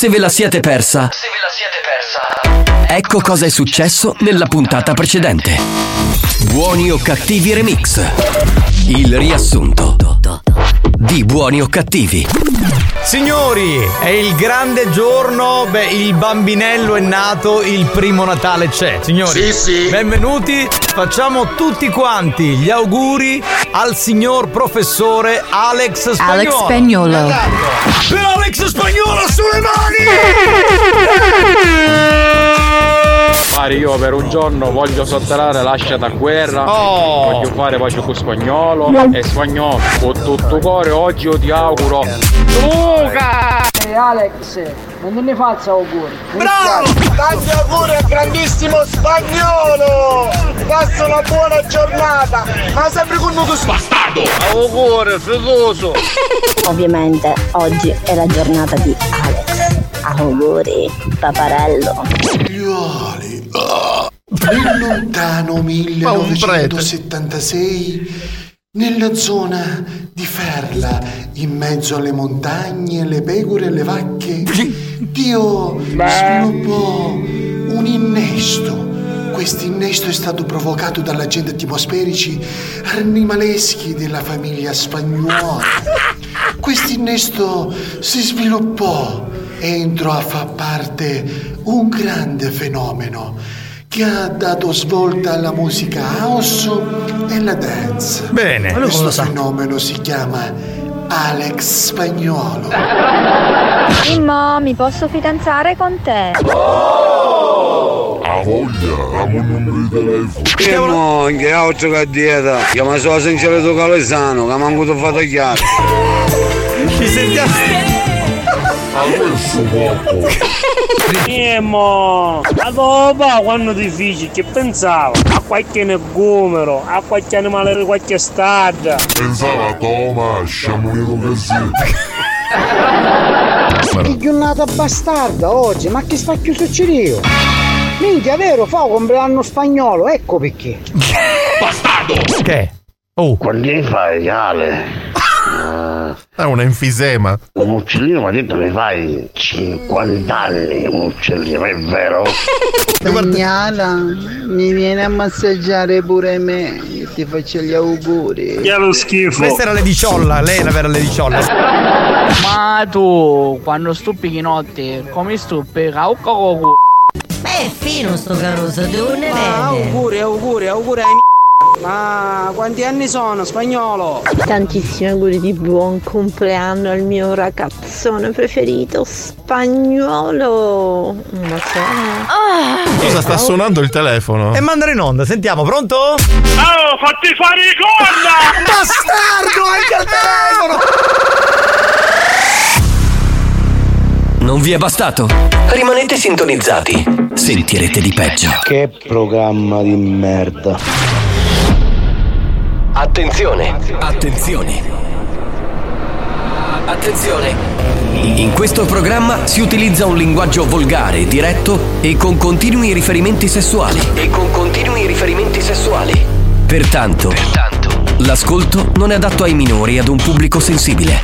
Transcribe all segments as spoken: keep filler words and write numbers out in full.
Se ve la siete persa, Se ve la siete persa, ecco cosa è successo nella puntata precedente. Buoni o cattivi remix. Il riassunto di Buoni o cattivi. Signori, è il grande giorno, beh, il bambinello è nato, il primo Natale c'è. Signori, sì, sì. benvenuti, facciamo tutti quanti gli auguri al signor professore Alex Spagnuolo. Alex Spagnuolo. Per Alex Spagnuolo sulle mani! Pare io per un giorno voglio sotterrare l'ascia da guerra, oh. voglio fare pace con Spagnolo e Spagnolo con tutto cuore oggi io ti auguro Luca! Ehi Alex, non ne faccia auguri. Bravo! Tanti auguri al grandissimo Spagnolo! Passa una buona giornata, ma sempre con noi così. Bastardo! Auguri, figoso! Ovviamente oggi è la giornata di Alex. Auguri, paparello. Figliuoli, oh. Nel lontano millenovecentosettantasei, nella zona di Ferla, in mezzo alle montagne, le pecore e le vacche, Dio sviluppò un innesto. Questo innesto è stato provocato dall'agenti atmosferici animaleschi della famiglia Spagnuolo. Questo innesto si sviluppò e entrò a far parte un grande fenomeno che ha dato svolta alla musica house e la dance. Bene. Questo fenomeno si chiama Alex Spagnuolo. Mimmo, mi posso fidanzare con te? Oh! A voglia, amo il numero di telefono. Che mo, che altro che dieta? Chiama solo Sincereto Calesano, che manco ti fa tagliare. Ci sentiamo. Adesso poco. Mimmo, ma dopo quando ti figi che pensavo? A qualche negumero, a qualche animale di qualche staggia. Pensava a Toma, sciamonito così. Che giornata bastarda oggi, ma che sta chiuso io? Minchia, vero, fa compleanno Spagnolo, ecco perché. Bastardo! Che? Oh. Quando ne fai, Ale? È un enfisema. Un uccellino mi ha detto che fai cinquanta anni, un uccellino, è vero? Spagnala, mi viene a massaggiare pure me, io ti faccio gli auguri. Che lo schifo. Questa era Lediciolla, lei era vera Lediciolla. Ma tu, quando stuppichi notte, come stuppica? O coco? Beh, è fino sto Caruso, tu ne vedi? Auguri, auguri, auguri ai Ma quanti anni sono, Spagnolo? Tantissimi auguri di buon compleanno al mio ragazzone preferito, Spagnuolo. Un bacione. Ah. Cosa sta suonando il telefono? E mandare in onda, sentiamo, pronto? Oh, fatti fare i conda! Bastardo, anche al telefono! Non vi è bastato? Rimanete sintonizzati. Sentirete di peggio. Che programma di merda. Attenzione, attenzione, attenzione. In questo programma si utilizza un linguaggio volgare, diretto e con continui riferimenti sessuali. E con continui riferimenti sessuali. Pertanto, Pertanto, l'ascolto non è adatto ai minori e ad un pubblico sensibile.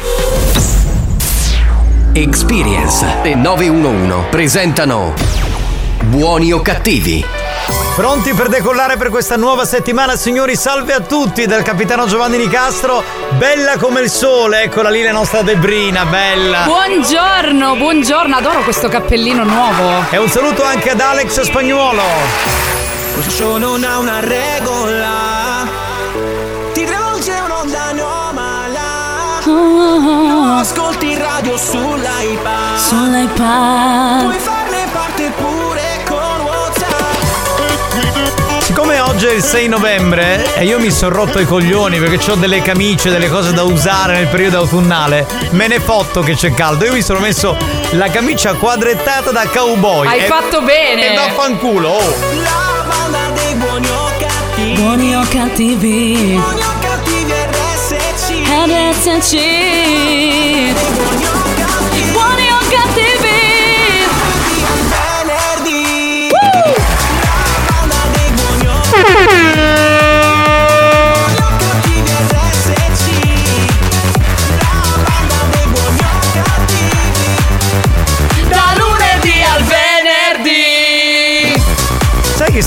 Experience e nove uno uno presentano Buoni o cattivi? Pronti per decollare per questa nuova settimana, signori? Salve a tutti dal capitano Giovanni Nicastro, bella come il sole, eccola lì la nostra Debrina, bella. Buongiorno, buongiorno, adoro questo cappellino nuovo. E un saluto anche ad Alex Spagnuolo. Questo show non ha una regola, ti rivolge un'onda anomala. Non ascolti radio sull'iPad, sull'iPad. Puoi farne parte pure con WhatsApp. Siccome oggi è il sei novembre e io mi sono rotto i coglioni perché ho delle camicie, delle cose da usare nel periodo autunnale, me ne fotto che c'è caldo. Io mi sono messo la camicia quadrettata da cowboy. Hai e, fatto bene. E vaffanculo, oh. La banda dei buoni o cattivi. Buoni o cattivi. Buoni o cattivi R S C. R S C. Buoni o cattivi. Buoni o cattivi. Venerdì. Uh! La banda dei buoni o cattivi. Buoni o cattivi R S C. La banda dei buoni o cattivi. Dal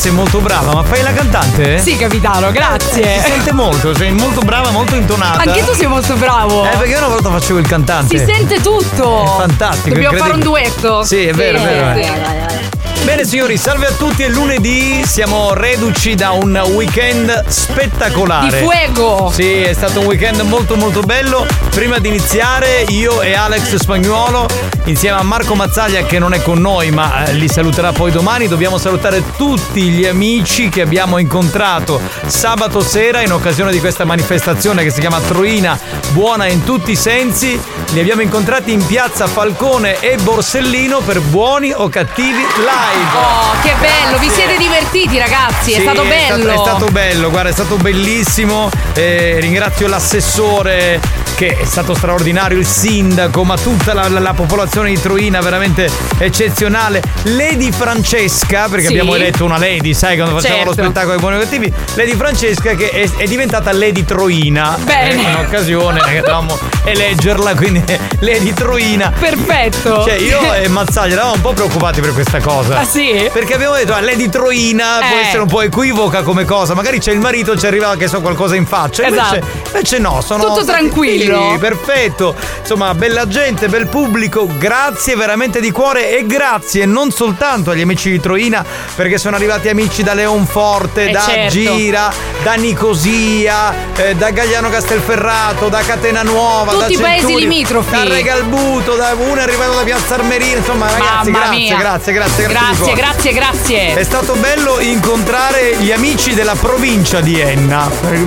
sei molto brava, ma fai la cantante? Sì, capitano, grazie. Eh, si sente molto, sei molto brava, molto intonata. Anche tu sei molto bravo. Eh, perché una volta facevo il cantante. Si sente tutto. È fantastico. Dobbiamo fare un duetto. Sì, è vero, sì, è vero. Sì. Eh. Bene signori, salve a tutti, è lunedì, siamo reduci da un weekend spettacolare. Di fuego! Sì, è stato un weekend molto molto bello. Prima di iniziare io e Alex Spagnuolo, insieme a Marco Mazzaglia che non è con noi ma li saluterà poi domani, dobbiamo salutare tutti gli amici che abbiamo incontrato sabato sera in occasione di questa manifestazione che si chiama Troina Buona in tutti i sensi. Li abbiamo incontrati in piazza Falcone e Borsellino per Buoni o Cattivi Live. Oh, che bello, vi siete divertiti ragazzi, sì, è stato bello. È stato, è stato bello, guarda, è stato bellissimo. Eh, ringrazio l'assessore che è stato straordinario, il sindaco, ma tutta la, la, la popolazione di Troina veramente eccezionale. Lady Francesca, perché sì. abbiamo eletto una lady, sai, quando facciamo certo. lo spettacolo dei Buoni o Cattivi, Lady Francesca che è, è diventata Lady Troina. Bene. In un'occasione che dovevamo eleggerla, quindi Lady Troina. Perfetto. Cioè io e Mazzaglia eravamo un po' preoccupati per questa cosa. Ah sì? Perché abbiamo detto, ah, Lady Troina eh. può essere un po' equivoca come cosa, magari c'è il marito, ci arriva che so qualcosa in faccia. Esatto. Invece, invece no, sono tutto tranquillo. Sì, perfetto. Insomma, bella gente, bel pubblico, grazie veramente di cuore e grazie non soltanto agli amici di Troina, perché sono arrivati amici da Leonforte, eh da certo. Gira, da Nicosia, eh, da Gagliano Castelferrato, da Catena Nuova, tutti da i paesi Centuri, limitrofi, da Regalbuto, da uno è arrivato da Piazza Armerina, insomma ragazzi, Mamma grazie, mia. grazie, grazie, grazie, grazie, grazie, grazie. È stato bello incontrare gli amici della provincia di Enna.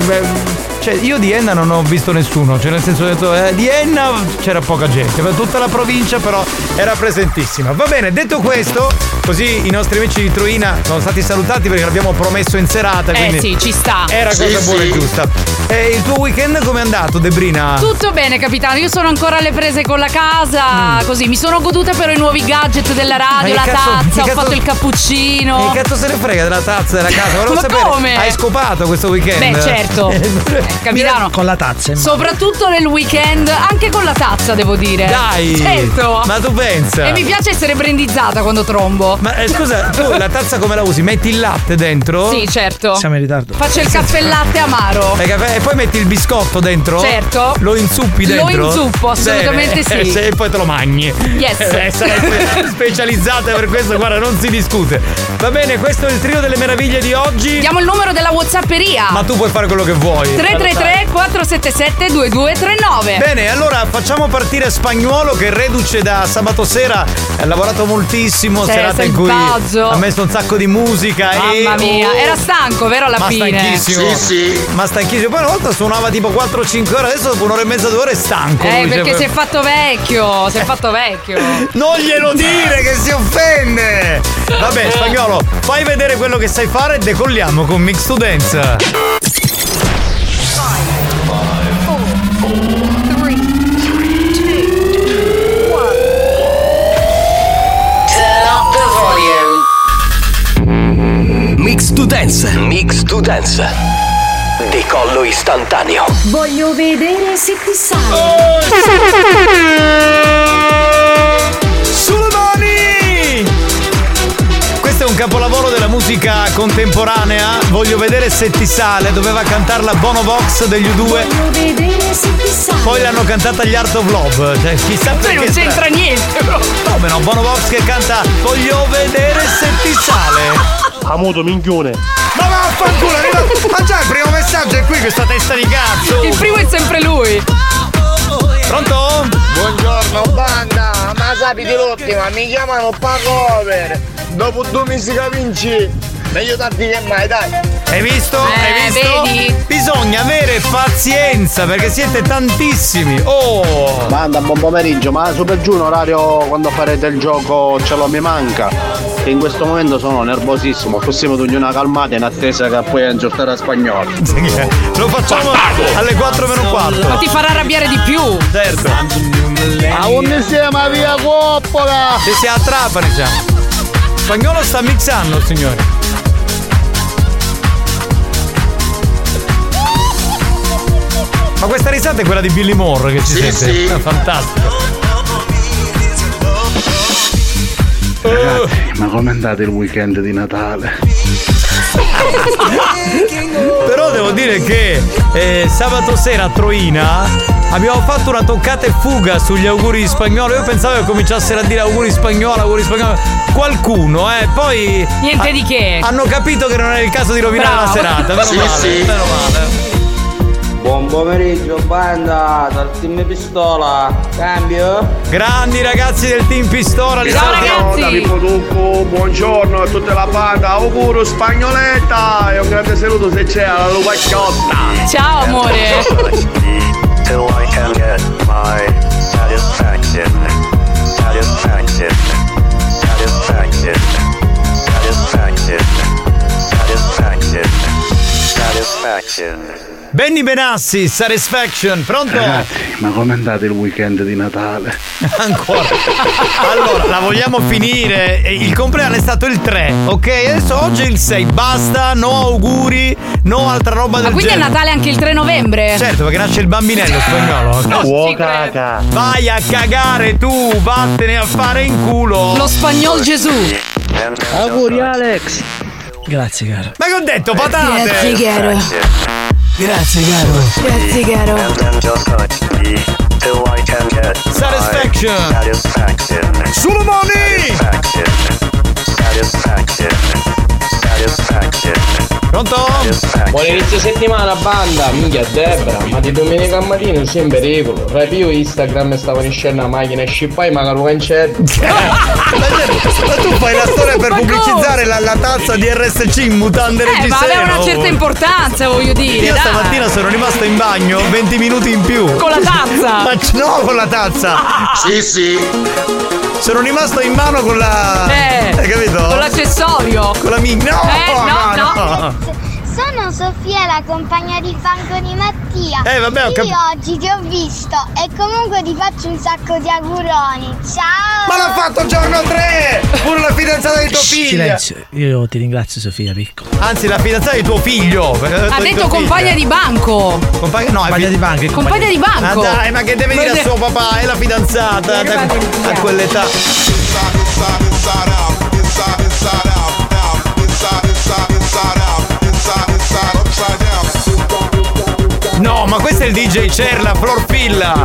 Cioè, io di Enna non ho visto nessuno, cioè nel senso ho detto, eh, di Enna c'era poca gente, per tutta la provincia però era presentissima. Va bene, detto questo, così i nostri amici di Troina sono stati salutati perché l'abbiamo promesso in serata. Eh quindi sì, ci sta. Era sì, cosa sì. buona e giusta. E il tuo weekend com'è andato, Debrina? Tutto bene, capitano. Io sono ancora alle prese con la casa. Mm. Così mi sono goduta però i nuovi gadget della radio, la cazzo, tazza, ho cazzo, fatto il cappuccino. Che cazzo se ne frega della tazza della casa? Volevo Ma sapere, come? Hai scopato questo weekend? Beh, certo. eh, capitano. Con la tazza. Immagino. Soprattutto nel weekend, anche con la tazza, devo dire. Dai! Certo! Ma tu pensa? E mi piace essere brandizzata quando trombo. Ma eh, scusa, tu la tazza come la usi? Metti il latte dentro? Sì, certo. Siamo in ritardo. Faccio il caffè e latte amaro. E, caffè, e poi metti il biscotto dentro? Certo. Lo inzuppi dentro? Lo inzuppo, assolutamente Bene. sì. E poi te lo mangi. Yes. Eh, sarebbe specializzata per questo, guarda, non si discute. Va bene, questo è il trio delle meraviglie di oggi. Diamo il numero della WhatsApperia. Ma tu puoi fare quello che vuoi. tre tre tre quattro sette sette due due tre nove. Bene, allora facciamo partire Spagnuolo che reduce da sabato sera, ha lavorato moltissimo, Sei serata in cui selvagio. ha messo un sacco di musica. Mamma e, mia, oh, era stanco, vero alla ma fine? stanchissimo. Sì, sì. Ma stanchissimo. Poi una volta suonava tipo quattro cinque ore, adesso dopo un'ora e mezza, due ore è stanco. Eh, lui, perché cioè, si è fatto vecchio, si è fatto vecchio. Non glielo dire che si offende. Vabbè, Spagnolo, fai vedere quello che sai fare e decolliamo con Mix to Dance. Mix to Dance. Mix to Dance. Decollo istantaneo. Voglio vedere se ti sai. Oh, sulle mani! Questo è un capolavoro della musica contemporanea. Voglio vedere se ti sale. Doveva cantarla Bono Vox degli U due. Voglio vedere se ti sai. Poi l'hanno cantata gli Art of Love. Cioè, chissà Poi perché. non c'entra niente, bro. No, beh, no, Bono Vox che canta Voglio vedere se ti sale. Amuto minchione. Ma vaffanculo, arriva. Ma già il primo messaggio è qui, questa testa di cazzo. Il primo è sempre lui. Pronto? Buongiorno banda, ma sapete l'ultima, mi chiamano Pacover. Dopo due mesi che vinci, meglio tardi che mai, dai. Hai visto? Eh, Hai visto? vedi? Bisogna avere pazienza perché siete tantissimi. Oh! Banda, buon pomeriggio, ma super giù un orario quando farete il gioco ce lo mi manca. Che in questo momento sono nervosissimo, possiamo tutti una calmata in attesa che poi ingiortare a Spagnolo. Lo facciamo alle quattro meno quarto. Ma ti farà arrabbiare di più. Certo. A un siamo via Coppola! Se si a Trapani siamo. Spagnolo sta mixando, signore. Ma questa risata è quella di Billy Moore che si Sì, sente. sì. È fantastico. Ragazzi, ma com'è andato il weekend di Natale? Però devo dire che eh, sabato sera a Troina abbiamo fatto una toccata e fuga sugli auguri di Spagnolo. Io pensavo che cominciassero a dire auguri Spagnolo, auguri Spagnolo. Qualcuno, eh, poi. Niente di che. Hanno capito che non era il caso di rovinare Bravo. la serata. Meno Sì, male, sì. meno male. Buon pomeriggio banda dal team Pistola, cambio? Grandi ragazzi del team Pistola, li salutiamo. Da Pippo Tucco, buongiorno a tutta la banda, auguro Spagnoletta e un grande saluto se c'è alla Lupacchiotta. Ciao amore. Till I can get my satisfaction, satisfaction, satisfaction, satisfaction, satisfaction, satisfaction. Benny Benassi, Satisfaction, pronto? Ragazzi, ma com'è andato il weekend di Natale? Ancora. Allora, la vogliamo finire. Il compleanno è stato il tre, ok? Adesso oggi è il sei. Basta, no auguri, no altra roba del Ma quindi genere. è Natale anche il tre novembre? Certo, perché nasce il bambinello Spagnolo. No, Uo, ci caca. Vai a cagare tu, vattene a fare in culo. Lo Spagnol Gesù. Auguri Alex. Grazie caro. Ma che ho detto, patate? Grazie caro. Grazie caro. Grazie caro. Satisfaction. Satisfaction. Sulle mani. Satisfaction. Satisfaction. Pronto? Buon inizio settimana banda, minchia Debra, ma di domenica mattina sei in pericolo. Rapio Instagram stavo in scena la macchina e scippai magari un cancello. Ma tu fai la storia per Ma pubblicizzare la, la tazza di R S C in mutande Eh, ma reggiseno. aveva una certa importanza, voglio dire. Io dai. stamattina sono rimasto in bagno venti minuti in più. Con la tazza? Ma c- no, con la tazza. Sì, sì. Sono rimasto in mano con la. Eh, Hai capito? Con l'accessorio. Con la mia. No, Eh, no, no, no. no. Sono Sofia, la compagna di banco di Mattia. Eh, vabbè, ho cap- Io oggi ti ho visto e comunque ti faccio un sacco di auguroni. Ciao! Ma l'ha fatto giorno tre! Pure la fidanzata di tuo figlio! Silenzio, io ti ringrazio Sofia piccola. Anzi, la fidanzata di tuo figlio! Ha detto compagna di banco. Compagna, no, Compagna di banco. Compagna di banco. Ma dai, ma che deve dire a suo papà? È la fidanzata da, a quell'età. No, ma questo è il D J Cerla, Florfilla.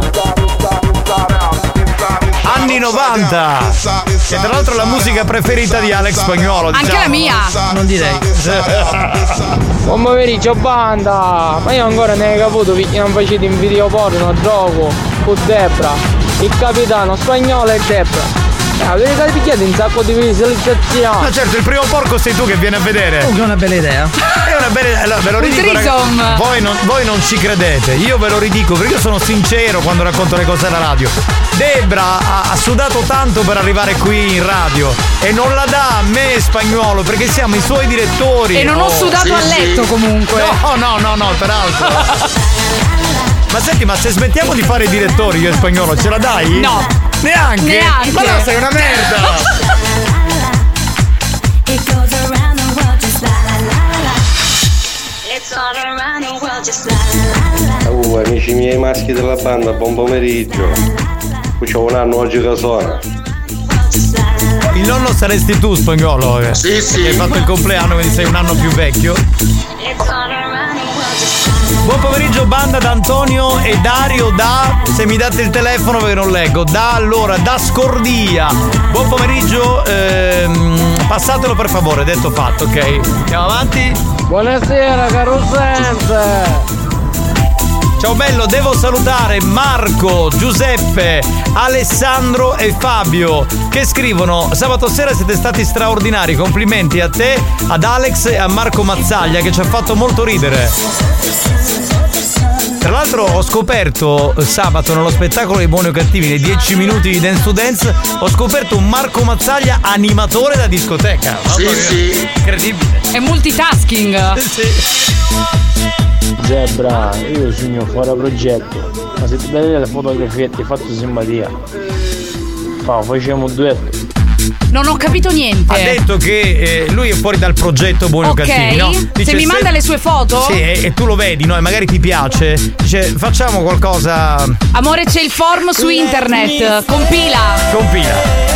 Anni novanta. E tra l'altro la musica preferita di Alex Spagnolo. Anche diciamo. la mia. Non direi. Buon pomeriggio banda, ma io ancora ne hai caputo perché non facete in video porno a gioco con Debra, il capitano Spagnolo e Debra. Avete picchiato un sacco di visualizzazioni. Ma certo, il primo porco sei tu che vieni a vedere. Comunque è una bella idea. È una bella. Allora, ve lo Un ridico, threesome. ragazzi. Voi non, voi non ci credete. Io ve lo ridico perché io sono sincero quando racconto le cose alla radio. Debra ha, ha sudato tanto per arrivare qui in radio e non la dà a me Spagnolo perché siamo i suoi direttori. E non ho sudato sì, a letto sì. comunque. No, no, no, no, peraltro. Ma senti, ma se smettiamo di fare i direttori io e Spagnolo, ce la dai? No. Neanche? Neanche. Ma no, sei una merda. Uh, amici miei maschi della banda, buon pomeriggio. Qui c'ho un anno oggi che suona. Il nonno saresti tu, Spagnolo. Eh. Sì, sì. Che hai fatto il compleanno, quindi sei un anno più vecchio. Buon pomeriggio banda da Antonio e Dario da, se mi date il telefono perché non leggo, da allora, da Scordia. Buon pomeriggio, ehm, passatelo per favore, detto fatto, ok? Andiamo avanti. Buonasera caro Sense. Ciao bello, devo salutare Marco, Giuseppe, Alessandro e Fabio che scrivono: sabato sera siete stati straordinari, complimenti a te, ad Alex e a Marco Mazzaglia che ci ha fatto molto ridere. Tra l'altro ho scoperto sabato nello spettacolo dei Buoni o Cattivi, nei dieci minuti di Dance to Dance, ho scoperto un Marco Mazzaglia animatore da discoteca. Sì, sì. Incredibile. È multitasking. Sì. Zebra, io sogno fuori progetto, ma se ti dai le fotografie ti fatto simpatia. Fa, facciamo un duetto. Non ho capito niente. Ha detto che eh, lui è fuori dal progetto Buoni o Ok, Cattivi, no? Dice, se mi manda le sue foto. Sì, e, e tu lo vedi, no? E magari ti piace. Dice, facciamo qualcosa. Amore, c'è il form su internet. Compila. Compila. Se la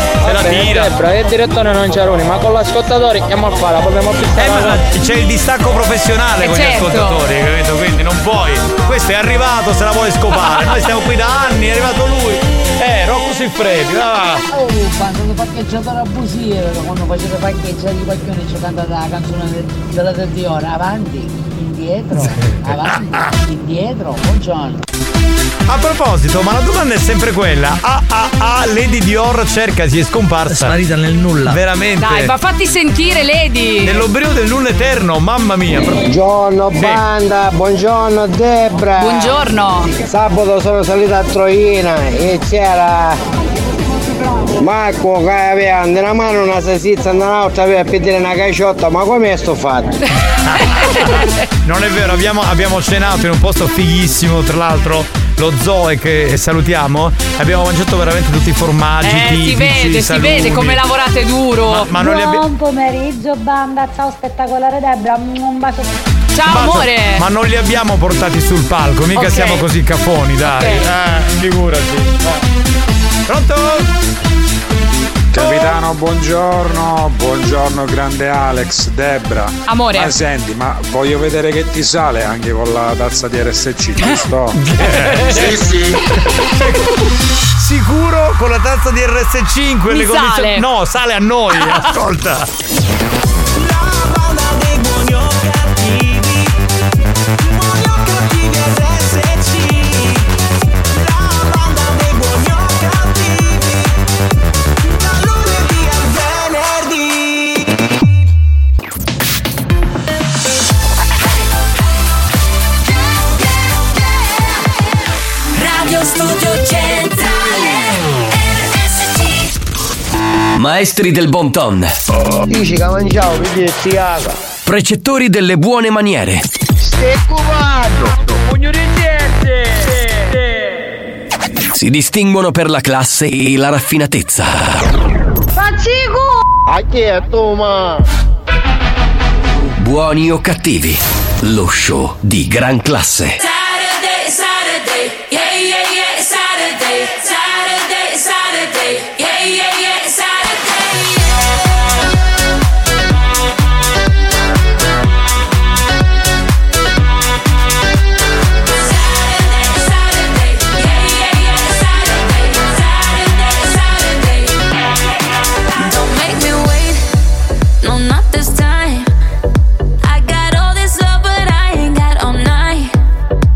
tira. Debra, e il direttore non c'era uno, ma con l'ascoltatore chiamo a fare, vogliamo Eh, ma c'è il distacco professionale Eh, con certo. gli ascoltatori, capito? Quindi non puoi. Questo è arrivato, se la vuole scopare. Noi stiamo qui da anni, è arrivato lui. Eh, Rocco Siffredi, va. Oh, quando lo parcheggiatore abusivo, quando facete parcheggiare i qualcuno ci canta la canzone della trenta ore, avanti, indietro, avanti, indietro, buongiorno. A proposito, ma la domanda è sempre quella. Ah ah ah, Lady Dior cerca, si è scomparsa. È sparita nel nulla. Veramente. Dai, ma fatti sentire, Lady. Nell'oblio del nulla eterno, mamma mia. Buongiorno Sì. banda, buongiorno Debra. Buongiorno. Sabato sono salita a Troina e c'era Marco che aveva in una mano una salsiccia e nell'altra aveva a pedire una caciotta, ma come sto fatto? Non è vero, abbiamo, abbiamo cenato in un posto fighissimo, tra l'altro lo Zoe che salutiamo. Abbiamo mangiato veramente tutti i formaggi Eh, tipici. si vede, si salumi. vede come lavorate duro. Ma, ma non li abbiamo. Buon pomeriggio banda, ciao spettacolare Debra, un bacio. Ciao Bacio, amore. Ma non li abbiamo portati sul palco, mica Ok. siamo così cafoni, dai. Ok. Eh, figurati. Eh. Pronto? Capitano, buongiorno, buongiorno grande Alex, Debra. Amore. Ma senti, ma voglio vedere che ti sale anche con la tazza di R S C, giusto? Sì, sì. Sicuro con la tazza di R S C in quelle Mi condizioni. sale. No, sale a noi, ascolta. Radio Studio Centrale R S C. Maestri del bon ton. Dici che mangiavo, vedi sti caga. Precettori delle buone maniere. Stai cubando. Pugno di niente. Si distinguono per la classe e la raffinatezza. Faccico! A chi è tu, ma? Buoni o cattivi, lo show di gran classe. Saturday, Saturday, yeah, yeah, yeah, Saturday, Saturday, Saturday, yeah, yeah, yeah, Saturday. Don't make me wait, no, not this time. I got all this love, but I ain't got all night.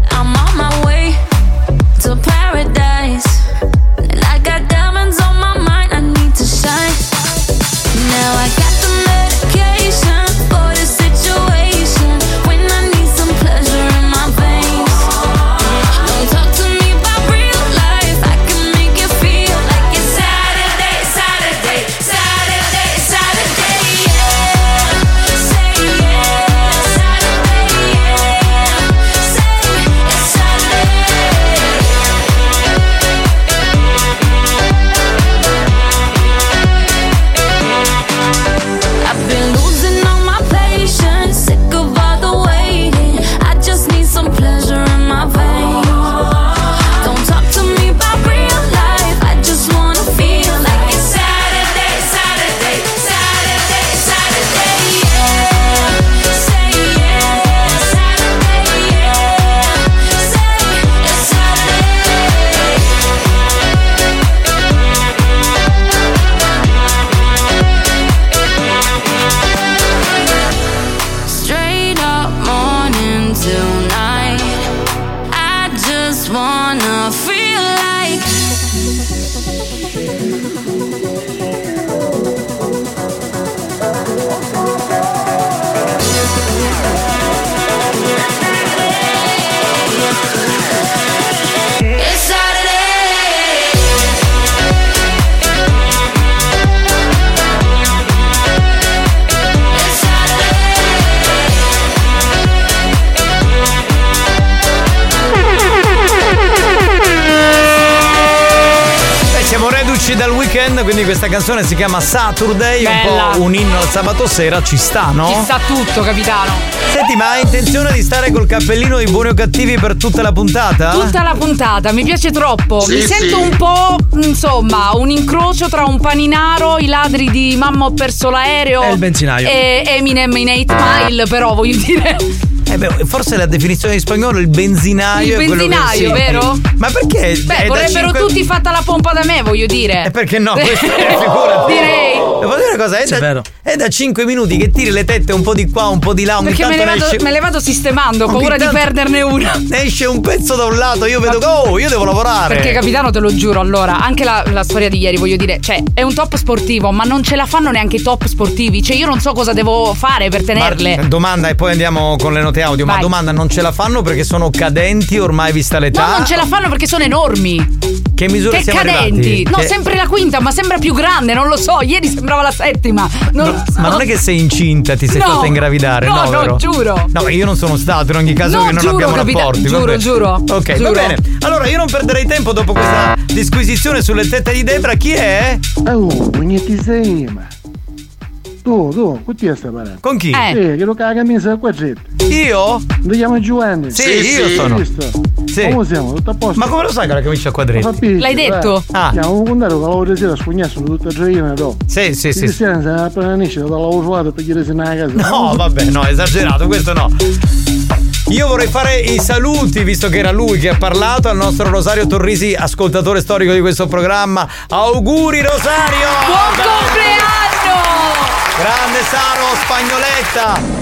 Weeknd, quindi questa canzone si chiama Saturday, Bella. un po' un inno al sabato sera, ci sta, no? Ci sta tutto, capitano. Senti, ma hai intenzione di stare col cappellino di buoni o cattivi per tutta la puntata? Tutta la puntata, mi piace troppo. Sì, mi sento sì. un po', insomma, un incrocio tra un paninaro, i ladri di Mamma ho perso l'aereo E il benzinaio. e Eminem in eight Mile, però voglio dire. Eh beh, forse la definizione di spagnolo è il benzinaio. Il è quello che benzinaio, sì. vero? Ma perché? Beh, È da vorrebbero cinque- tutti fatta la pompa da me, voglio dire. E perché no? Questo è figurati. Direi. Devo dire una cosa, è Sì, è da, vero. è da cinque minuti che tiri le tette un po' di qua, un po' di là, ogni Perché me tanto le, ne vado, esce, me le vado sistemando, ho ogni paura di tanto perderne una. Ne esce un pezzo da un lato, io vedo che oh, io devo lavorare. Perché capitano, te lo giuro, allora, anche la, la storia di ieri, voglio dire, cioè, è un top sportivo, ma non ce la fanno neanche i top sportivi. Cioè, io non so cosa devo fare per tenerle. Ma, domanda e poi andiamo con le note audio. Vai. Ma domanda, non ce la fanno perché sono cadenti ormai vista l'età? No, non ce la fanno perché sono enormi. Che misura Che siamo cadenti. arrivati? No, Che- sempre la quinta, ma sembra più grande, non lo so. Ieri sembrava la settima. Non lo so. Ma non è che sei incinta, ti sei No. fatta ingravidare, No, no? no, vero? giuro. No, ma io non sono stato in ogni caso No, che non giuro, abbiamo capita- rapporti. giuro, vabbè. giuro. Ok, Giuro. va bene. Allora io non perderei tempo dopo questa disquisizione sulle tette di Debra. Chi è? Oh, niente sei, ma. Tu, tu, con chi stai parlando? Con chi? Eh, che lo caga camisa qua gente. Io? Lo chiama Giovanni. Sì, io sono. Visto? Sì. Come siamo? Tutto a posto? Ma come lo sai che la camicia a quadretti? L'hai detto? Ah. Siamo contato che lavoro sera scugnassero tutta gioina, no? Sì, sì, sì. Cristiano se appena nasce dalla usuale per chiedere se ne casa. No, vabbè, no, esagerato, questo no. Io vorrei fare i saluti, visto che era lui che ha parlato, al nostro Rosario Torrisi, ascoltatore storico di questo programma. Auguri Rosario! Buon compleanno! Grande Saro Spagnoletta!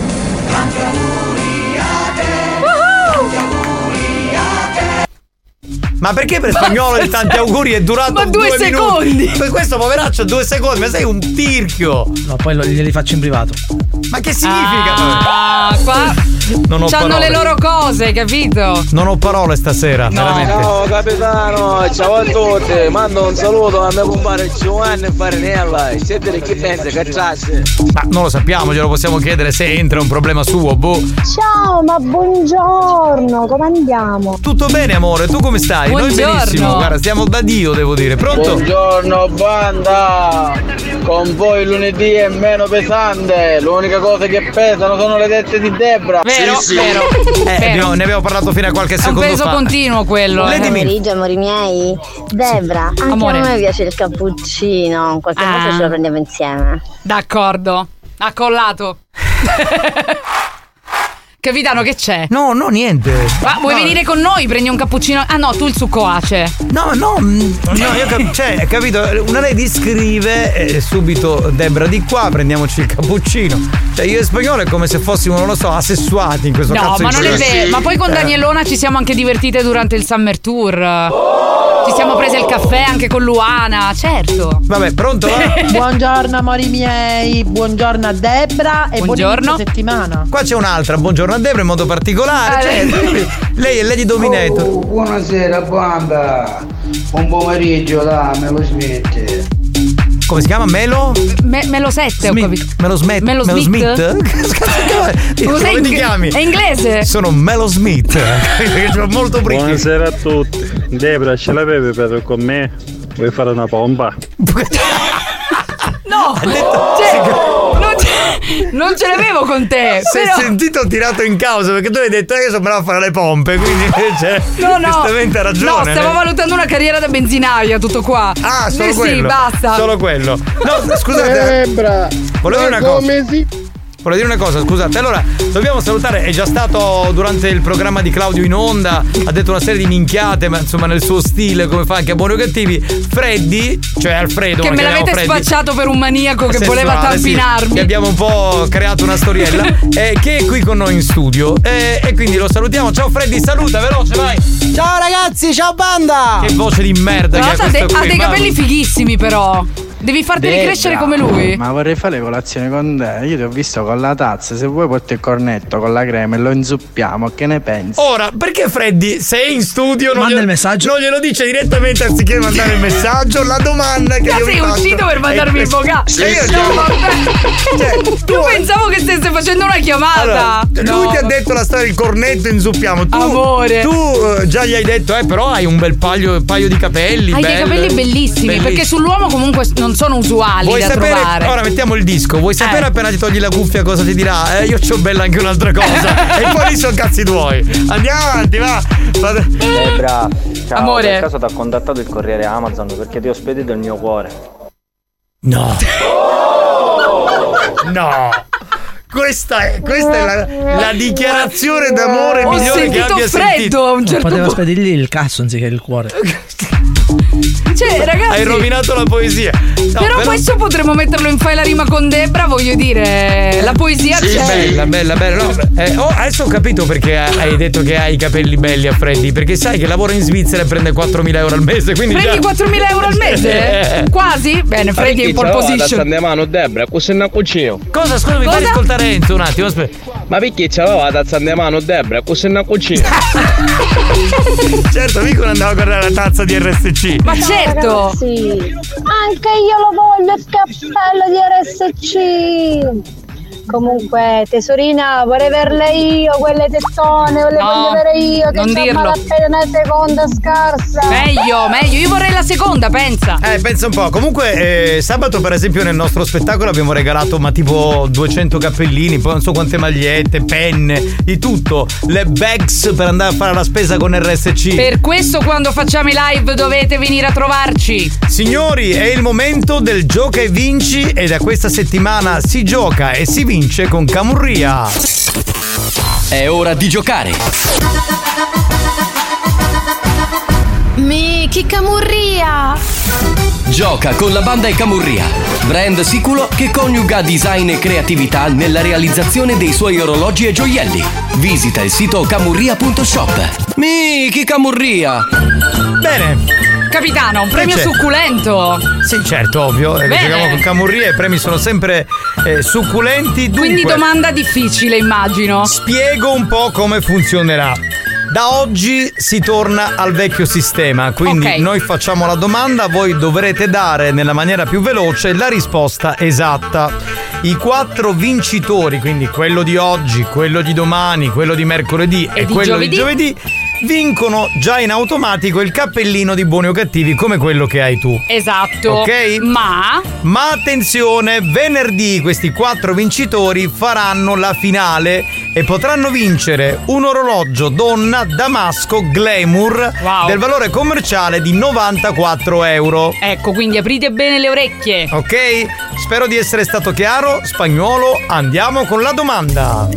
Ma perché per spagnolo di tanti auguri è durato Ma due secondi! minuti? Per questo poveraccio due secondi, ma sei un tirchio! No, poi lo- glieli faccio in privato. Ma che significa? Ah, qua Non ho c'hanno parole. le loro cose, capito? Non ho parole stasera, veramente. Ciao capitano, ciao a tutti, mando un saluto a mio compare Giovanni Farinella, siete chi pensa che tracce? Ma non lo sappiamo, glielo possiamo chiedere se entra, è un problema suo, boh. Ciao, ma buongiorno, come andiamo? Tutto bene amore, tu come stai? Noi Buongiorno. benissimo, guarda, stiamo da Dio devo dire, pronto? Buongiorno banda, con voi lunedì è meno pesante, l'unica cosa che pesano sono le tette di Debra. Vero, vero. Eh, vero. abbiamo- ne abbiamo parlato fino a qualche È un secondo peso fa. continuo quello. Buon eh. pomeriggio, amori miei. Debra, anche Amore. a me piace il cappuccino. Qualche Ah. volta ce lo prendiamo insieme. D'accordo. Ha collato. Capitano, che c'è? No, no, niente. Ma vuoi No. venire con noi? Prendi un cappuccino. Ah no, tu il succo ace. No, no, mm, no, io cap- cioè, capito, una lady scrive e subito Debra di qua, prendiaci il cappuccino. Cioè io e spagnolo è come se fossimo, non lo so, asessuati in questo No, cazzo ma di non è gioco. vero. Ma poi con Eh. Danielona ci siamo anche divertite durante il Summer Tour. Ci siamo prese il caffè anche con Luana, certo. Vabbè, pronto? Buongiorno amori miei, buongiorno a Debra e buon Buongiorno. inizio settimana. Qua c'è un'altra, buongiorno a Debra in modo particolare. Eh, Cioè, lei è Lady Dominator. Oh, buonasera banda, buon pomeriggio da Melo Smith. Come si chiama? Melo? Me, Melo sette, ho capito. Melo Smith? Melo Melo Smith? Smith? Come sei Come ti in- chiami? È inglese? Sono Melo Smith. Che c'ho molto bricchi. Buonasera a tutti. Debra, ce l'avevi per con me? Vuoi fare una pompa? No! Cioè, non, ce, non ce l'avevo con te. Si è però- sentito tirato in causa perché tu hai detto che io so bravo a fare le pompe, quindi cioè, No, no. giustamente ha ragione. No, stavo valutando una carriera da benzinaia, tutto qua. Ah, solo Eh sì, quello. basta. Solo quello. No, scusate. Debra, Volevo dire ma una cosa. come si... Volevo dire una cosa, scusate. Allora, dobbiamo salutare, è già stato durante il programma di Claudio in onda, ha detto una serie di minchiate, ma insomma nel suo stile, come fa anche a Buoni o Cattivi. Freddy, cioè Alfredo, Che lo me chiamiamo l'avete Freddy, spacciato per un maniaco che sessuale, voleva sì, tampinarmi. che abbiamo un po' creato una storiella, eh, che è qui con noi in studio. Eh, e quindi lo salutiamo. Ciao Freddy, saluta, veloce, vai. Ciao ragazzi, ciao banda! Che voce di merda Tra che ha l'altro ha, questo de- ha qui, dei mamma. capelli fighissimi però. Devi farti Debra, ricrescere come lui. Ma vorrei fare colazione con te. Io ti ho visto con la tazza. Se vuoi porti il cornetto con la crema e lo inzuppiamo. Che ne pensi? Ora, perché Freddy, sei in studio, non, Manda glielo, il messaggio. non glielo dice direttamente anziché mandare il messaggio? La domanda che Ma io sei vi faccio uscito per mandarmi è il vocale. questa. Sì, No, sì. vabbè. Cioè, tu Io pensavo che stesse facendo una chiamata. Allora, No. lui ti ha detto la storia del cornetto inzuppiamo. Tu, Amore. tu eh, già gli hai detto, eh, però hai un bel paio, paio di capelli. Hai belli. dei capelli bellissimi, perché sull'uomo comunque non sono usuali Vuoi da sapere? trovare. Ora mettiamo il disco. Vuoi sapere Eh. appena ti togli la cuffia cosa ti dirà? Eh, io c'ho bella anche un'altra cosa. E poi lì sono cazzi tuoi. Andiamo avanti, va. Debra, ciao, Amore. per caso ti ha contattato il corriere Amazon perché ti ho spedito il mio cuore. No. No. Questa è, questa è la, la dichiarazione d'amore Ho migliore che sentito abbia freddo sentito. a un certo Poteva punto. spedirgli il cazzo anziché il cuore. Cioè, ragazzi, Hai rovinato la poesia. No, però, questo potremmo metterlo in fai la rima con Debra, voglio dire, la poesia Sì, c'è. bella, bella, bella. No, eh, oh, adesso ho capito perché hai detto che hai i capelli belli a Freddy. Perché sai che lavora in Svizzera e prende quattromila euro al mese. Quindi Prendi già... quattromila euro al mese? Quasi? Bene, Freddy è in pole position. Ma mano Debra, cos'è una cucina? Cosa? Scusa, mi fai ascoltare Enzo un attimo, aspetta. Ma perché c'aveva la tazza di mano Debra, cos'è una cucina? Certo, mica non andavo a guardare la tazza di R S C. Ma certo! Ragazzi, anche io lo voglio il cappello di R S C. Comunque, tesorina, vorrei averle io, quelle tettone, le No, voglio avere io, che non c'ho dirlo. appena una seconda scarsa. Meglio, meglio, io vorrei la seconda, pensa. Eh, pensa un po'. Comunque, eh, sabato, per esempio, nel nostro spettacolo abbiamo regalato, ma tipo duecento cappellini, poi non so quante magliette, penne, di tutto. Le bags per andare a fare la spesa con R S C. Per questo quando facciamo i live dovete venire a trovarci. Signori, è il momento del gioca e vinci e da questa settimana si gioca e si vince con Camurria. È ora di giocare. Miki Camurria. Gioca con la banda e Camurria, brand sicuro che coniuga design e creatività nella realizzazione dei suoi orologi e gioielli. Visita il sito camurria punto shop. Miki Camurria. Bene. Capitano, un premio c'è? succulento. Sì, certo, ovvio. Eh, Bene. Giochiamo con Camurria e i premi sono sempre eh, succulenti. Dunque, Quindi domanda difficile, immagino. spiego un po' come funzionerà. Da oggi si torna al vecchio sistema, quindi Ok. noi facciamo la domanda, voi dovrete dare nella maniera più veloce la risposta esatta. I quattro vincitori, quindi quello di oggi, quello di domani, quello di mercoledì e, di quello giovedì? di giovedì, vincono già in automatico il cappellino di Buoni o Cattivi come quello che hai tu. Esatto. Ok? Ma Ma attenzione, venerdì questi quattro vincitori faranno la finale e potranno vincere un orologio donna Damasco Glamour Wow. del valore commerciale di novantaquattro euro. ecco, quindi aprite bene le orecchie. Ok? Spero di essere stato chiaro. Spagnolo, andiamo con la domanda.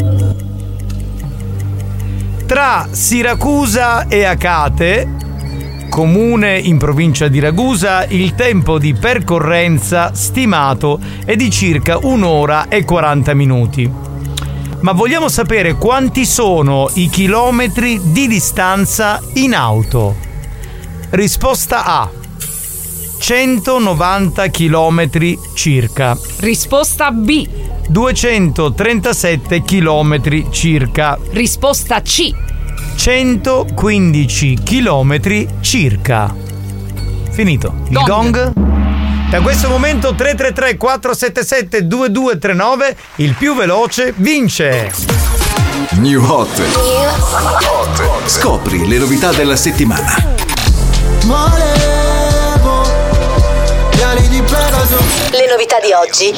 Tra Siracusa e Acate, comune in provincia di Ragusa, il tempo di percorrenza stimato è di circa un'ora e quaranta minuti. Ma vogliamo sapere quanti sono i chilometri di distanza in auto? Risposta A: centonovanta chilometri circa. Risposta B: duecentotrentasette chilometri circa. risposta C: centoquindici chilometri circa. Finito. Il Gong. gong. Da questo momento tre tre tre quattro sette sette due due tre nove, il più veloce vince. New Hot. Scopri le novità della settimana. Le novità di oggi.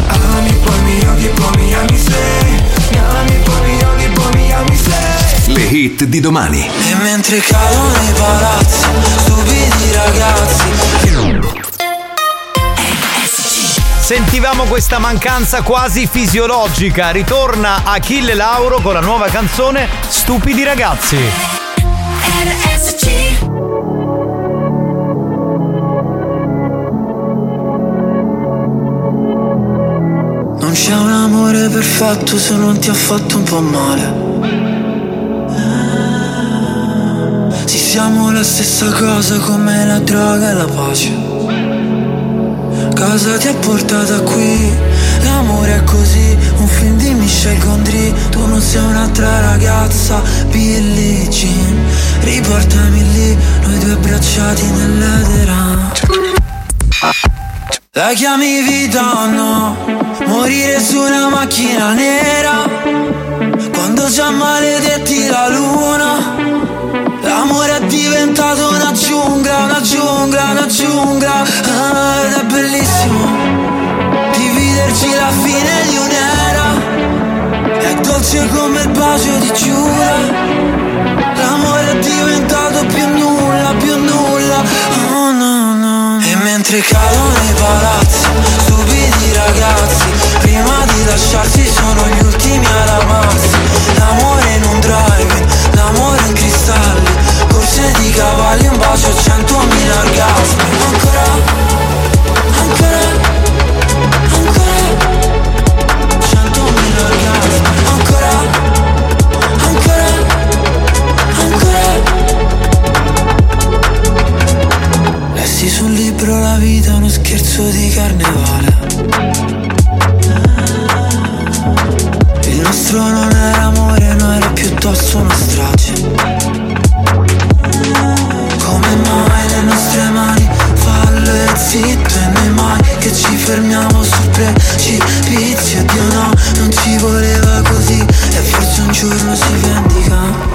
Le hit di domani. E mentre cadono i palazzi, stupidi ragazzi. Sentivamo questa mancanza quasi fisiologica. Ritorna Achille Lauro con la nuova canzone Stupidi ragazzi. Non c'è un amore perfetto se non ti ha fatto un po' male. Sì, siamo la stessa cosa come la droga e la pace. Cosa ti ha portato qui? L'amore è così, un film di Michel Gondry. Tu non sei un'altra ragazza, Billie Jean. Riportami lì, noi due abbracciati nell'edera. La chiami vita o no? Morire su una macchina nera, quando già maledetti la luna. L'amore è diventato una giungla, una giungla, una giungla. Ah, ed è bellissimo dividerci la fine di un'era. È dolce come il bacio di Giura. L'amore è diventato più nulla, più nulla. Oh no no. E mentre cadono i palazzi, stupidi ragazzi, prima di lasciarsi sono gli ultimi ad amarsi. L'amore in un drive-in, l'amore in cristalli, corse di cavalli, un bacio, centomila orgasmi. Ancora, ancora, ancora, centomila orgasmi. Ancora, ancora, ancora. Lessi sul libro La vita è uno scherzo di carnevale. Il nostro non era amore, no, era piuttosto una strage. Come mai le nostre mani fallo e zitto, e noi mai che ci fermiamo sul precipizio. Dio no, non ci voleva così, e forse un giorno si vendica.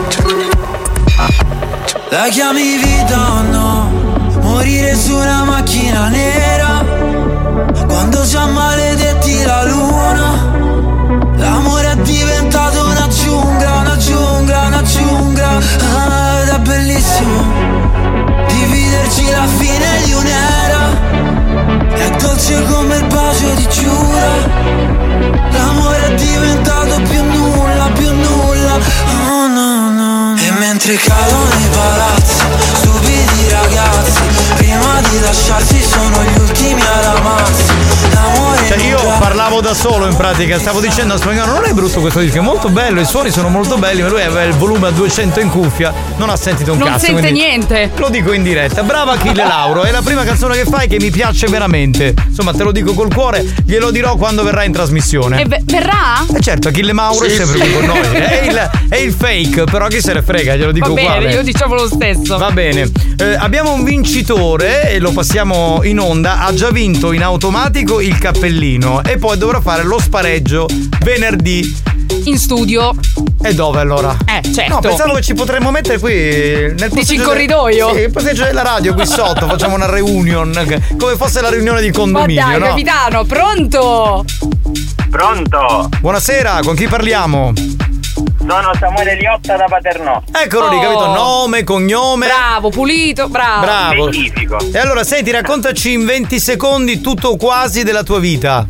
La chiami vita o no? Morire su una macchina nera, quando già maledetti la luna. L'amore è diventato una giungla, una giungla, una giungla. Ah, ed è bellissimo dividerci la fine di un'era. È dolce come il bacio di Giura. L'amore è diventato più nulla, più nulla. Oh no no. E mentre cadono i palazzi, stupidi ragazzi, prima di lasciarsi sono gli ultimi ad amarsi. L'amore. Cioè io parlavo da solo in pratica, stavo dicendo a spagnolo non è brutto questo disco, è molto bello, i suoni sono molto belli, ma lui aveva il volume a duecento in cuffia, non ha sentito un non cazzo. Non sente niente. Lo dico in diretta. Brava Achille Lauro, è la prima canzone che fai che mi piace veramente. Insomma, te lo dico col cuore, glielo dirò quando verrà in trasmissione. E v- verrà? Eh certo, Achille Mauro sì, è sempre sì. qui con noi. È il, è il fake, però chi se ne frega, glielo dico Va bene, uguale. io diciamo lo stesso. Va bene. Eh, abbiamo un vincitore e lo passiamo in onda. Ha già vinto in automatico il cappellino e poi dovrà fare lo spareggio venerdì in studio. E dove allora? Eh, certo. No, pensavo che ci potremmo mettere qui nel Dici in corridoio? Sì, il passaggio della radio qui sotto, facciamo una reunion come fosse la riunione di condominio. Ma dai, no? capitano, pronto? Pronto? Buonasera, con chi parliamo? Sono Samuele Liotta da Paternò. Eccolo oh. lì, capito? Nome, cognome. Bravo, pulito, bravo. Bravo. Magnifico. E allora, senti, raccontaci in venti secondi tutto o quasi della tua vita.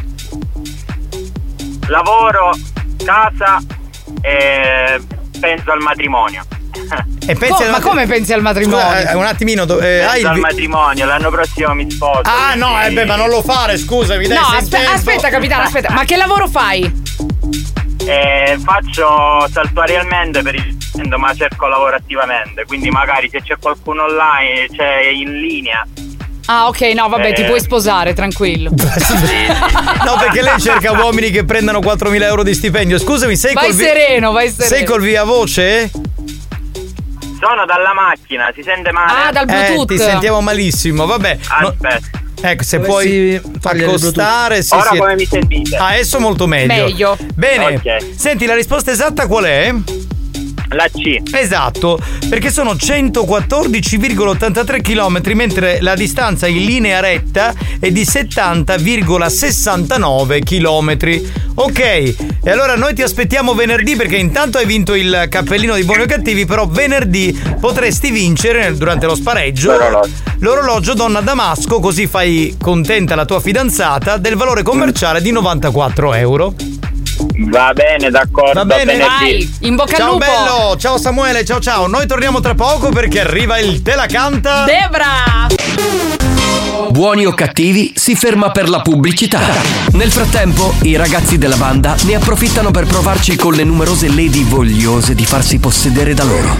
Lavoro, casa e penso al matrimonio. E pensi Co- ma come pensi al matrimonio? Scusa, eh, un attimino, do- eh, penso hai il al vi- matrimonio, l'anno prossimo mi sposo. Ah no, eh beh, ma non lo fare, scusami, dai. No, sei aspe- tempo. aspetta, capitano, aspetta. Ma che lavoro fai? Eh, faccio saltuariamente per il momento, ma cerco lavoro attivamente. Quindi magari se c'è qualcuno online, c'è in linea. Ah, ok, no, vabbè, Eh. ti puoi sposare, tranquillo. No, perché lei cerca uomini che prendano quattromila euro di stipendio. Scusami, sei Vai col vi- sereno, vai sereno. Sei col via voce? Sono dalla macchina, si sente male? Ah, dal Eh, Bluetooth. ti sentiamo malissimo, vabbè. No- Aspetta. ecco, se Dovresti puoi togliere il accostare. Sì, Ora sì. come mi sentite? Ah, adesso molto meglio. Meglio. Bene. Ok. Senti, la risposta esatta qual è? La C. Esatto, perché sono centoquattordici virgola ottantatré chilometri, mentre la distanza in linea retta è di settanta virgola sessantanove chilometri. Ok, e allora noi ti aspettiamo venerdì, perché intanto hai vinto il cappellino di Buoni o Cattivi, però venerdì potresti vincere durante lo spareggio L'orologio. l'orologio Donna Damasco, così fai contenta la tua fidanzata, del valore commerciale di novantaquattro euro. Va bene, d'accordo. Va bene, Vai, in bocca al Ciao lupo. bello, ciao Samuele, ciao ciao. Noi torniamo tra poco perché arriva il Te la canta Debra. Buoni o Cattivi si ferma per la pubblicità. Nel frattempo, i ragazzi della banda ne approfittano per provarci con le numerose lady vogliose di farsi possedere da loro.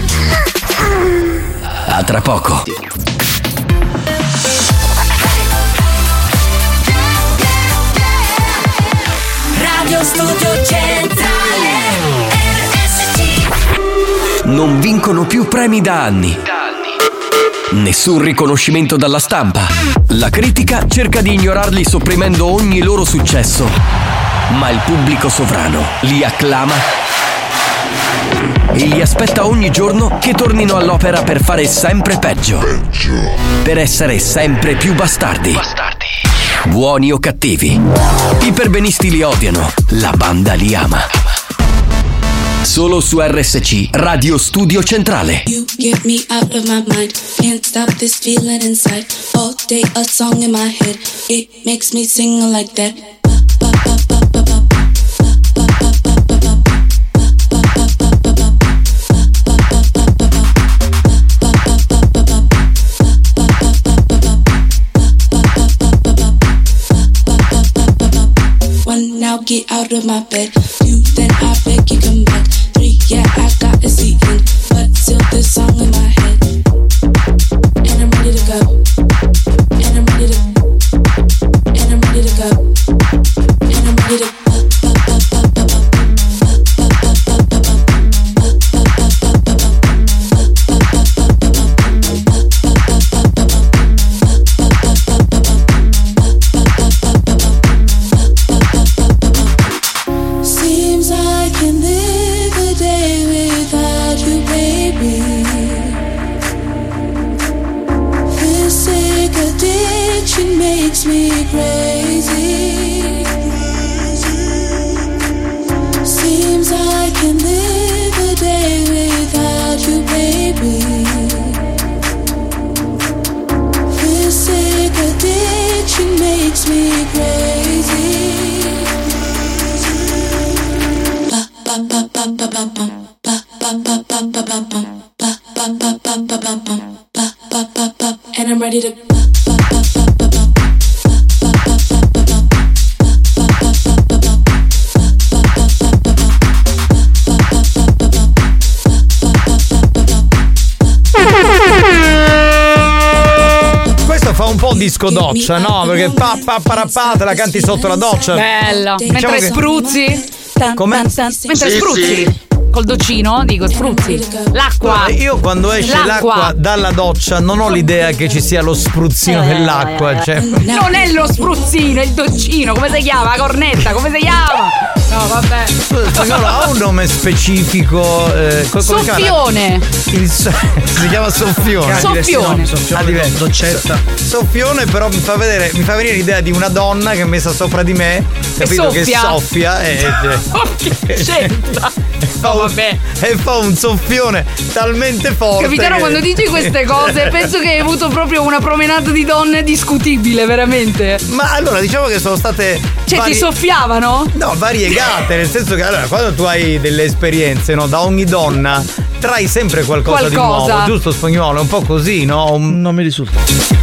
A tra poco. Radio Studio Centrale R S C. Non vincono più premi da anni. Nessun riconoscimento dalla stampa. La critica cerca di ignorarli sopprimendo ogni loro successo. Ma il pubblico sovrano li acclama e li aspetta ogni giorno che tornino all'opera per fare sempre peggio. Per essere sempre più bastardi. Bastardi. Buoni o cattivi. I perbenisti li odiano, la banda li ama. Solo su R S C, Radio Studio Centrale. You get me out of my mind. Can't stop this feeling inside. All day a song in my head. It makes me sing like that. One, now get out of my bed. Two, then I beg you come back. Three, yeah, I got a seat in, but still this song in my head. And I'm ready to go. And I'm ready to. And I'm ready to go. And I'm ready to. Seems I can live a day without you, baby. This sick addiction makes me crazy. Seems I can live a day without you, baby. This sick addiction makes me crazy. And I'm ready to. Questo fa un po' disco doccia, no? Perché pa pa parapà te la canti sotto la doccia. Bella. Diciamo Mentre che- spruzzi. Tan, Come? tan, tan. Mentre Sì, spruzzi. sì. Col docino, dico spruzzi. L'acqua. Guarda, io quando esce l'acqua. dalla doccia non ho l'idea che ci sia lo spruzzino Eh, dell'acqua. Cioè. Non è lo spruzzino, è il docino. Come si chiama? La cornetta, come si chiama? No, vabbè. Spagnolo ha un nome specifico. Eh, co- come si chiama? Soffione. Il so- si chiama soffione. Soffione. Ah, diverso. doccetta. Soffione però mi fa vedere, mi fa venire l'idea di una donna che è messa sopra di me, capito? Che soffia. soffia e, Oh, che c'entra? e fa un, e fa un soffione talmente forte. Capitano, che- quando dici queste cose, penso che hai avuto proprio una promenata di donne discutibile, veramente. Ma allora diciamo che sono state. Cioè, vari- ti soffiavano? No, variegate, nel senso che allora quando tu hai delle esperienze, no, da ogni donna trai sempre qualcosa, Qualcosa. di nuovo, giusto Spagnolo? È un po' così, no? Un- Non mi risulta.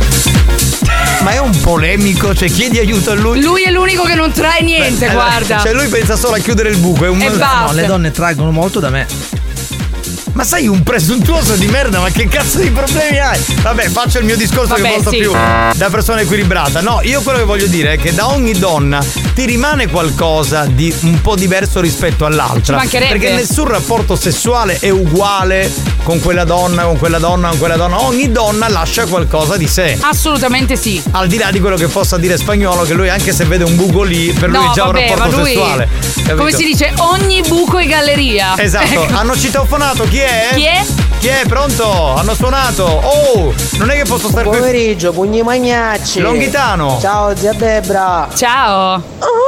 Ma è un polemico, cioè chiedi aiuto a lui. Lui è l'unico che non trae niente, Eh, guarda. Cioè lui pensa solo a chiudere il buco, è un E basta. No, le donne traggono molto da me. Ma sei un presuntuoso di merda, ma che cazzo di problemi hai? Vabbè, faccio il mio discorso che Vabbè, è molto sì. più da persona equilibrata. No, io quello che voglio dire è che da ogni donna ti rimane qualcosa di un po' diverso rispetto all'altra. Ci mancherebbe. Perché nessun rapporto sessuale è uguale con quella donna, con quella donna, con quella donna. Ogni donna lascia qualcosa di sé. Assolutamente sì. Al di là di quello che possa dire Spagnolo, che lui anche se vede un buco lì, per lui No, è già vabbè, un rapporto ma lui- sessuale. Capito? Come si dice, ogni buco è galleria. Esatto, hanno citofonato, chi è? Chi è? Chi è? Pronto? Hanno suonato. Oh, non è che posso stare qui. Pomeriggio, pugni magnacci. Longhitano. Ciao zia Debra. Ciao.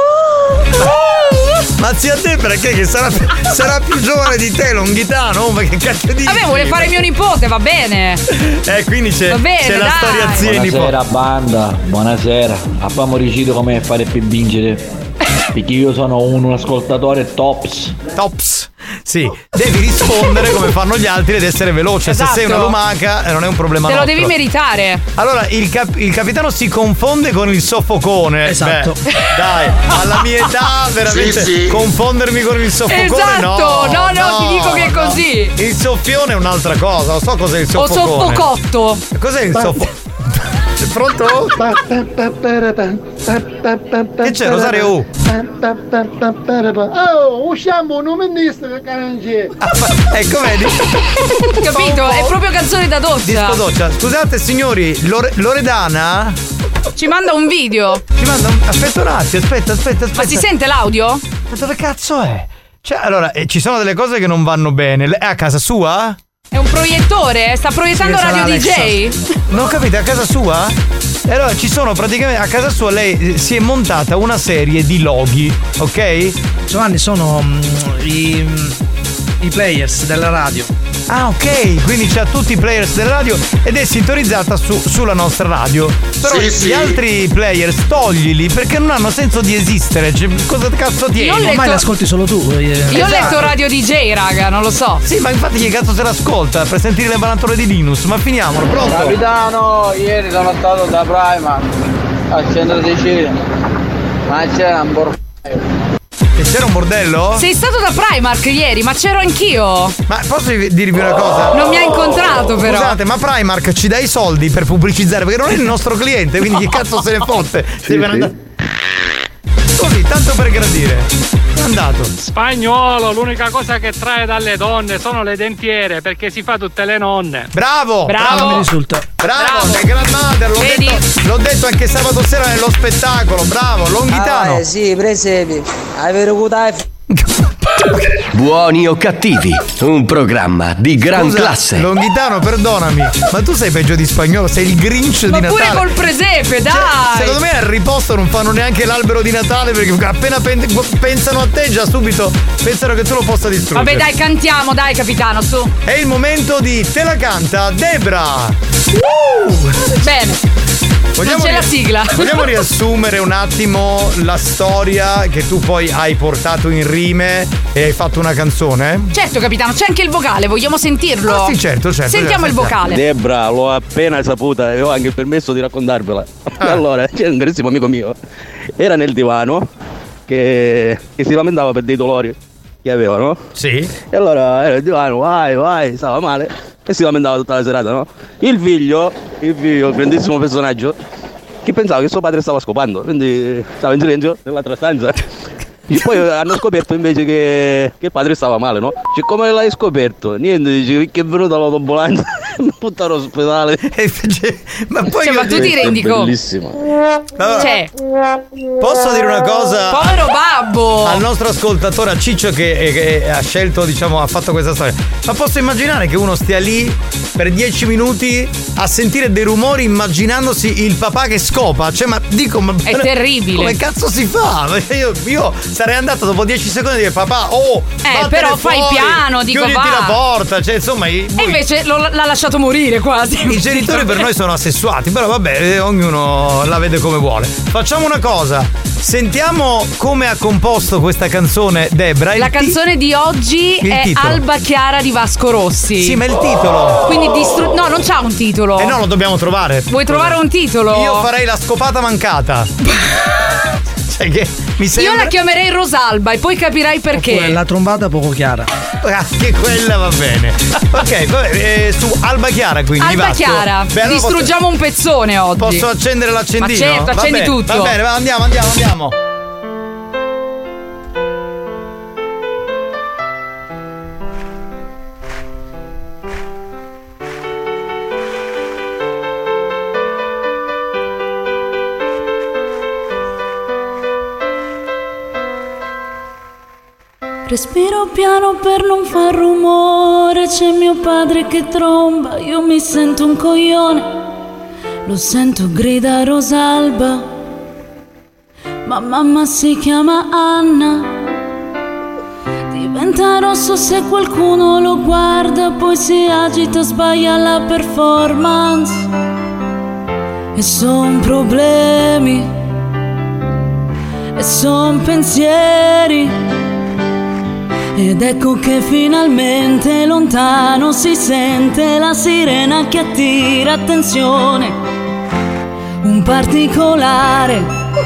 Ma zia Debra che, che sarà, sarà più giovane di te, Longhitano? Ma che cacchio dici? Vabbè, vuole fare mio nipote, va bene. Eh, quindi c'è, Va bene, c'è la dai. storia zia e nipote. Buonasera banda, buonasera. Abbiamo deciso come fare per vincere. Perché io sono un, un ascoltatore tops. Tops. Sì, devi rispondere come fanno gli altri ed essere veloce. Esatto. Se sei una lumaca eh, non è un problema Te lo nostro. devi meritare. Allora, il, cap- il capitano si confonde con il soffocone. Esatto. Beh, dai, alla mia età veramente Sì, sì. confondermi con il soffocone Esatto, no. no, no, ti dico che è così. Il soffione è un'altra cosa, non so cos'è il O soffocone. soffocotto. Cos'è il soffocone? Pronto? Che c'è, Rosario? Oh, usciamo, non mi diste che cange. Ecco, vedi? Capito? È proprio canzone da doccia. Disco doccia. Scusate signori, Lore- Loredana ci manda un video. Ci manda un... Aspetta un attimo, aspetta, aspetta, aspetta. Ma si sente l'audio? Ma dove cazzo è? Cioè, allora, eh, ci sono delle cose che non vanno bene. È a casa sua? È un proiettore? Sta proiettando Sì, Radio sarà D J? Non ho capito, è a casa sua? E allora ci sono praticamente, a casa sua lei si è montata una serie di loghi, ok? Giovanni, sono mm, i, i players della radio. Ah, ok, quindi c'ha tutti i players della radio ed è sintonizzata su, sulla nostra radio. Però Sì, gli sì. altri players toglili perché non hanno senso di esistere. Cioè, cosa cazzo tieni? Io ho letto- Ormai l'ascolti solo tu. eh. Io ho Esatto. letto Radio D J, raga, non lo so. Sì, ma infatti che cazzo se l'ascolta per sentire le banatore di Linus? Ma finiamolo, pronto? Capitano, ieri sono stato da Primark al centro Sicilia, ma c'era un bordello. E c'era un bordello? Sei stato da Primark ieri, ma c'ero anch'io. Ma posso dirvi una cosa? Non mi ha incontrato però. Scusate, ma Primark ci dà i soldi per pubblicizzare perché non è il nostro cliente, quindi chi cazzo se ne fotte? Sì, Deve sì. andare... Così, tanto per gradire. È andato. Spagnolo, l'unica cosa che trae dalle donne sono le dentiere perché si fa tutte le nonne. Bravo! Bravo. Non mi risulta. Bravo, sei grandmother, l'ho Vedi? detto, l'ho detto anche sabato sera nello spettacolo, bravo, Longhitano. Ah, eh, sì, presepi. Hai veruto Buoni o cattivi, un programma di gran Scusa, classe. Longhitano, perdonami, ma tu sei peggio di Spagnolo, sei il Grinch Ma di Natale. pure col presepe, dai. Cioè, secondo me al riposto non fanno neanche l'albero di Natale perché appena pen- pensano a te già subito pensano che tu lo possa distruggere. Vabbè, dai, cantiamo, dai, capitano, su. È il momento di Te la canta Debra. Uh! Bene. Non c'è la sigla. Vogliamo riassumere un attimo la storia che tu poi hai portato in rime e hai fatto una canzone? Certo, capitano, c'è anche il vocale, vogliamo sentirlo? Ah, sì, certo, certo. Sentiamo il vocale. Debra, l'ho appena saputa e ho anche il permesso di raccontarvela. Allora, c'è un carissimo amico mio, era nel divano che, che si lamentava per dei dolori che aveva, no? Sì. E allora era nel divano, vai, vai, stava male e si lamentava tutta la serata, no? Il figlio, il figlio, il grandissimo personaggio, che pensava che suo padre stava scopando, quindi stava in silenzio nell'altra stanza. E poi hanno scoperto invece che, che il padre stava male, no? Cioè, come l'hai scoperto? Niente, dice che è venuta l'autoambulanza, mi portato all'ospedale. Ma poi Cioè, ma tu ti rendi conto? Bellissimo. Allora, Cioè, posso dire una cosa? povero babbo. Al nostro ascoltatore, a Ciccio che, che ha scelto, diciamo, ha fatto questa storia. Ma posso immaginare che uno stia lì per dieci minuti a sentire dei rumori immaginandosi il papà che scopa? Cioè, ma dico, ma È terribile. come cazzo si fa? Io, io sarei andato dopo dieci secondi a dire papà, oh, Eh, vattene però fai fuori, piano, dico, chiuditi va. la porta, cioè insomma i, E voi- invece lo- l'ha lasciato morire quasi. i genitori per noi sono assessuati, però vabbè, eh, ognuno la vede come vuole. Facciamo una cosa, sentiamo come ha composto questa canzone Debra. Il La ti- canzone di oggi Il è titolo. Alba Chiara di Vasco Rossi. Sì, ma il titolo. Quindi distru- no, non c'ha un titolo. Eh no, lo dobbiamo trovare. Vuoi trovare un titolo? Io farei la scopata mancata. Cioè che mi sembra. Io la chiamerei Rosalba e poi capirai perché. Oppure la trombata poco chiara. Anche quella va bene. Ok, vabbè, eh, su Alba Chiara quindi. Alba Vasco. Chiara. Beh, allora Distruggiamo un pezzone oggi. Posso, posso accendere l'accendino? Ma certo, Va accendi bene, tutto. Va bene, va, andiamo, andiamo, andiamo. Respiro piano per non far rumore, c'è mio padre che tromba, io mi sento un coglione, lo sento grida Rosalba, ma mamma si chiama Anna, diventa rosso se qualcuno lo guarda, poi si agita, sbaglia la performance, e son problemi, e son pensieri. Ed ecco che finalmente lontano si sente la sirena che attira attenzione, un particolare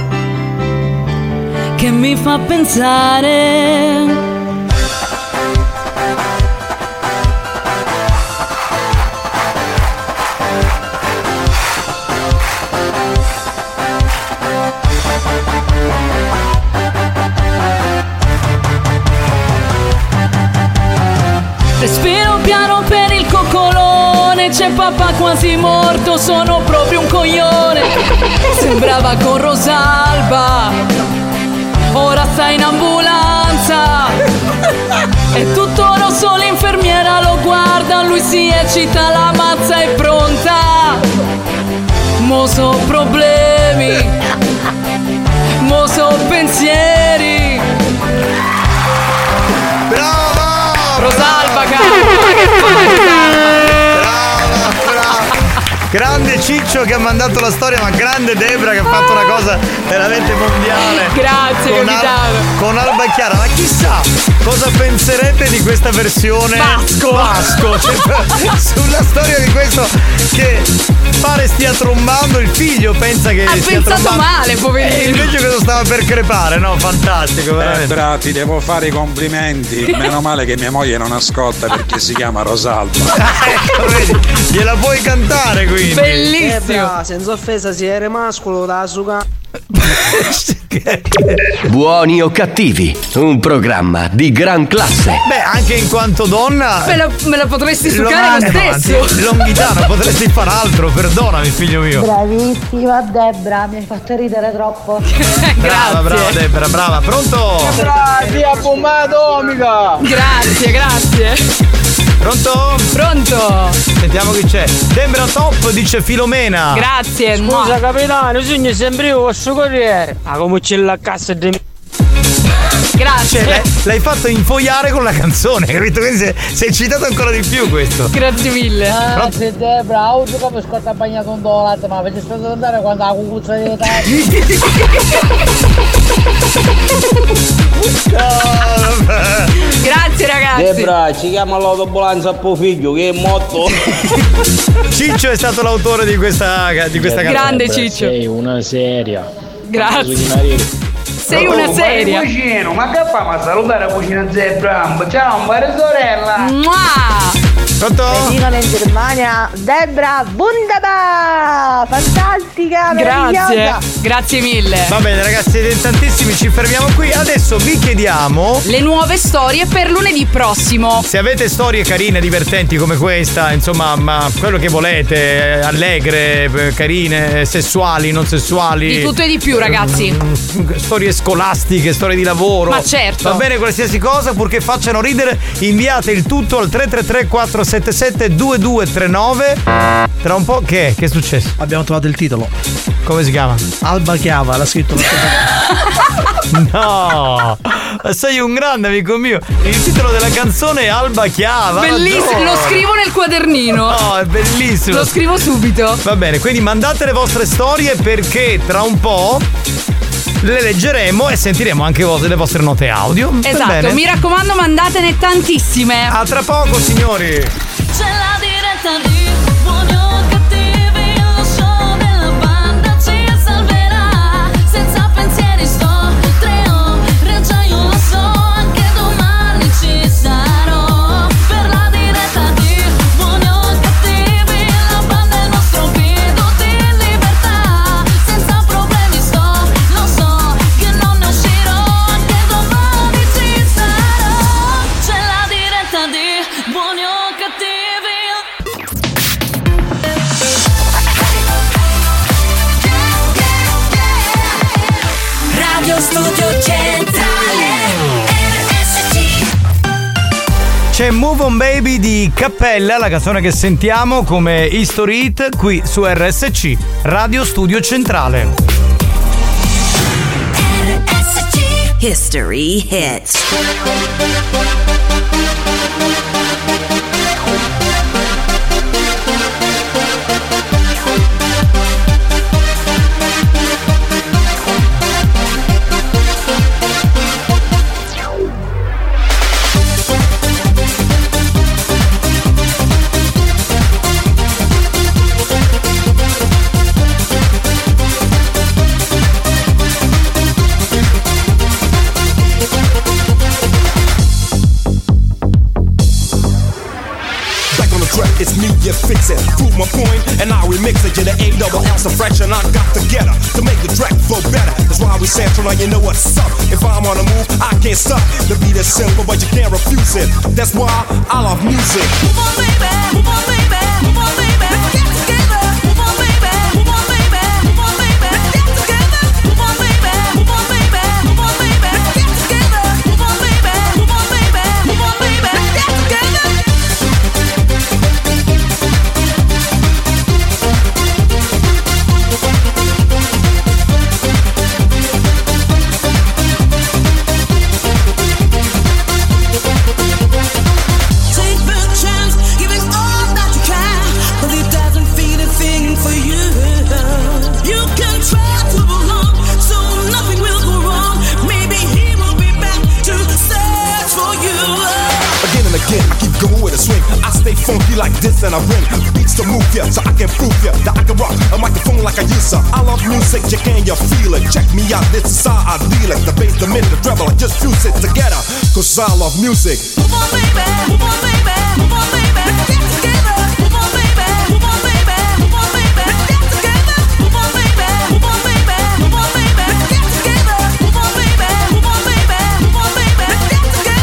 che mi fa pensare. Respiro piano per il coccolone, c'è papà quasi morto, sono proprio un coglione. Sembrava con Rosalba, ora sta in ambulanza. È tutto rosso, l'infermiera lo guarda, lui si eccita, la mazza è pronta. Mo so problemi, mo so pensieri. Brava! Rosalba, cazzo! Brava, brava! Grande Ciccio che ha mandato la storia, ma grande Debra che ha fatto una cosa veramente mondiale. Grazie, con capitano. Al- con Alba Chiara, ma chissà cosa penserete di questa versione Vasco. Vasco, cioè, sulla storia di questo che pare stia trombando, il figlio pensa che ha stia pensato trombando. male, poverino. E invece questo stava per crepare, no? Fantastico, veramente. Debra, ti devo fare i complimenti. Meno male che mia moglie non ascolta perché si chiama Rosalba. Ecco, vedi, gliela puoi cantare quindi. Bellissimo. Debra, senza offesa, si era mascolo da suga. Buoni o cattivi, un programma di gran classe. Beh, anche in quanto donna Me lo, me lo potresti succare lo stesso. Longhitano, potresti far altro, perdonami figlio mio. Bravissima Debra, mi hai fatto ridere troppo. Brava, brava Debra, brava. Pronto? Bravi a bomba atomica. Grazie, grazie. Pronto? Pronto. Sentiamo chi c'è. Debra top, dice Filomena. Grazie. Scusa capitano, sogno sempre io posso correre. Ma come c'è la cassa di... Grazie. Cioè, l'hai, l'hai fatto infoiare con la canzone, capito? Quindi sei, sei eccitato ancora di più questo. Grazie mille. Ah, c'è Debra, oggi come scorta bagnato un dollaro, ma avete stato andare quando la cucuzza di Grazie ragazzi. Debra, ci chiama l'autobolanza a tuo figlio che è morto. Ciccio è stato l'autore di questa, di questa canzone. Grande Ciccio. Sei una seria. Grazie. Sei una Oh, seria. Ma cucino, ma che fa? Ma salutare la cucina Zebra. Ciao, un bare sorella. Mua! Pronto? Mi dicono in Germania, Debra, Wunderbar! Fantastica, Grazie. meravigliosa. Grazie mille. Va bene ragazzi, siete tantissimi, ci fermiamo qui. Adesso vi chiediamo le nuove storie per lunedì prossimo. se avete storie carine, divertenti come questa, insomma, ma quello che volete, allegre, carine, sessuali, non sessuali. Di tutto e di più, ragazzi. Storie scolastiche, storie di lavoro. Ma certo. Va bene qualsiasi cosa, purché facciano ridere. Inviate il tutto al tre tre tre quattro sette sette due due tre nove. Tra un po' che è? Che è successo? Abbiamo trovato il titolo. Come si chiama? Alba Chiava, l'ha scritto lo No, sei un grande amico mio. Il titolo della canzone è Alba Chiava. Bellissimo, adoro. lo scrivo nel quadernino. No, è bellissimo. Lo scrivo subito. Va bene, quindi mandate le vostre storie perché tra un po' le leggeremo e sentiremo anche vo- le vostre note audio. Va Esatto, bene? mi raccomando, mandatene tantissime. A tra poco, signori. C'è la diretta di buoni o cattivi, lo show della banda ci salverà. Senza pensieri sto, tre ore già io lo so, anche domani ci sarò. Per la diretta di buoni o cattivi, la banda è il nostro grido di libertà. Senza problemi sto, lo so, che non ne uscirò, anche domani ci sarò. C'è la diretta di buoni o cattivi. Radio Studio Centrale R S C. C'è Move On Baby di Cappella, la canzone che sentiamo come History Hit qui su R S C, Radio Studio Centrale. R S C History Hits. it, prove my point, and now we mix it. You're the A double L, so fresh, and I got together to make the track flow better. That's why we sample, now you know what's up. If I'm on the move, I can't stop. The beat is simple, but you can't refuse it. That's why I love music. Move on, baby, move on, baby, move on, baby. Get together, move on, baby, move on, baby, move on, baby. Get together, move on, baby, move on, baby, move on, baby. Get together, move on, baby, move on, baby, move on, baby. Get together. Stay funky like this and I ring beats to move ya, so I can prove ya that I can rock a microphone like I used to. I love music, you can you feel it? Check me out, this is how I deal it. The bass, the mid, the treble, I just fuse it together, cause I love music. Move on, baby, move on, baby, move on, baby. Get together, move on, baby, move on, baby, move on, baby. Get together, move on, baby, move on, baby, move on, baby. Get together, move on, baby, move on, baby, move on, baby. Get together.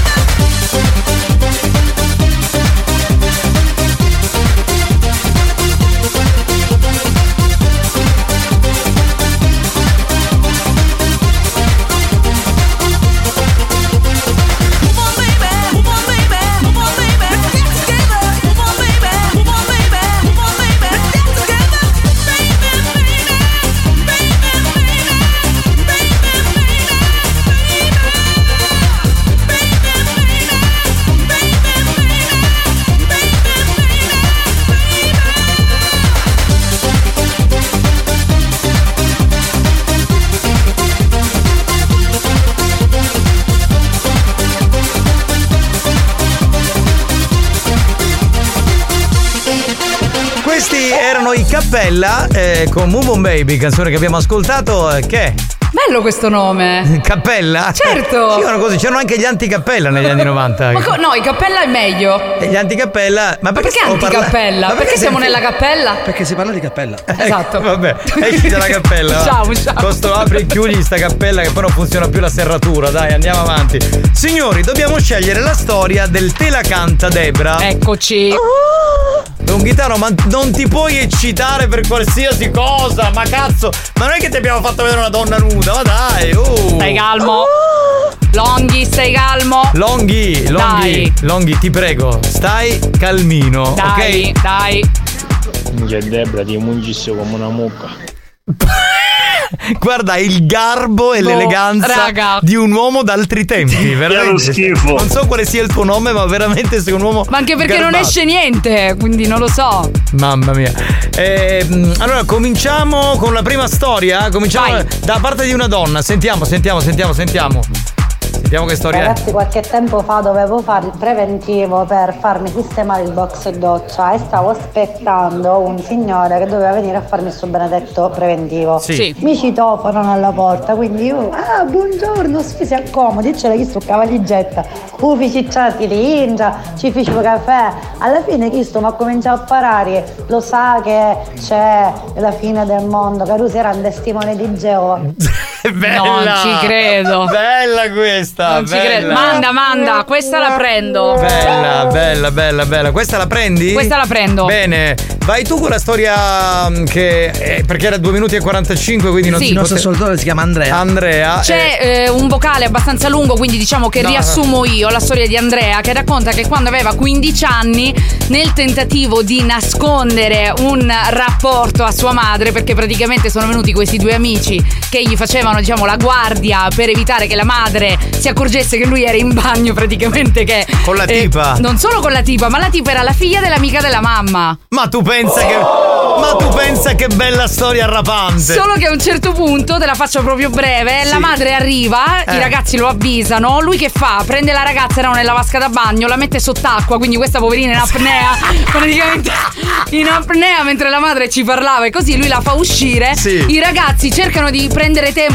Questi erano i Cappella eh, con Move On Baby, canzone che abbiamo ascoltato. eh, Che? Bello questo nome. Cappella? Certo. Sì, erano così. C'erano anche gli anticappella negli anni novanta. Ma co- no, i Cappella è meglio. E gli anticappella. Ma Ma perché, perché stiamo parla- anticappella? Ma Perché siamo nella cappella? Perché si parla di cappella. Esatto. Vabbè, esci dalla cappella. va. Usciamo, usciamo. Con sto apri e chiudi sta cappella che poi non funziona più la serratura. Dai, andiamo avanti. Signori, dobbiamo scegliere la storia del Te la canta Debra. Eccoci. Don Ghitano, ma non ti puoi eccitare per qualsiasi cosa, ma cazzo, ma non è che ti abbiamo fatto vedere una donna nuda, ma dai, oh. Stai calmo. Longhi, stai calmo. Longhi, Longhi, Dai. Longhi, ti prego, stai calmino, Dai, ok? dai. Minchia Debra, ti mungisse come una mucca. Guarda il garbo e Boh, l'eleganza raga. di un uomo d'altri tempi, veramente. schifo. Non so quale sia il tuo nome, ma veramente sei un uomo. Ma anche perché non garbato. esce niente, quindi non lo so. Mamma mia. Ehm, allora cominciamo con la prima storia. Cominciamo Vai. da parte di una donna. Sentiamo, sentiamo, sentiamo, sentiamo. Sentiamo che storia è. Ragazzi, qualche tempo fa dovevo fare il preventivo per farmi sistemare il box doccia e stavo aspettando un signore che doveva venire a farmi il suo benedetto preventivo. Sì. Sì. Mi citofonano alla porta, quindi io, ah, buongiorno, si si accomodi, c'era chi sto cavalligetta, ufi cicciati di India, ci feci un caffè. Alla fine chi sto mi ha cominciato a parare, lo sa che c'è la fine del mondo, Carusi era un testimone di Geova. Bella. Non ci credo. Bella questa. Non ci bella. credo. Manda, manda, questa la prendo. Bella, bella, bella, bella. Questa la prendi? Questa la prendo. Bene. Vai tu con la storia mm, che eh, perché era due minuti e quarantacinque, quindi non Sì. si Il nostro pote- ascoltatore si chiama Andrea. Andrea. C'è eh, un vocale abbastanza lungo, quindi diciamo che No, riassumo io la storia di Andrea, che racconta che quando aveva quindici anni, nel tentativo di nascondere un rapporto a sua madre, perché praticamente sono venuti questi due amici che gli facevano, diciamo, la guardia per evitare che la madre si accorgesse che lui era in bagno, praticamente che Con la eh, tipa. non solo con la tipa, ma la tipa era la figlia dell'amica della mamma. Ma tu pensa che Ma tu pensa che bella storia arrapante. Solo che a un certo punto, te la faccio proprio breve, Sì. la madre arriva, Eh. i ragazzi lo avvisano, lui che fa? Prende la ragazza, era nella vasca da bagno, la mette sott'acqua, quindi questa poverina in apnea, praticamente in apnea mentre la madre ci parlava e così lui la fa uscire. Sì. I ragazzi cercano di prendere tempo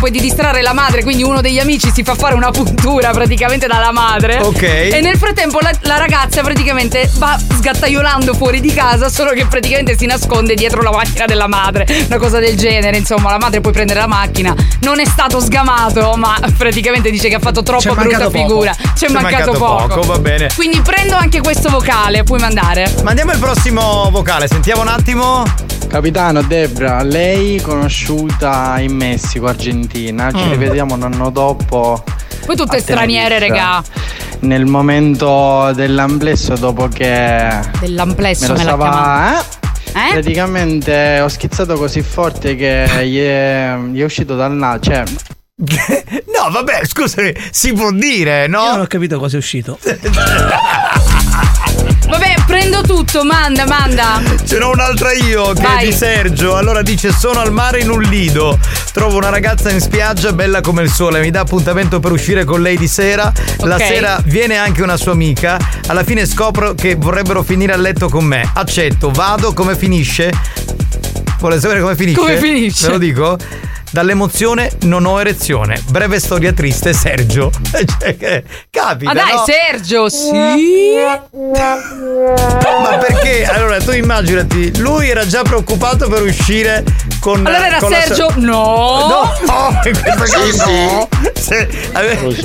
tempo è di distrarre la madre, quindi uno degli amici si fa fare una puntura praticamente dalla madre. Ok. E nel frattempo la, la ragazza praticamente va sgattaiolando fuori di casa, solo che praticamente si nasconde dietro la macchina della madre. Una cosa del genere, insomma, la madre può prendere la macchina. Non è stato sgamato, ma praticamente dice che ha fatto troppo C'è brutta mancato figura. poco. C'è, C'è mancato, mancato poco. poco, va bene. Quindi prendo anche questo vocale, puoi mandare. Mandiamo il prossimo vocale, sentiamo un attimo. Capitano Debra, lei conosciuta in Messico, Argentina, ci Mm. rivediamo un anno dopo. Poi tutte a straniere, Tenerife. regà. Nel momento dell'amplesso, dopo che Dell'amplesso me lo me l'ha stava, chiamato. eh? Praticamente ho schizzato così forte che gli è, gli è uscito dal naso, cioè. No, vabbè, scusami, si può dire, no? Io non ho capito cosa è uscito. Vabbè, prendo tutto, manda, manda. Ce n'ho un'altra io che Vai. è di Sergio. Allora dice: sono al mare in un lido, trovo una ragazza in spiaggia bella come il sole, mi dà appuntamento per uscire con lei di sera. La Ok. sera viene anche una sua amica. Alla fine scopro che vorrebbero finire a letto con me. Accetto, vado, come finisce? Vuole sapere come finisce? Come finisce? Ve lo dico? Dall'emozione non ho erezione. Breve storia triste, Sergio. Cioè, che capita, Ma dai, no? Sergio, sì. Ma perché? Allora tu immaginati, lui era già preoccupato per uscire con. Allora era con la Sergio? sua- No. No, no, in questo Sì, caso no. Se- ave-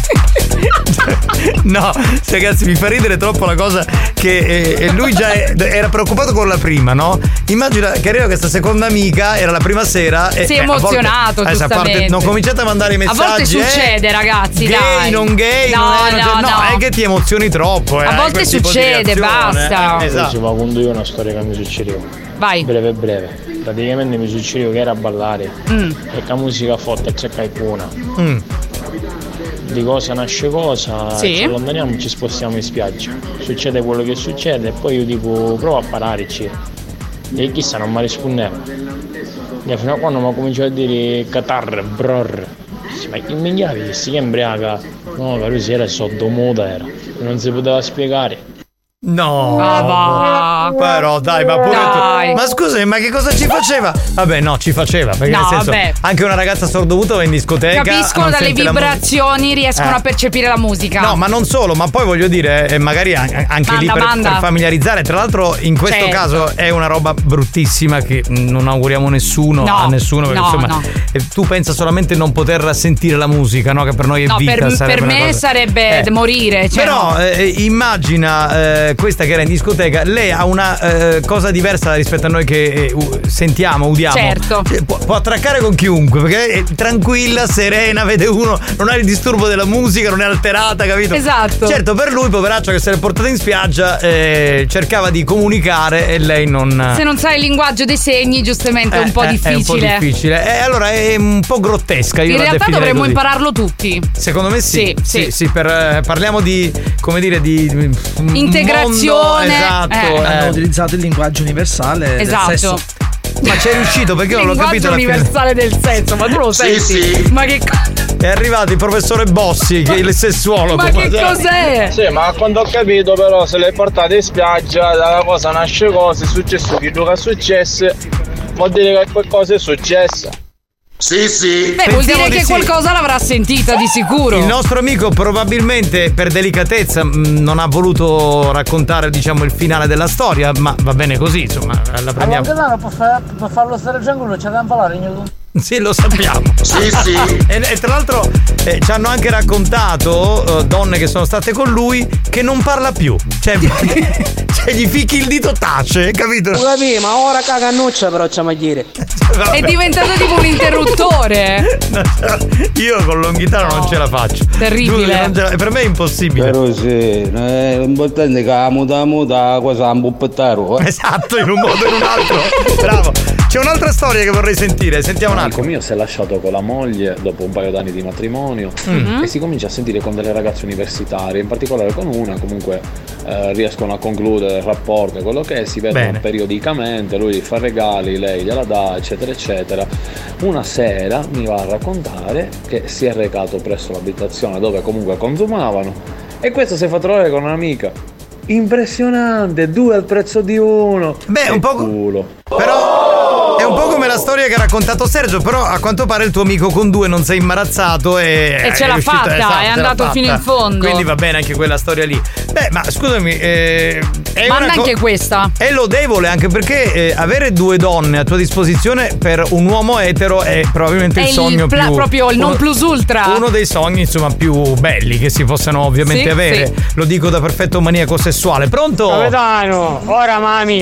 No, ragazzi, mi fa ridere troppo la cosa che eh, lui già è- era preoccupato con la prima, no? Immagina che arriva questa seconda amica, era la prima sera e Si è eh, a volte- emozionato, adesso, a parte- giustamente. non cominciate a mandare i A messaggi. volte succede, eh, ragazzi, gay, dai. non gay, No, non è, non no, c'è- no. è che ti emozioni troppo. eh, A hai volte quel tipo di succede, reazione, basta. eh, esatto. Ci va conto io una storia che mi succedeva. Vai. Breve breve. Praticamente mi succedeva che era a ballare Mm. e la musica forte c'è qualcuna. Mm. Di cosa nasce cosa, Sì. ci allontaniamo e ci spostiamo in spiaggia. Succede quello che succede e poi io dico prova a pararci. E chissà non mi rispondeva. E fino a quando mi ha cominciato a dire catarre, bror. Dice, ma che mi chiavi? Si che embriaca? No, caro si era sotto moda era. Non si poteva spiegare. No, Ah, va. però dai, ma pure Dai. tu. Ma scusami, ma che cosa ci faceva? Vabbè, no, ci faceva. Perché No, nel senso, vabbè. anche una ragazza sordomuta va in discoteca. Capiscono non dalle sente la musica. vibrazioni, riescono Eh. a percepire la musica. No, ma non solo, ma poi voglio dire, eh, magari an- anche Manda, lì per, manda. per familiarizzare. Tra l'altro, in questo Certo. caso è una roba bruttissima che non auguriamo nessuno No, a nessuno. Perché no, insomma, no. eh, tu pensa solamente non poter sentire la musica, no? Che per noi è No, vita. per, sarebbe per una me cosa- sarebbe Eh. morire. Cioè Però no. eh, immagina eh, questa che era in discoteca, lei ha una eh, cosa diversa rispetto a noi che eh, u- sentiamo, udiamo. Certo. Eh, Può, può attraccare con chiunque perché è tranquilla, serena, vede uno, non ha il disturbo della musica, non è alterata, capito? Esatto. Certo, per lui, poveraccio che se l'è portata in spiaggia, eh, cercava di comunicare e lei non. Se non sai il linguaggio dei segni, giustamente è un po' Eh, difficile. È un po' difficile. E allora è un po' grottesca. Io In la realtà definirei dovremmo così. impararlo tutti. Secondo me sì. Sì, sì. sì, per, eh, parliamo di, come dire, di un Integrazione, mondo, esatto. eh. eh. Hanno utilizzato il linguaggio universale Esatto. del sesso. Ma c'è riuscito perché io non l'ho capito Linguaggio alla fine. universale del sesso, ma tu lo Sì, senti? sì. Ma che co- È arrivato il professore Bossi, che è il sessuologo. Ma che cos'è? Sì, ma quando ho capito però se le portate in spiaggia, dalla cosa nasce cosa, è successo quello che è successo, vuol dire che qualcosa è successo. Sì, sì. Beh, vuol dire che qualcosa l'avrà sentita di sicuro. Il nostro amico probabilmente per delicatezza mh, non ha voluto raccontare, diciamo, il finale della storia, ma va bene così, insomma, la prendiamo. Allora, per, fa- per farlo stare tranquillo c'è da parlare. Sì, lo sappiamo. Sì, sì. E, e tra l'altro eh, ci hanno anche raccontato eh, donne che sono state con lui che non parla più. Cioè, cioè gli fichi il dito, tace, capito? Capì, ma ora cagannuccia però c'è a dire. È diventato tipo un interruttore. Io con l'onghitano non ce la faccio. Terribile. Giuro che non ce la- per me è impossibile. Però sì, è importante che la muta muta cosa un po' Esatto, in un modo o in un altro. Bravo. C'è un'altra storia che vorrei sentire. Sentiamo un Amico attimo. mio si è lasciato con la moglie dopo un paio d'anni di matrimonio Mhm. e si comincia a sentire con delle ragazze universitarie, in particolare con una, comunque eh, riescono a concludere il rapporto e quello che è, si vedono Bene. periodicamente, lui gli fa regali, lei gliela dà, eccetera eccetera. Una sera mi va a raccontare che si è recato presso l'abitazione dove comunque consumavano e questo si fa trovare con un'amica. Impressionante, due al prezzo di uno. Beh, un po'. Culo. Però è un po' come la storia che ha raccontato Sergio, però a quanto pare il tuo amico con due non si è imbarazzato e, e ce l'ha uscito, fatta, esatto, è ce andato l'ha fino fatta. in fondo. Quindi va bene anche quella storia lì. Beh, ma scusami, eh, è Manda una co- anche questa. è lodevole anche perché eh, avere due donne a tua disposizione per un uomo etero è probabilmente È il il sogno pla- più proprio il non uno- plus ultra. Uno dei sogni insomma più belli che si possano ovviamente Sì, avere. sì. Lo dico da perfetto maniaco sessuale. Pronto? Capitano, ora mami.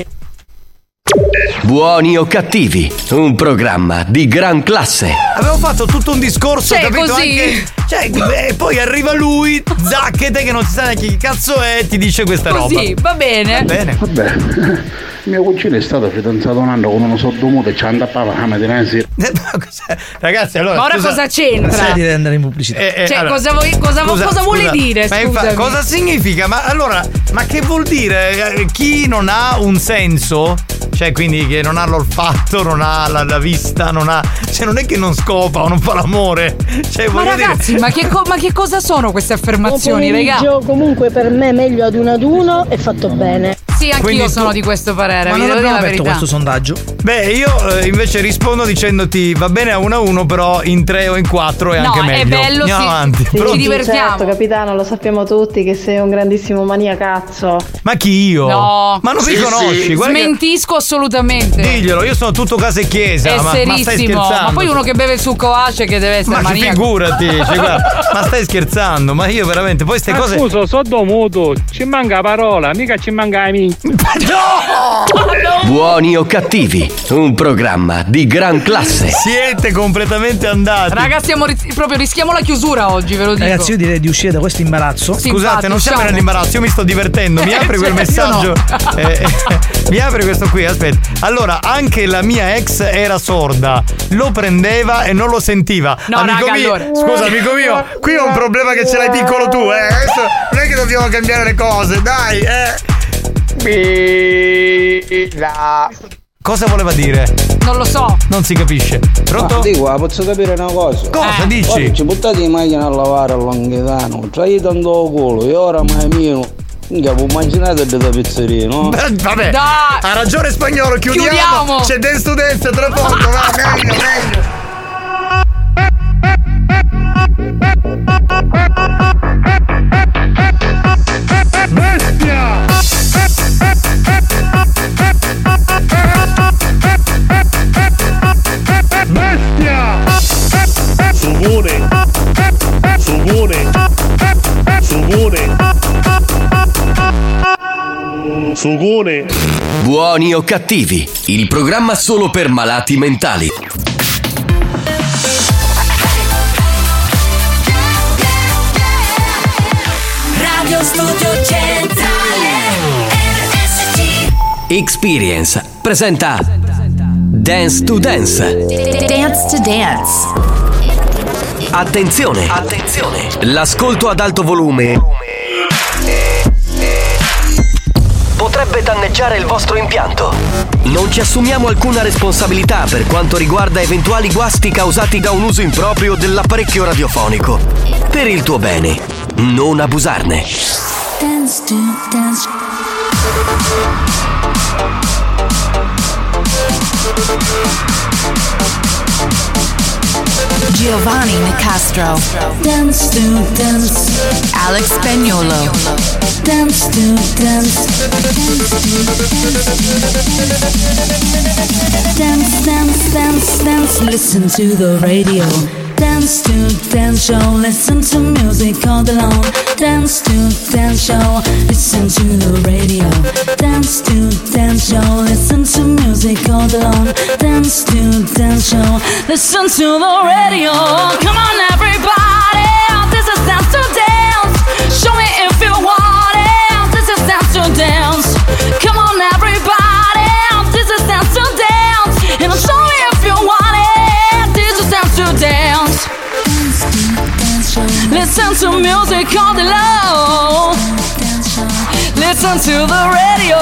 Buoni o cattivi, un programma di gran classe. Avevo fatto tutto un discorso, Cioè, capito? così? Anche, cioè, e poi arriva lui, zacchete, che non si sa neanche chi cazzo è, e ti dice questa Così, roba. va bene. Va bene. Vabbè, mio cugino è stato fidanzato un anno con uno sordomuto e ci andappava la mattina. Ragazzi, allora. Ma ora scusa- cosa c'entra? Di andare in pubblicità. Eh, eh, Cioè, allora, cosa, vuoi- cosa, scusa, cosa vuole scusa, dire? ma infa- Scusami. cosa significa? Ma allora, ma che vuol dire? Eh, Chi non ha un senso? Cioè, quindi che non ha l'olfatto, non ha la, la vista, non ha. Cioè, non è che non scopa o non fa l'amore. Cioè, Ma voglio ragazzi, dire. ma che, co- ma che cosa sono queste affermazioni, Buon raga? pomeriggio, comunque per me meglio ad uno ad uno e fatto bene. Sì, anch'io Quindi sono tu- di questo parere. Ma vi non devo dire abbiamo la aperto verità. questo sondaggio? Beh, io eh, invece rispondo dicendoti va bene a uno a uno, però in tre o in quattro è No, anche è meglio. bello, Andiamo sì. avanti. Sì, Pronto? ci divertiamo. Certo, capitano, lo sappiamo tutti che sei un grandissimo maniacazzo. Ma chi io? No. Ma non mi Sì, conosci? sì. Guarda che- Smentisco assolutamente. Diglielo, io sono tutto casa e chiesa. È ma, ma stai serissimo. scherzando? Ma poi uno che beve il succo ace che deve essere Ma che maniaco. figurati, cioè, guarda, ma stai scherzando? Ma io veramente, poi ste Ma cose. scusa, sono muto, ci manca parola, mica ci manca amici. No! Buoni o cattivi, un programma di gran classe. Siete completamente andati. Raga, stiamo ri- proprio rischiamo la chiusura oggi, ve lo dico. Ragazzi, io direi di uscire da questo imbarazzo. Sì, Scusate, infatti, non siamo usciamo. nell'imbarazzo, io mi sto divertendo. Mi Eh, apri quel cioè, io messaggio? no. Eh, eh, mi apri questo qui, aspetta. Allora, anche la mia ex era sorda, lo prendeva e non lo sentiva. No, amico raga, mio, allora. scusa, amico mio, qui è un problema che ce l'hai piccolo tu, eh. Adesso non è che dobbiamo cambiare le cose, dai, eh. Cosa voleva dire? Non lo so. Non si capisce. Pronto? Ma dico, ah, posso capire una cosa? Cosa Eh. dici? Ora ci buttate in macchina a lavare a Longhitano, trai tanto culo e ora ma è mio. Minchia, può immaginare da pizzeria, no? Beh, Vabbè, Dai. ha ragione Spagnolo, chiudiamo. Chiudiamo. C'è Dance to Dance tra poco, va, meglio, meglio. Bestia! Bestia! Sugone, sugone, sugone, sugone. Buoni o cattivi, il programma solo per malati mentali. Radio Studio Centrale R S C. Experience presenta Dance to Dance. Dance to Dance. Attenzione, attenzione. L'ascolto ad alto volume potrebbe danneggiare il vostro impianto. Non ci assumiamo alcuna responsabilità per quanto riguarda eventuali guasti causati da un uso improprio dell'apparecchio radiofonico. Per il tuo bene, non abusarne. Dance to dance. Giovanni Nicastro. Dance to dance. Alex Spagnolo. Dance to dance. Dance, dance, dance, dance. Listen to the radio. Dance to dance show. Listen to music all day long. Dance to dance show. Listen to the radio. Dance to dance show. Listen to music all day long. Dance to dance show. Listen to the radio. Come on, everybody. This is dance to dance. Show me if you want it. This is dance to dance. Come on, everybody. This is dance to dance. And show me if you want it. This is dance to dance. Listen to music all day long. Listen to the radio.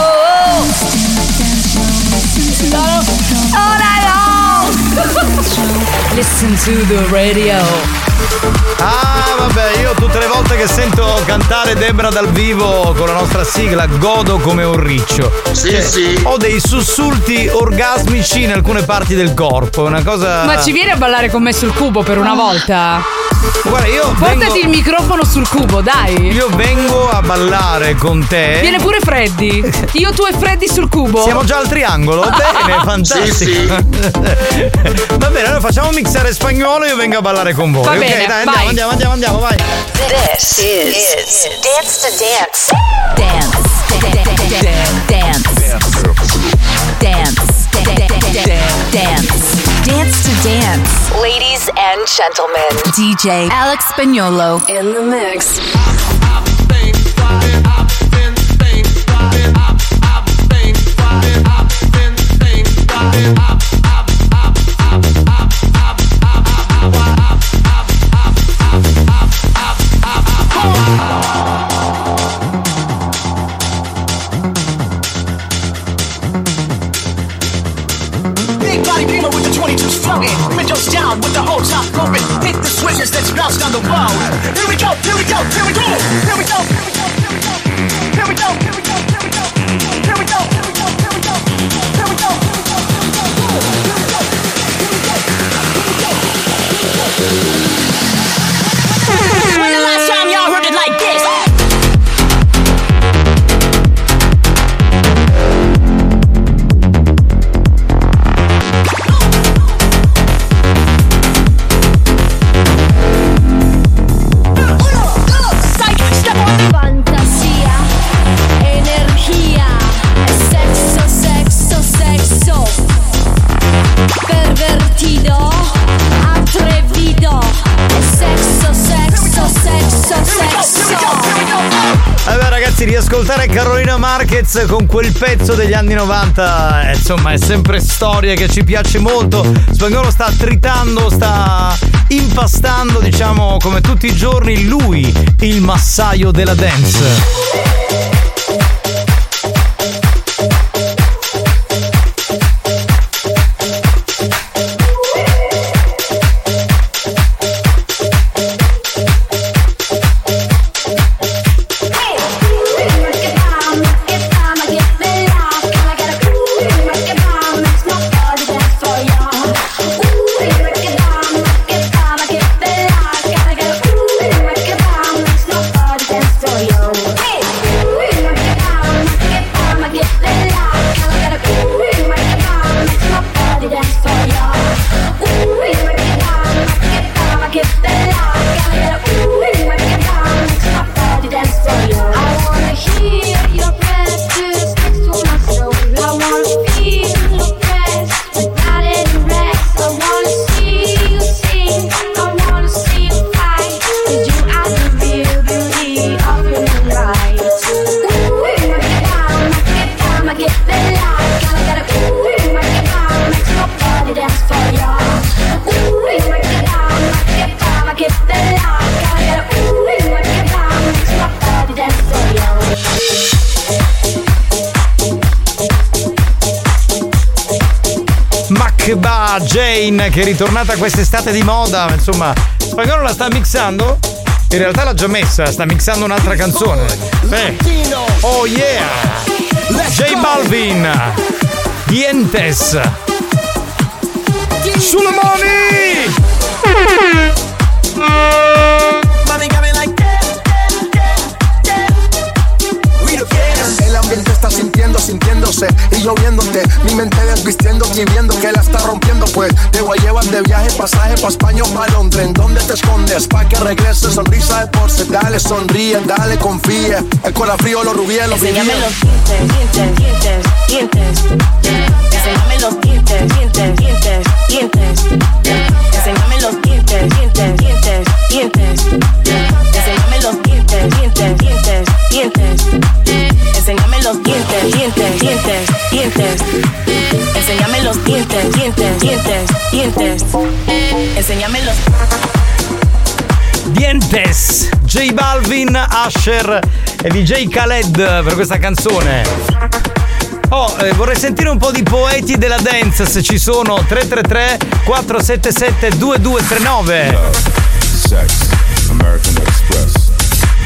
All night long. Listen to the radio. Ah, vabbè, io tutte le volte che che sento cantare Debra dal vivo con la nostra sigla godo come un riccio. Sì, cioè, sì. Ho dei sussulti orgasmici in alcune parti del corpo, una cosa. Ma ci vieni a ballare con me sul cubo per una volta? Guarda, io portati vengo... il microfono sul cubo, dai. Io vengo a ballare con te. Viene pure Freddy. Io, tu e Freddy sul cubo. Siamo già al triangolo. Bene, fantastico. Sì, sì. Va bene, allora facciamo mixare spagnolo e io vengo a ballare con voi. Va ok, bene, dai, vai. andiamo, andiamo, andiamo, andiamo, vai. This is, is Dance to Dance. Dance. Dance. Dance. Dance. Dance to Dance. Ladies and gentlemen, D J Alex Spagnolo in the mix. Windows down with the whole top open. Hit the switches, let's bounce down the road. Here we go, here we go, here we go. Here we go, here we go, here we go. Here we go, here we go, here we go. Here we go, here we go, here we go. Here we go, here we go, here we go. When the last time y'all heard it like this? Allora ragazzi, riascoltare Carolina Marquez con quel pezzo degli anni novanta, eh, insomma è sempre storia che ci piace molto. Spagnolo sta tritando, sta impastando, diciamo come tutti i giorni, lui, il massaio della dance. Jane, che è ritornata quest'estate di moda, insomma, Spagnolo la sta mixando? In realtà l'ha già messa, sta mixando un'altra canzone. Eh. Oh yeah! J Balvin! Dientes! Sulle mani! El ambiente está sintiendo, sintiéndose y lloviéndote. Mi mente desvistiendo y viendo que la está rompiendo. Pues te voy a llevar de viaje, pasaje pa' España o pa' Londres. ¿En dónde te escondes? Pa' que regrese, sonrisa de porce. Dale, sonríe, dale, confía. El corazón frío, los rubíes, los Enséñame los dientes, dientes, dientes, dientes. Enséñame los dientes, dientes, dientes, dientes. Enséñame los dientes, dientes, dientes, dientes. Enséñame los dientes, dientes, dientes, dientes. Enséñame los dientes, dientes, dientes, dientes. Enséñame los dientes, dientes, dientes, dientes. Enséñame los Dientes, J Balvin, Usher e D J Khaled per questa canzone. Oh, eh, vorrei sentire un po' di poeti della dance, se ci sono. Tre tre tre quattro sette sette due due tre nove. Sex, American Express.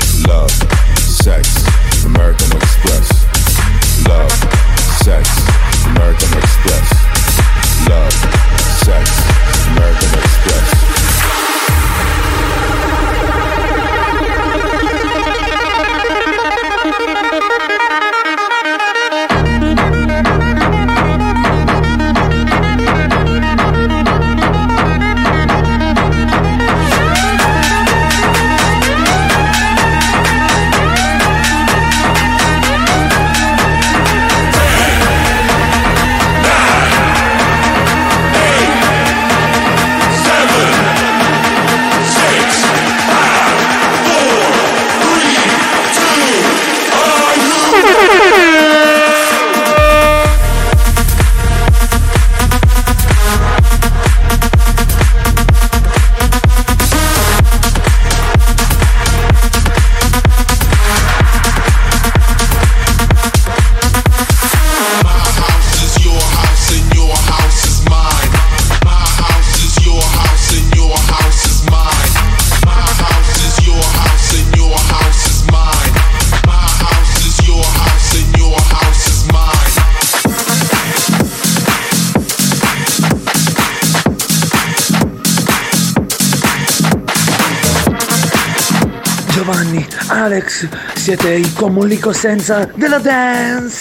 Giovanni, Alex, siete il comunico senza della dance.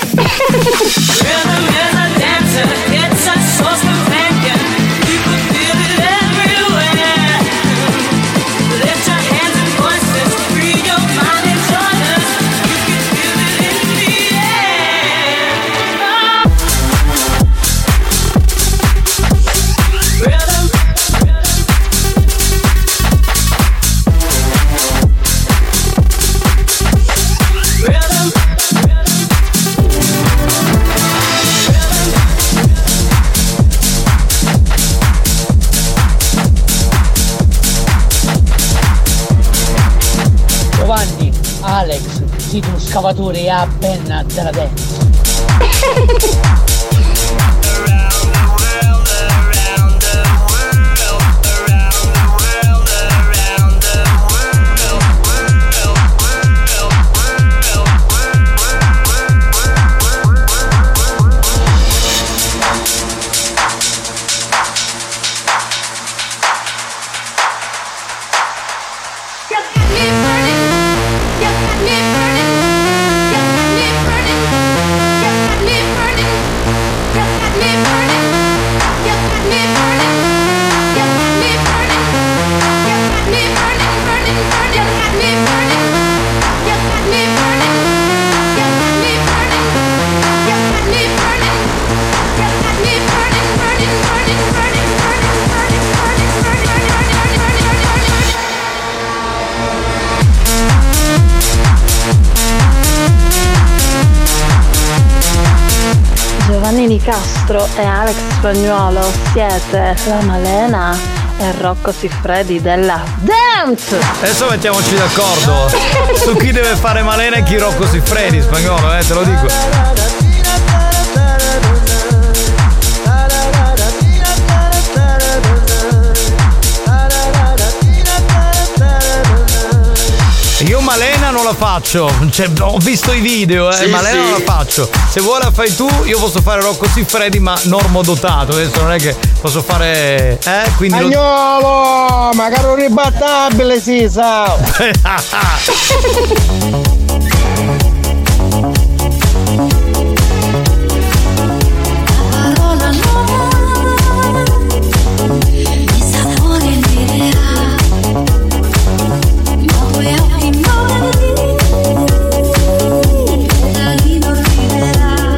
Giovanni, Alex, siete uno scavatore a penna della dance. Giovanni Nicastro e Alex Spagnuolo siete la Malena e Rocco Siffredi della Dance. Adesso mettiamoci d'accordo su chi deve fare Malena e chi Rocco Siffredi, Spagnolo, eh, te lo dico. Io Malena non la faccio, cioè, ho visto i video, eh, Sì, Malena sì. non la faccio. Se vuoi la fai tu, io posso fare Rocco Siffredi, ma normodotato. Adesso non è che posso fare. Eh, quindi. lo- Spagnolo, magari un ribattabile, sì, sa. Parola nuova, mi sapore minerà, ma poi occhi nuovi, da lì non riderà.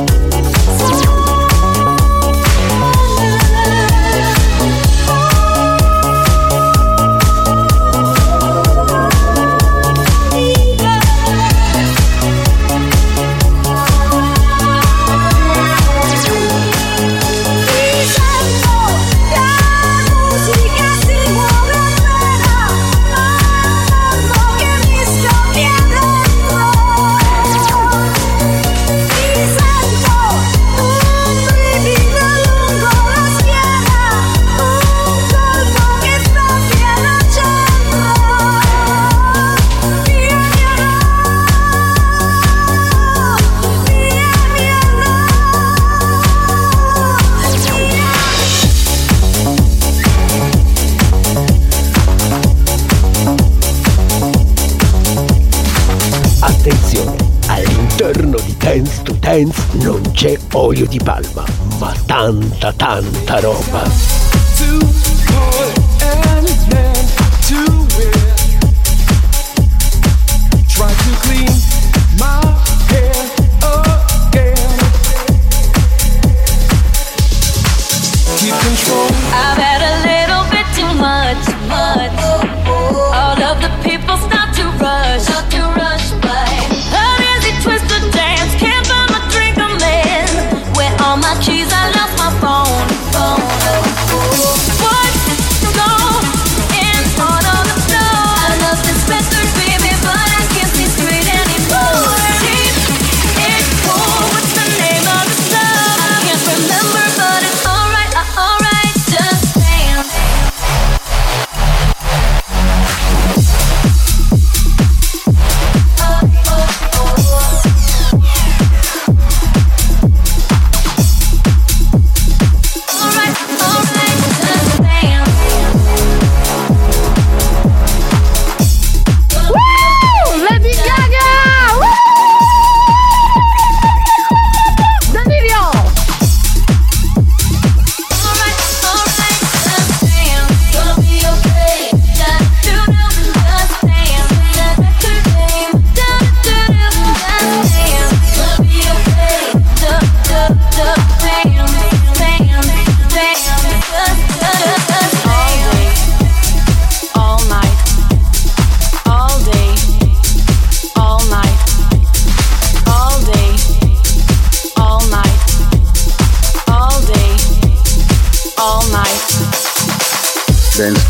Attenzione, all'interno di Dance to Dance non c'è olio di palma, ma tanta tanta roba. Try to clean my hair again. Keep control. I've had a little bit too much, much. All of the people start to rush, start to rush by. An easy twist to dance, can't buy my drink, I'm in. Where all my keys, I lost my phone, phone. Boy,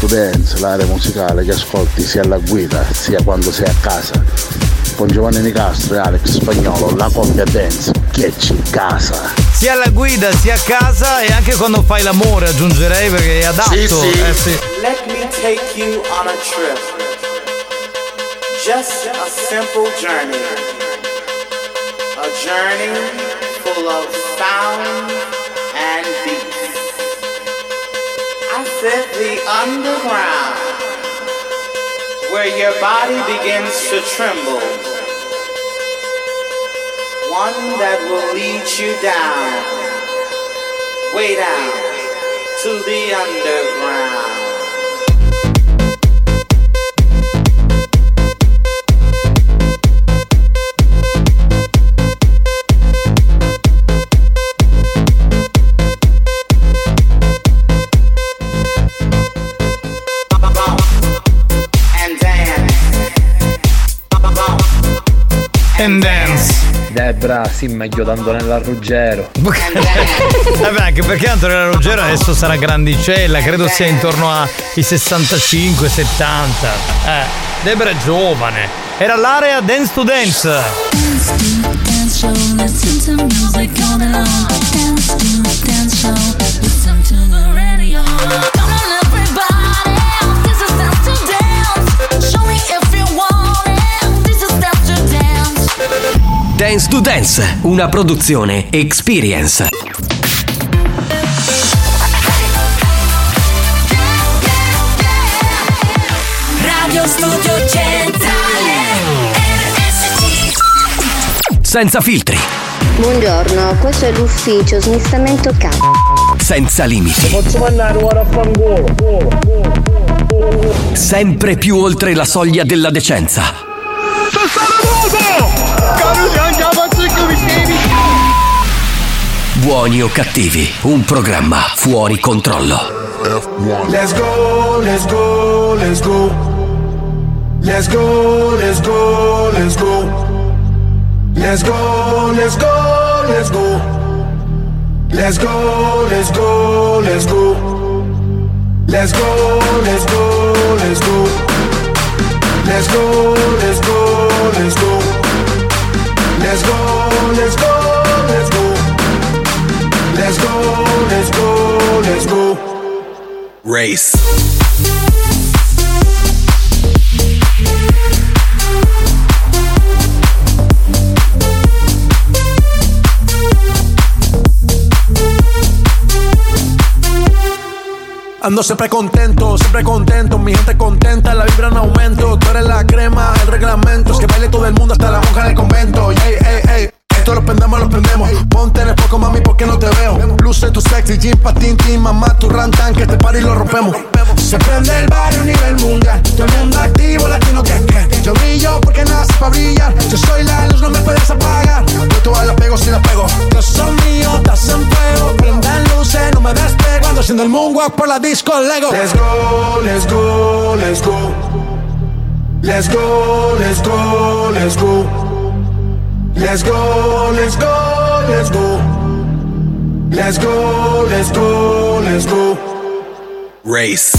Dance, l'area musicale che ascolti sia alla guida sia quando sei a casa. Con Giovanni Nicastro e Alex Spagnolo, la coppia dance che ci casa. Sia alla guida sia a casa e anche quando fai l'amore, aggiungerei, perché è adatto. Sì, sì. Eh, sì. Let me take you on a trip. Just a simple journey. A journey full of sound and beats. I said the underground, where your body begins to tremble. One that will lead you down, way down to the underground. And dance. Debra, sì, meglio d'Antonella Ruggero. Vabbè, anche perché Antonella Ruggero adesso sarà grandicella, credo sia intorno ai sessantacinque settanta. Eh, Debra è giovane. Era l'area Dance to Dance. Dance to dance show, listen to music all day long. Dance to dance show, listen to the radio. Come on everybody, this is dance to dance. Show me if you want it, this is dance to dance. Dance to Dance, una produzione Experience. Radio Studio Centrale R S C. Senza filtri, Buongiorno, questo è l'ufficio smistamento C. senza limiti, Posso mandare ora a fangolo? sempre più oltre la soglia della decenza. Buoni o cattivi, un programma fuori controllo. Let's go, let's go, let's go. Let's go, let's go, let's go. Let's go, let's go, let's go. Let's go, let's go, let's go. Let's go, let's go, let's go. Let's go, let's go, let's go. Let's go, let's go, let's go. Let's go, let's go, let's go. Race. Ando siempre contento, siempre contento, mi gente contenta, la vibra en aumento. Tú eres la crema, el reglamento, es que baile todo el mundo hasta la monja del convento. Ey, ey, ey, esto lo prendemos, lo prendemos. Ponte en el foco, mami, porque no te veo. Luce tu sexy, jean, patín, team, mamá, tu rantan, que este party lo rompemos. Se prende el barrio a nivel mundial, todo el mundo activo, latino que que. Yo brillo porque nací pa' brillar, yo soy la luz, no me puedes apagar. Yo todas la pego si la pego. Yo soy mío, estás en fuego, prendan luces, no me despego. Ando haciendo el moonwalk por la disco Lego. Let's go, let's go, let's go. Let's go, let's go, let's go. Let's go, let's go, let's go. Let's go, let's go, let's go. Race.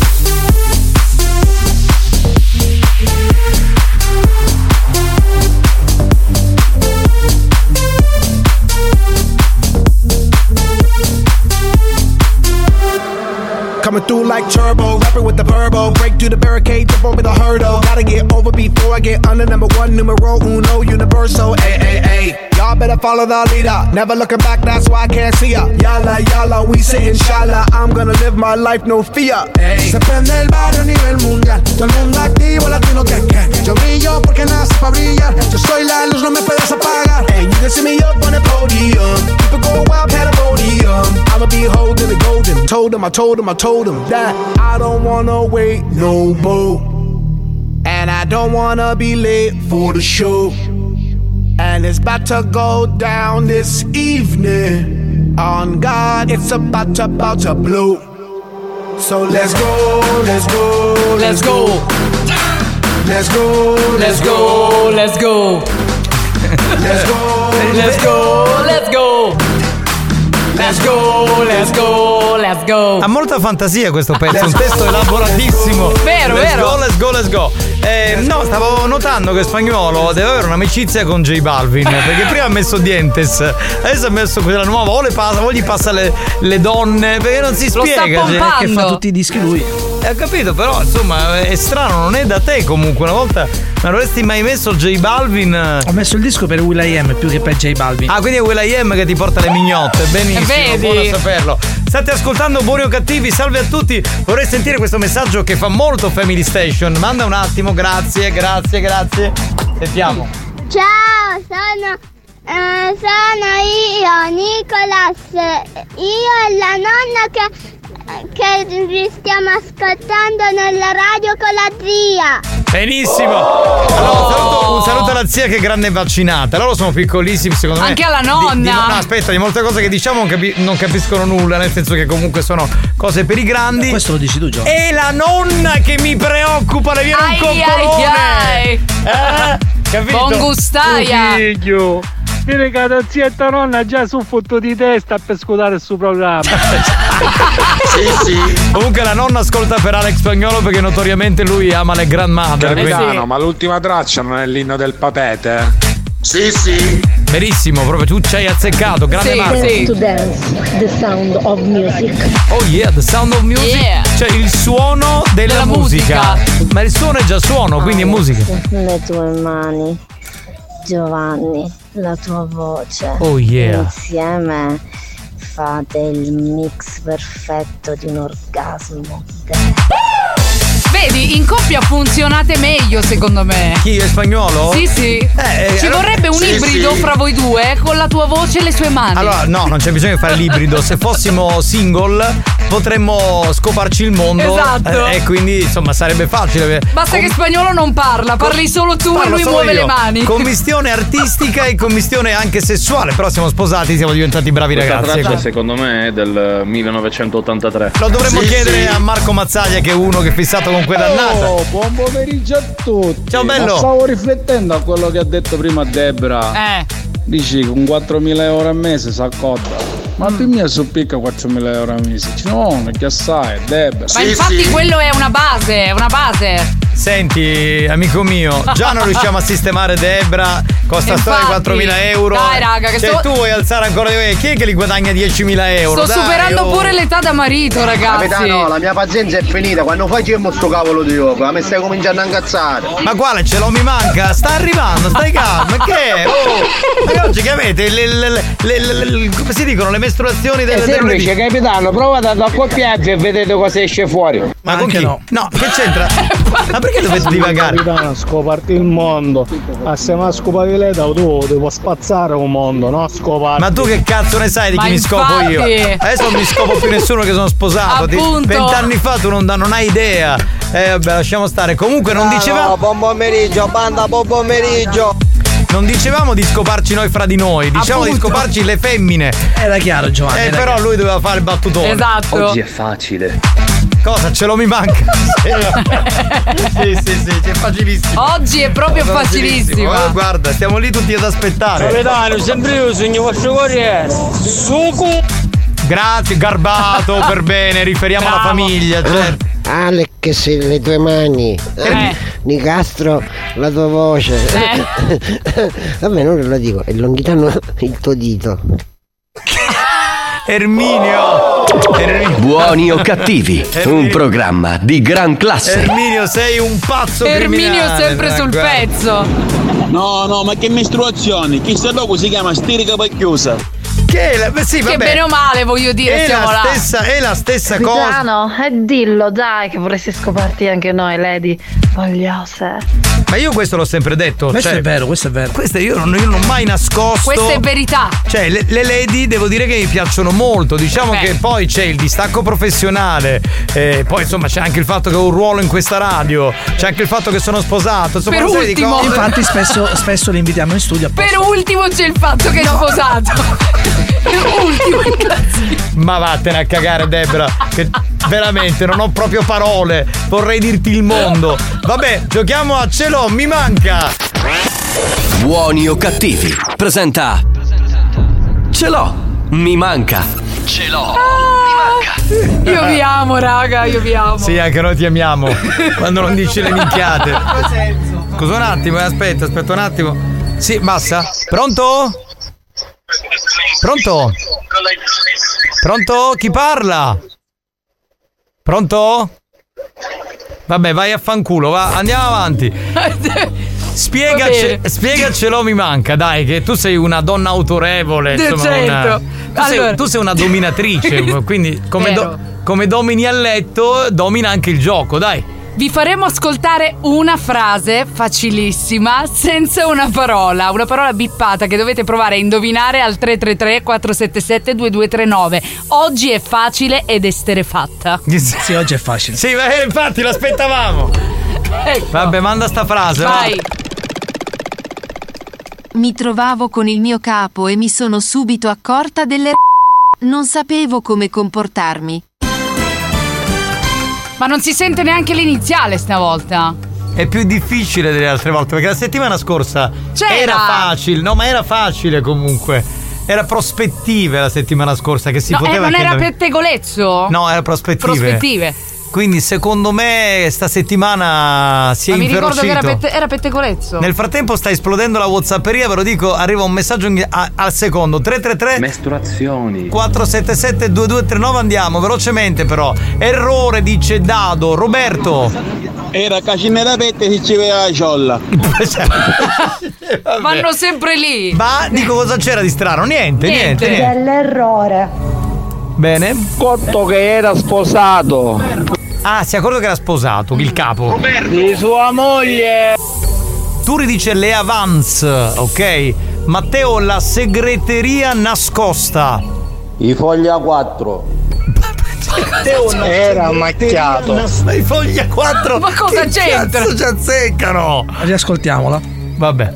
Coming through like turbo, rapping with the verbo. Break through the barricade, jump over the hurdle. Gotta get over before I get under. Number one, numero uno, universal. Ay, ay, ay. Y'all better follow the leader. Never looking back, that's why I can't see ya. Yalla, yalla, we say inshallah. I'm gonna live my life, no fear. Ay. Se prende el barrio a nivel mundial. Todo el mundo activo, latino que que. Yo brillo porque nací pa' brillar. Yo soy la luz, no me puedes apagar. And you can see me up on the podium. People go wild, pandemonium. I'ma be holding the golden. Told them, I told them, I told them that I don't wanna wait no more. And I don't wanna be late for the show. And it's about to go down this evening. On God, it's about to, about to blow. So let's go, let's go, let's go. Let's go, Let's go, let's go. Let's go, Let's go, let's go. Let's go, let's go, let's go. Ha molta fantasia questo pezzo, un testo elaboratissimo. Vero, let's vero. Go, let's go, let's go. Eh, no, stavo notando che Spagnuolo deve avere un'amicizia con J Balvin, perché prima ha messo Dientes, adesso ha messo quella nuova, o le passa, o gli passa le, le donne, perché non si Lo sta spiega. pompando. Che fa tutti i dischi lui. Eh, ho capito, però insomma è strano, non è da te comunque. Una volta non avresti mai messo J Balvin. Ho messo il disco per Will I Am più che per J Balvin. Ah, quindi è Will I Am che ti porta le mignotte. Benissimo, Vedi? buono a saperlo. State ascoltando Buoni o Cattivi, salve a tutti. Vorrei sentire questo messaggio che fa molto Family Station. Manda un attimo, grazie, grazie, grazie. Sentiamo. Ciao, sono, eh, sono io, Nicolas. Io e la nonna che, che vi stiamo ascoltando nella radio con la zia. Benissimo. Allora, un saluto, un saluto alla zia che è grande vaccinata. Loro sono piccolissimi, secondo me. Anche alla Di- nonna. di- no, aspetta, di molte cose che diciamo non, capi- non capiscono nulla, nel senso che comunque sono cose per i grandi. Eh, questo lo dici tu, Gio. E la nonna che mi preoccupa, le viene un Ai, coccolone. ai, ai. Eh? Capito? Buon gustaia. Figlio, viene che la zietta nonna già su fotto di testa per scudare il suo programma. Sì, sì. Comunque la nonna ascolta per Alex Spagnolo perché notoriamente lui ama le grandmother. Capitano, ma l'ultima traccia non è l'inno del papete? Sì, sì. Benissimo, proprio tu ci hai azzeccato, grande Marco. To dance, the sound of music. Oh yeah, the sound of music. Yeah. Cioè il suono della, Della musica. musica. Ma il suono è già suono, quindi è musica. Le tue mani, Giovanni, la tua voce. Oh yeah. Insieme fate il mix perfetto di un orgasmo. Vedi, in coppia funzionate meglio secondo me. Chi è Spagnolo? Sì, sì. Eh, Ci allora- vorrebbe un sì, ibrido sì. fra voi due con la tua voce e le sue mani. Allora, no, non c'è bisogno di fare l'ibrido. Se fossimo single potremmo scoparci il mondo. Esatto. eh, E quindi, insomma, sarebbe facile. Basta che Spagnolo non parla, parli solo tu e Parlo lui solo muove io. le mani. Commistione artistica e commistione anche sessuale. Però siamo sposati, siamo diventati bravi Questa ragazzi. traccia secondo me è del millenovecentottantatré. Lo dovremmo Sì, chiedere sì. a Marco Mazzaglia, che è uno che è fissato con quella dannata. Oh, buon pomeriggio a tutti. Ciao, bello. Ma stavo riflettendo a quello che ha detto prima Debra. Eh. Dici con quattromila euro al mese si accotta. Ma tu mi suppicca quattromila euro al mese? No, che assai, Debra. Ma infatti quello è una base, è una base. Senti, amico mio, già non riusciamo a sistemare Debra con sta Infatti. storia di quattromila euro. Dai, raga, che cioè, sto- tu vuoi alzare ancora di me? Chi è che li guadagna diecimila euro? Sto Dai, superando oh. pure l'età da marito, ragazzi. Capitano, la mia pazienza è finita. Quando facciamo sto cavolo di yoga, mi stai cominciando a incazzare. Ma quale ce l'ho, mi manca? Sta arrivando, stai calmo, ma che è? Oh, ma oggi che avete le, le, le, le, le- le- come si dicono, le mestruazioni del, È del lunedì? semplice, capitano, provate ad accoppiarvi e vedete cosa esce fuori. Ma con chi? No. no, che c'entra? Ma perché dovete divagare? Capitano, scoparti il mondo. Assieme a scopare lei, tu devo spazzare un mondo, no? Scoparti. Ma tu che cazzo ne sai di Ma chi mi scopo infatti. io? Adesso non mi scopo più nessuno che sono sposato. Ti- Appunto. Vent'anni fa tu non, non hai idea. Eh vabbè, lasciamo stare. Comunque non dicevamo. buon pomeriggio, banda, buon pomeriggio. Non dicevamo di scoparci noi fra di noi, dicevamo di Appunto. scoparci le femmine. Era chiaro, Giovanni. Eh, era però chiaro. lui doveva fare il battutone. Esatto. Oggi è facile. Cosa? Ce lo mi manca? Sì, sì, sì, c'è facilissimo. Oggi è proprio facilissimo. Eh, guarda, stiamo lì tutti ad aspettare. Capitano, sempre io sogno vostro cuore. Suco. Grazie, garbato, per bene, riferiamo alla famiglia, certo. Alex, le tue mani. Eh. Nicastro, la tua voce. Eh. Vabbè, non lo dico, è longhitano il tuo dito. Erminio. Erminio. Buoni o cattivi, un programma di gran classe. Erminio, sei un pazzo Erminio criminale. sempre dai, sul guarda. pezzo. No, no, ma che mestruazioni? Chi sta loco si chiama stirica pacchiosa. Che, è la- beh, sì, Che vabbè. bene o male, voglio dire, È siamo la là. stessa, è la stessa cosa. Capitano, e dillo dai che vorresti scoparti anche noi, lady vogliose. Ma io questo l'ho sempre detto. Questo cioè, è vero, questo è vero. Questo io non, io non ho mai nascosto. Questa è verità. Cioè, le, le lady devo dire che mi piacciono molto. Diciamo Beh. che poi c'è il distacco professionale. E poi insomma c'è anche il fatto che ho un ruolo in questa radio. C'è anche il fatto che sono sposato. Insomma, Per una serie di ultimo. cose. Infatti spesso, spesso li invitiamo in studio apposta. Per ultimo c'è il fatto che è sposato. Per ultimo incazzi. Ma vattene a cagare, Debra. Che veramente non ho proprio parole. Vorrei dirti il mondo. Vabbè, giochiamo a ce l'ho, mi manca. Buoni o cattivi, presenta Ce l'ho, mi manca. Ce l'ho. Io vi amo, raga, io vi amo. Sì, anche noi ti amiamo. Quando non dici le minchiate. Scusa un attimo, eh, aspetta, aspetta un attimo. Sì, basta. Pronto? Pronto? Pronto? Chi parla? Pronto? Vabbè, vai a fanculo, va, andiamo avanti. Spiegaci, spiegacelo, mi manca, dai, che tu sei una donna autorevole. Insomma, certo. una, tu, Allora. sei, tu sei una dominatrice, quindi come, do, come domini a letto, domina anche il gioco, dai. Vi faremo ascoltare una frase facilissima, senza una parola, una parola bippata che dovete provare a indovinare al tre tre tre quattro sette sette due due tre nove. Oggi è facile ed esterefatta. Sì, oggi è facile. Sì, beh, infatti l'aspettavamo. Ecco. Vabbè, manda sta frase. Vai. Va. Mi trovavo con il mio capo e mi sono subito accorta delle non sapevo come comportarmi. Ma non si sente neanche l'iniziale stavolta. È più difficile delle altre volte, perché la settimana scorsa C'era. era facile. No, ma era facile comunque. Era prospettive la settimana scorsa che si No, poteva eh, non era chiedere- pettegolezzo? No, era prospettive. Prospettive. Quindi secondo me sta settimana si è Ma mi ricordo che inferocito. era, pette- era pettegolezzo. Nel frattempo sta esplodendo la WhatsApperia, ve lo dico, arriva un messaggio in- a- al secondo. tre tre tre Mestruazioni. quattro sette sette due due tre nove, andiamo velocemente però. Errore, dice Dado. Roberto. Era cacine da pette si ci vedeva la ciolla. Vanno sempre lì. Ma dico, cosa c'era di strano? Niente, niente, niente. Dell'errore. Bene. Cotto che era sposato. Ah, si è accorto che era sposato, il capo. Di sua moglie. Turi dice le avance, ok? Matteo, la segreteria nascosta. I foglia quattro. Era macchiato. Ma i foglia quattro. Ma cosa che c'entra? Cazzo ci azzeccano. Riascoltiamola. Vabbè.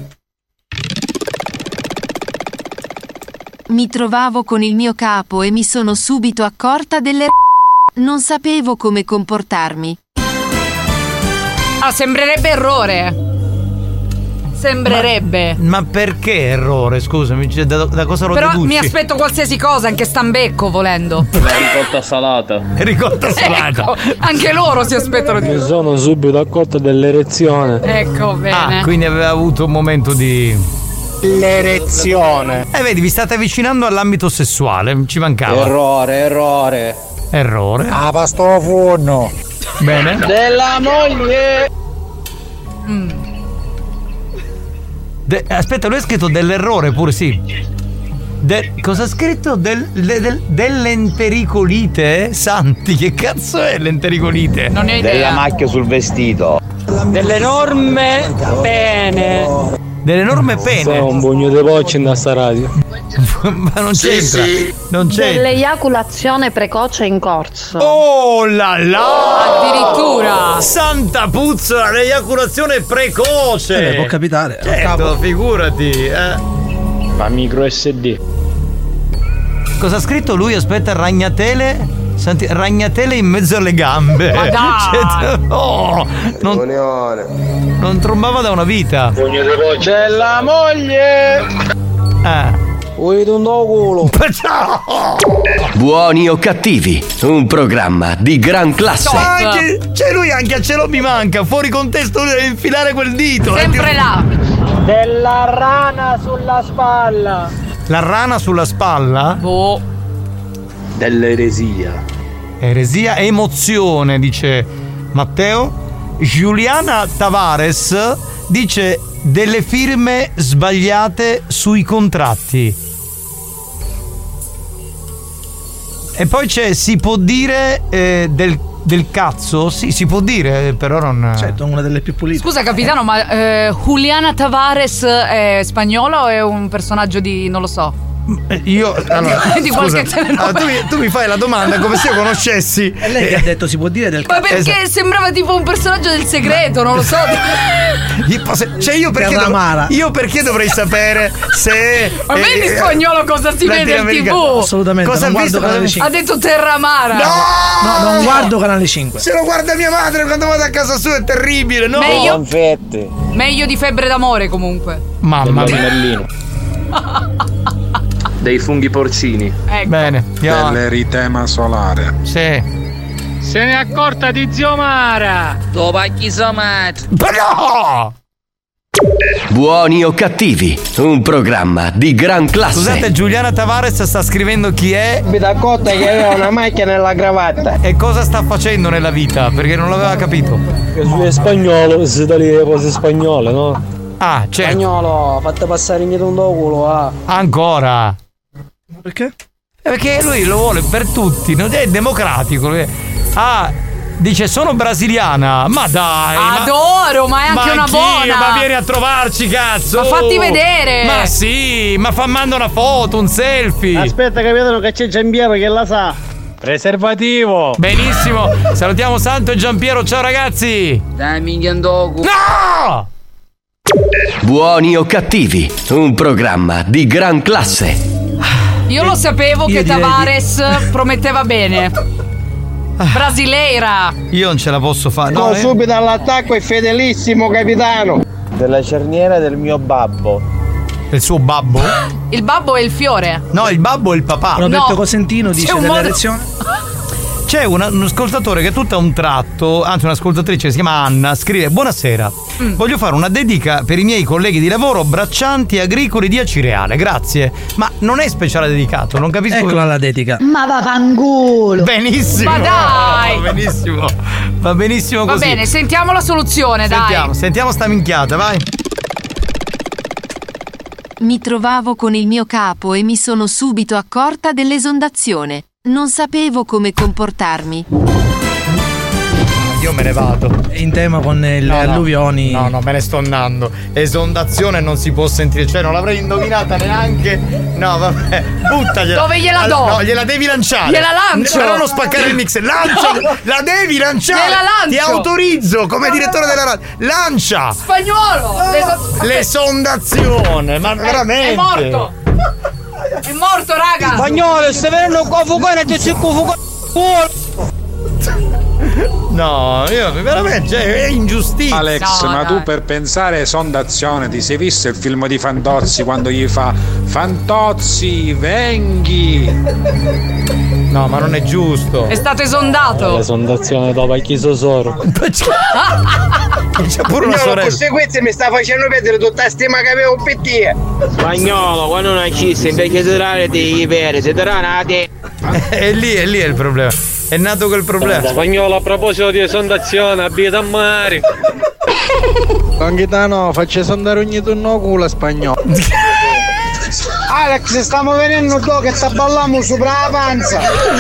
Mi trovavo con il mio capo e mi sono subito accorta delle non sapevo come comportarmi. Ah, sembrerebbe errore. Sembrerebbe. Ma, ma perché errore? Scusami, cioè, da, da cosa lo Però deduci? mi aspetto qualsiasi cosa, anche stambecco volendo. La ricotta salata. Ricotta salata. Ecco, anche loro si aspettano di Mi sono subito accorto dell'erezione. Ecco, bene. Ah, quindi aveva avuto un momento di... L'erezione. Eh, vedi, vi state avvicinando all'ambito sessuale, ci mancava. Errore, errore. Errore. Ah, pasto forno. Bene. Della moglie. Mm. De- aspetta, lui ha scritto dell'errore pure, sì. De- cosa ha scritto? Del, de- del- dell'entericolite? Eh? Santi, che cazzo è l'entericolite? Non ne ho idea. Della macchia sul vestito. Dell'enorme pene. Dell'enorme pene. Sono un bugno di bocce in sta radio. Ma non c'entra. Non c'entra. Dell'eiaculazione precoce in corso. Oh là là! Addirittura! Santa puzza, l'eiaculazione precoce! Eh, può capitare. Certo, figurati, eh. Ma micro S D. Cosa ha scritto lui? Aspetta, ragnatele. Senti, ragnatele in mezzo alle gambe. Ma dai! Cioè, no, non, non trombava da una vita. Della moglie. Eh. Vuoi un culo. Buoni o cattivi, un programma di gran classe. Anche, cioè lui anche a cielo mi manca. Fuori contesto lui deve infilare quel dito. Sempre eh. là. Della rana sulla spalla. La rana sulla spalla? Boh. Dell'eresia. Eresia, emozione, dice Matteo. Giuliana Tavares dice delle firme sbagliate sui contratti. E poi c'è, si può dire eh, del, del cazzo? Sì, si può dire, però non... Certo, una delle più pulite. Scusa capitano, ma eh, Juliana Tavares è spagnola o è un personaggio di... non lo so? Io allora, Di scusa, qualche telenovela. allora, tu, mi, tu mi fai la domanda come se io conoscessi. E lei che ha detto si può dire del Ma cazzo. perché sembrava tipo un personaggio del segreto, non lo so. Io posso- Cioè io perché, Terramara. dov- io perché dovrei sapere se Ma vedi eh, spagnolo cosa si vede in latinoamericano. tivù? Assolutamente, Cosa non ha visto? guardo Canale Ha cinque. detto Terramara. No, non guardo Canale cinque. Se lo guarda mia madre quando vado a casa sua è terribile, no? Meglio, Confetti. meglio di Febbre d'amore comunque. Mamma mia. Merlino. Dei funghi porcini. Ecco. Bene. Io... Dell'eritema solare. Sì. Se ne è accorta di zio Mara. Lo pacchi somati. No! Buoni o cattivi, un programma di gran classe. Scusate, Giuliana Tavares sta scrivendo chi è. Mi dà conta che aveva una macchia nella cravatta. E cosa sta facendo nella vita? Perché non l'aveva capito. Su è spagnolo, si dà le cose spagnole, no? Ah, certo. Spagnolo, fate passare in un culo, ah. Ancora. Perché? Perché lui lo vuole per tutti, non è democratico. Ah, dice sono brasiliana, ma dai. Adoro, ma, ma è anche ma una buona. Ma vieni a trovarci, cazzo. Ma fatti vedere. Ma sì, ma fa manda una foto, un selfie. Aspetta che vedono che c'è Giampiero che la sa. Preservativo. Benissimo. Salutiamo Santo e Giampiero, ciao ragazzi. Dai minchiandoku. No! Buoni o cattivi, un programma di gran classe. Io lo sapevo Io che direi Tavares di... prometteva bene. Brasileira. Io non ce la posso fare. No, no, subito eh? all'attacco è fedelissimo, capitano. Della cerniera del mio babbo. Il suo babbo? Il babbo è il fiore. No, il babbo è il papà. Roberto No. Cosentino dice un della modo- lezione. C'è una, un ascoltatore che tutto a un tratto, anzi un'ascoltatrice che si chiama Anna, scrive: buonasera, mm. voglio fare una dedica per i miei colleghi di lavoro braccianti agricoli di Acireale, grazie. Ma non è speciale dedicato, non capisco. Eccola la dedica. Ma vaffanculo. Benissimo. Ma dai. Va benissimo. Va benissimo Va così. bene, sentiamo la soluzione, Sentiamo, dai. sentiamo sta minchiata, vai. Mi trovavo con il mio capo e mi sono subito accorta dell'esondazione. Non sapevo come comportarmi. Io me ne vado. È in tema con le No, no. alluvioni. No, no, me ne sto andando. Esondazione non si può sentire, cioè non l'avrei indovinata neanche. No, vabbè, buttagliela. Dove gliela do? No, gliela devi lanciare. Gliela lancio. Però non spaccare il mix. Lancia, la devi lanciare. Gliela lancio. Ti autorizzo come direttore della radio. Lancia. Spagnolo. L'eso- L'esondazione, ma veramente. È morto. È morto, raga. Spagnolo, se venendo qua fuoco ti si fuoco. No, io veramente, cioè, è ingiustizia. Alex, No, ma dai. tu per pensare a esondazione ti sei visto il film di Fantozzi quando gli fa Fantozzi, venghi? No, ma non è giusto. È stato esondato. L'esondazione dopo chi sosoro. C'è pure una Spagnolo, sorella. queste queste mi sta facendo perdere tutta stima che avevo un P T. Spagnolo, quando non accisti invece di tirare di pere, si tirano a te. È lì, è lì è il problema. È nato quel problema. Spagnolo, a proposito di esondazione, abita a mare. Conghitano, faccio esondare ogni turno culo spagnolo. Alex, stiamo venendo tu che sta ballando sopra la panza.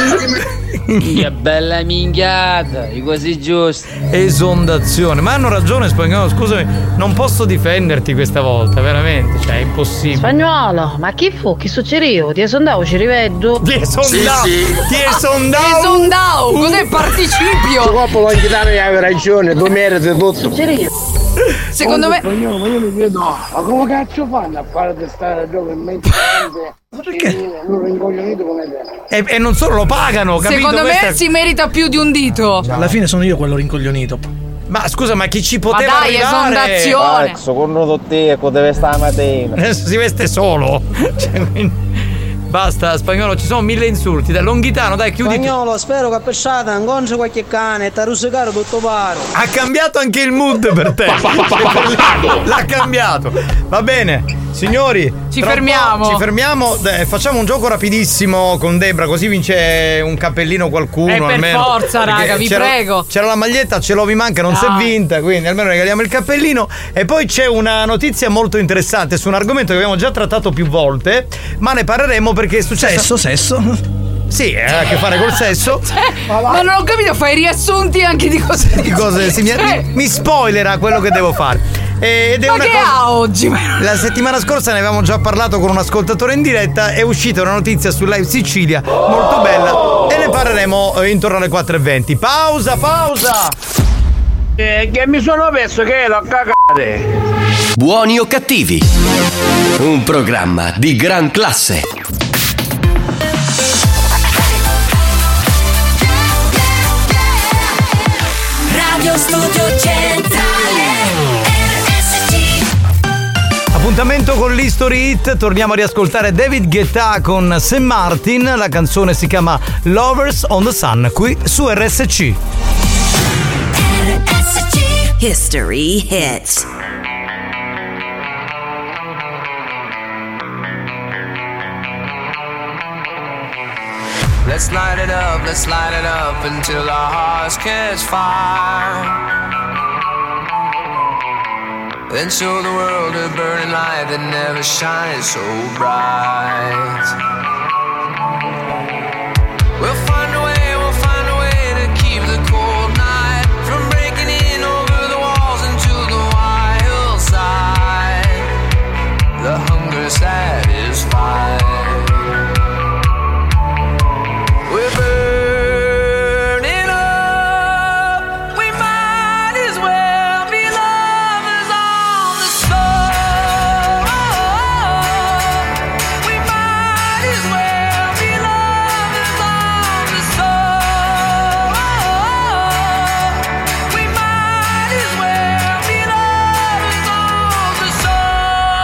Che bella minchiata, è così giusto. Esondazione. Ma hanno ragione Spagnolo, scusami, non posso difenderti questa volta, veramente, cioè è impossibile. Spagnolo, ma chi fu? Chi succedeva? Ti esondavo, ci rivedo. Ti esondavo, ti esondavo. Esondao. Cos'è participio? Troppo Conghitano avevi ragione, tu meriti tutto. Secondo me. Spagnolo, ma io mi chiedo, ma come cazzo fanno a fare testare gioco in mente? Ma perché? Non incoglionito come te. E, e non solo lo pagano, capito? Secondo me Questa è- si merita più di un dito. Alla fine sono io quello rincoglionito. Ma scusa, ma chi ci poteva Ma dai, arrivare? esondazione. secondo te, deve stare la mattina. Adesso si veste solo. Cioè, quindi- Basta, Spagnolo, ci sono mille insulti. Dai, Longhitano, dai, chiudi. Spagnolo, spero che per strada incontri qualche cane e ti rusicare tutto paro. Ha cambiato anche il mood per te. L'ha cambiato. Va bene, signori. Ci tra un fermiamo. po' Ci fermiamo. Dai, facciamo un gioco rapidissimo con Debra, così vince un cappellino qualcuno. Eh, per almeno. forza, Perché raga, vi c'era- prego. C'era la maglietta, ce l'ho, mi manca, non si è Dai. vinta, quindi almeno regaliamo il cappellino. E poi c'è una notizia molto interessante su un argomento che abbiamo già trattato più volte, ma ne parleremo perché è successo. Sesso, sesso. Sì, ha a che fare col sesso. Ma non ho capito, fai riassunti anche di cose Di cose sì, mi, Cioè, mi spoilerà quello che devo fare. Ed è Ma una che cosa... ha oggi? La settimana scorsa ne avevamo già parlato con un ascoltatore in diretta. È uscita una notizia su Live Sicilia molto bella e ne parleremo eh, intorno alle quattro e venti. Pausa, pausa. Eh, che mi sono perso che l'ho cagate. Buoni o cattivi, un programma di gran classe. Radio Studio Centrale R S C. Appuntamento con l'History Hit, torniamo a riascoltare David Guetta con Saint Martin, la canzone si chiama Lovers on the Sun, qui su R S C. R S C History Hit. Let's light it up, let's light it up until our hearts catch fire. Then show the world a burning light that never shines so bright. We'll find a way, we'll find a way to keep the cold night from breaking in over the walls into the wild side. The hunger satisfied. We're burning up. We might as well be lovers on the sun. We might as well be lovers on the sun. We might as well be lovers on the sun.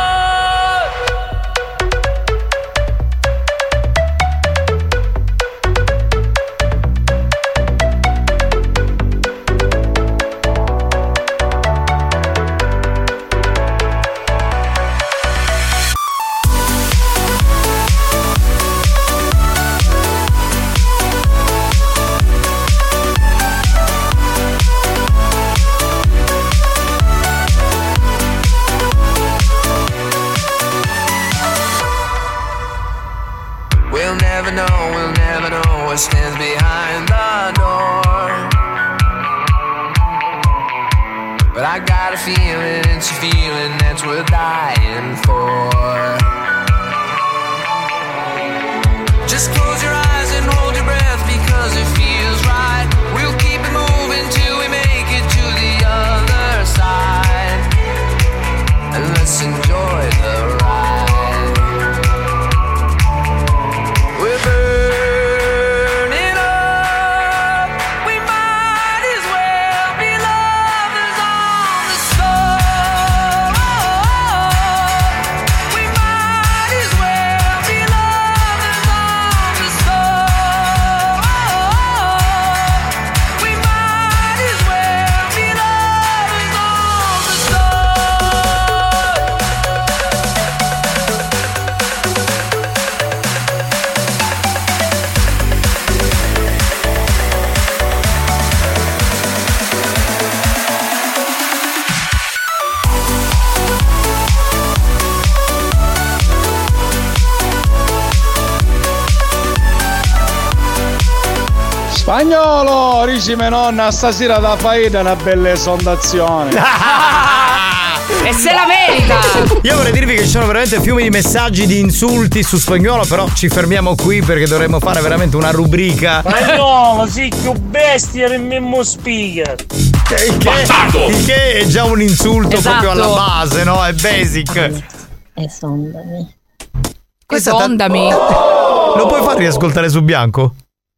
We'll never know, we'll never know what stands behind the door. But I got a feeling, it's a feeling that's worth dying for. Just close your eyes and hold your breath because it feels right. We'll keep it moving till we make it to the other side. And let's enjoy the ride. We're burning up. We might as well be lovers on the sun. We might as well be lovers on the sun. We might as well be lovers on the sun. Spagnolo, dici mia nonna, stasera da faida una bella esondazione. E se la merita! Io vorrei dirvi che ci sono veramente fiumi di messaggi, di insulti su Spagnolo, però ci fermiamo qui perché dovremmo fare veramente una rubrica. Spagnolo, sì, più bestia del memo speaker. Il che, il che è già un insulto Esatto. proprio alla base, no? È basic. Esondami. Questa Esondami. ta- Lo puoi far riascoltare su bianco?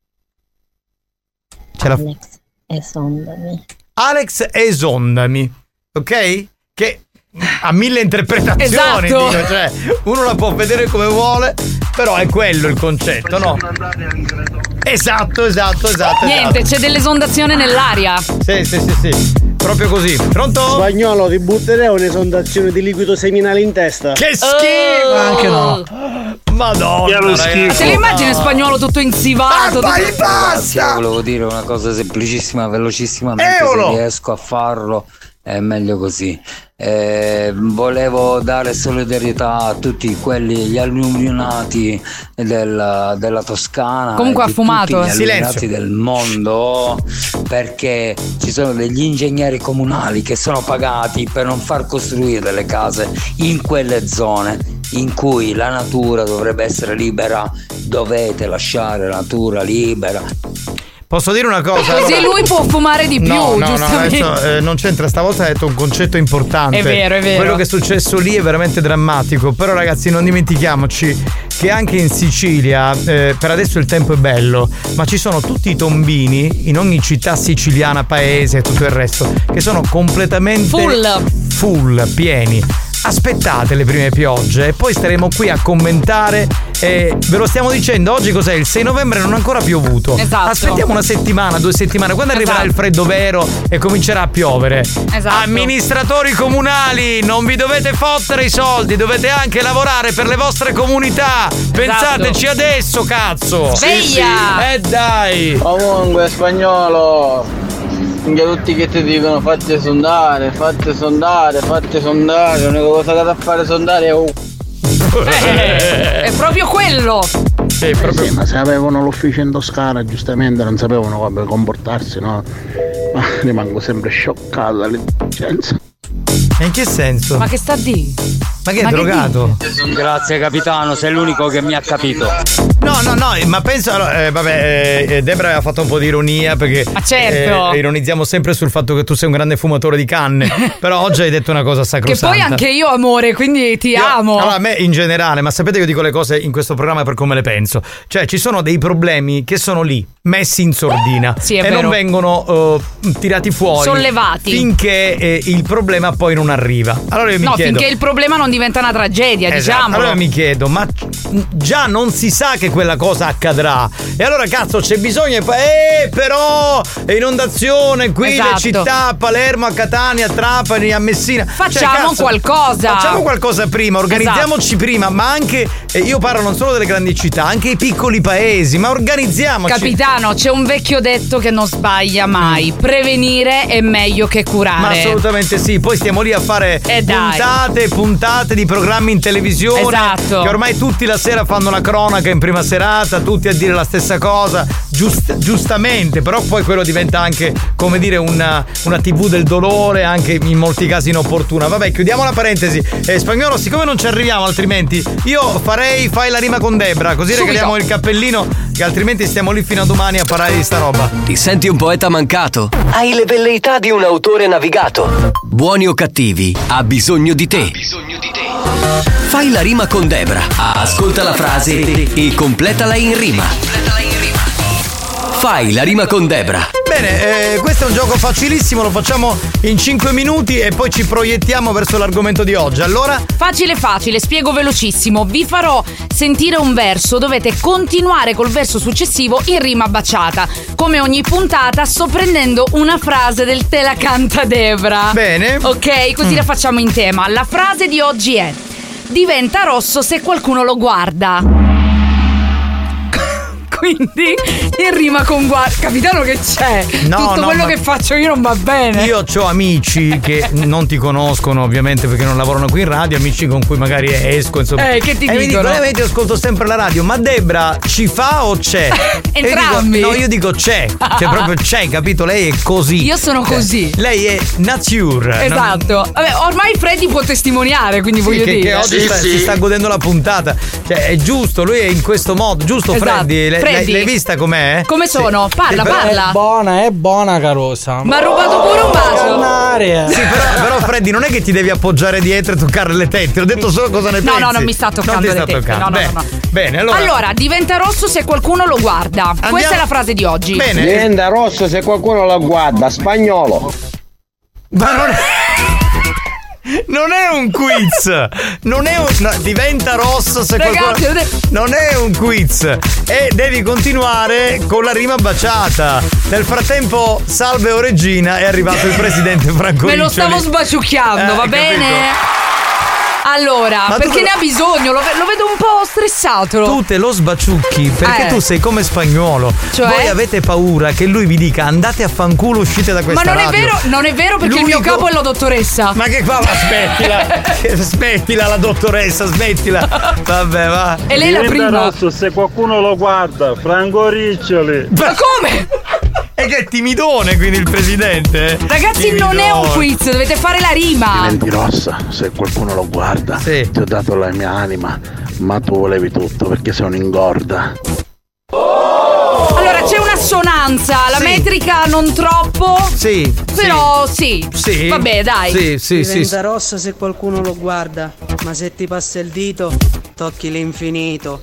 Ce la... Esondami. Alex esondami, ok? Che ha mille interpretazioni, Esatto. dico, cioè uno la può vedere come vuole, però è quello il concetto, no? Esatto, esatto, esatto. Niente, esatto. c'è dell'esondazione nell'aria. Sì, sì, sì, sì. Proprio così. Pronto? Spagnolo, ti butterei un'esondazione di liquido seminale in testa. Che schifo! Anche no. Madonna, ragazzi. Ma te lo immagini Spagnolo tutto insivato? Ah, vai, tutto... basta! Volevo dire una cosa semplicissima, velocissima, ma anche Eolo! se riesco a farlo è meglio così. Eh, volevo dare solidarietà a tutti quelli, gli alluvionati del, della Toscana. Comunque e ha di fumato. tutti gli Silenzio. alluvionati del mondo, perché ci sono degli ingegneri comunali che sono pagati per non far costruire delle case in quelle zone in cui la natura dovrebbe essere libera. Dovete lasciare la natura libera. Posso dire una cosa? Così lui può fumare di più, No, no, no, giustamente. adesso eh, non c'entra, stavolta hai detto un concetto importante. È vero, è vero. Quello che è successo lì è veramente drammatico. Però ragazzi, non dimentichiamoci che anche in Sicilia, eh, per adesso il tempo è bello, ma ci sono tutti i tombini in ogni città siciliana, paese e tutto il resto, che sono completamente Full. full, pieni. aspettate le prime piogge e poi staremo qui a commentare. E ve lo stiamo dicendo, oggi cos'è? Il sei novembre, non ha ancora piovuto. Esatto. Aspettiamo una settimana, due settimane, quando arriverà Esatto. il freddo vero e comincerà a piovere. Esatto. Amministratori comunali, non vi dovete fottere i soldi, dovete anche lavorare per le vostre comunità. Pensateci adesso, cazzo. Sveglia! Eh dai. Comunque, Spagnolo, anche tutti che ti dicono fatti sondare, fatti sondare, fatti sondare, l'unica cosa che da fare sondare è un... Eh, è proprio quello. Sì, proprio... sì, ma se avevano l'ufficio in Toscana, giustamente non sapevano come comportarsi, no? Ma rimango sempre scioccato dall'intelligenza. In che senso? Ma che sta di? Ma che è Ma che drogato? Grazie capitano, sei l'unico che mi ha capito. No, no, no, ma penso. Allora, eh, vabbè, eh, Debra aveva fatto un po' di ironia perché. Ma certo. eh, ironizziamo sempre sul fatto che tu sei un grande fumatore di canne. Però oggi hai detto una cosa Che sacrosanta. poi anche io, amore, quindi ti Io- amo. Allora, a me in generale, ma sapete che io dico le cose in questo programma per come le penso. Cioè, ci sono dei problemi che sono lì, messi in sordina. Sì, è e vero. non vengono eh, tirati fuori. Sollevati. Finché eh, il problema poi non arriva. Allora io mi no, chiedo. finché il problema non diventa una tragedia, Esatto. diciamolo. Allora mi chiedo, ma già non si sa che quella cosa accadrà. E allora cazzo c'è bisogno. Eh, però è inondazione qui, Esatto. le città, a Palermo, a Catania, a Trapani, a Messina. Facciamo Cioè, cazzo, qualcosa. Facciamo qualcosa prima, organizziamoci Esatto. prima, ma anche eh, io parlo non solo delle grandi città, anche i piccoli paesi, ma organizziamoci. Capitano, c'è un vecchio detto che non sbaglia mai. Prevenire è meglio che curare. Ma assolutamente sì, poi stiamo lì a fare Eh, dai. puntate e puntate di programmi in televisione. Esatto. Che ormai tutti la sera fanno la cronaca in prima serata, tutti a dire la stessa cosa, giust- giustamente, però poi quello diventa anche, come dire, una, una tivù del dolore, anche in molti casi inopportuna. Vabbè, chiudiamo la parentesi. Eh, Spagnolo, siccome non ci arriviamo altrimenti, io farei fai la rima con Debra, così Subito. regaliamo il cappellino, che altrimenti stiamo lì fino a domani a parlare di sta roba. Ti senti un poeta mancato? Hai le velleità di un autore navigato? Buoni o cattivi, ha bisogno di te. Fai la rima con Debra. Ascolta la frase e completala in rima. Fai la rima con Debra. Bene, eh, questo è un gioco facilissimo, lo facciamo in cinque minuti e poi ci proiettiamo verso l'argomento di oggi. Allora? Facile facile, spiego velocissimo. Vi farò sentire un verso, dovete continuare col verso successivo in rima baciata. Come ogni puntata sto prendendo una frase del Te la canta Debra. Bene. Ok, così Mm. la facciamo in tema. La frase di oggi è: diventa rosso se qualcuno lo guarda. Quindi in rima con guarda. Capitano, che c'è? No, Tutto no, quello ma- che faccio io non va bene. Io ho amici che non ti conoscono ovviamente perché non lavorano qui in radio, amici con cui magari esco, insomma. Eh, che ti e mi dicono? dicono, eh, vedi, ascolto sempre la radio, ma Debra ci fa o c'è? E io dico, Entrambi. no, io dico c'è, cioè proprio c'è, capito? Lei è così. Io sono Cioè, così. lei è nature. Esatto. Vabbè, ormai Freddy può testimoniare, quindi Sì, voglio che, dire. che oggi sta- si sta godendo la puntata. Cioè, è giusto, lui è in questo modo, giusto, Esatto. Freddy? Le- Freddy. L'hai vista com'è? Come sono? Parla, Sì, però- parla. È buona, è buona, carosa. Ma ha rubato pure un bacio. Un'aria. Sì, però, però Freddy non è che ti devi appoggiare dietro e toccare le tette, ho detto solo cosa ne No, pensi. no, non mi sta toccando Non ti le sta tette. toccando. No, no, bene, no, no. bene, allora. Allora, diventa rosso se qualcuno lo guarda. Questa è la frase di oggi. Bene. Diventa rosso se qualcuno lo guarda, Spagnolo. Ma non è... Non è un quiz, non è un. No, diventa rosso se Ragazzi, qualcuno. Non è un quiz. E devi continuare con la rima baciata. Nel frattempo, salve o regina, è arrivato il presidente Franco Me lo Riccioli. stavo sbaciucchiando, Eh, va bene? capito? Allora, Ma tu perché te- ne ha bisogno? Lo, ve- lo vedo un po' stressato. Tu te lo sbaciucchi perché Eh. tu sei come Spagnuolo. Cioè? Voi avete paura che lui vi dica andate a fanculo, uscite da Ma questa non è radio. vero, non è vero perché il mio L'unico- capo è la dottoressa. Ma che fa? Ma smettila, smettila la dottoressa, smettila. Vabbè, va. E lei la Diventa prima. rosso se qualcuno lo guarda, Franco Riccioli. Ma come? E che è timidone quindi il presidente. eh? Ragazzi, non è un quiz, dovete fare la rima. Diventi rossa se qualcuno lo guarda. Ti ho dato la mia anima, ma tu volevi tutto perché sei un'ingorda. Allora, c'è una assonanza, la Sì. metrica non troppo. Sì. Però sì. Sì. Vabbè, dai. Sì, sì, sì. Diventa rossa se qualcuno lo guarda, ma se ti passa il dito, tocchi l'infinito.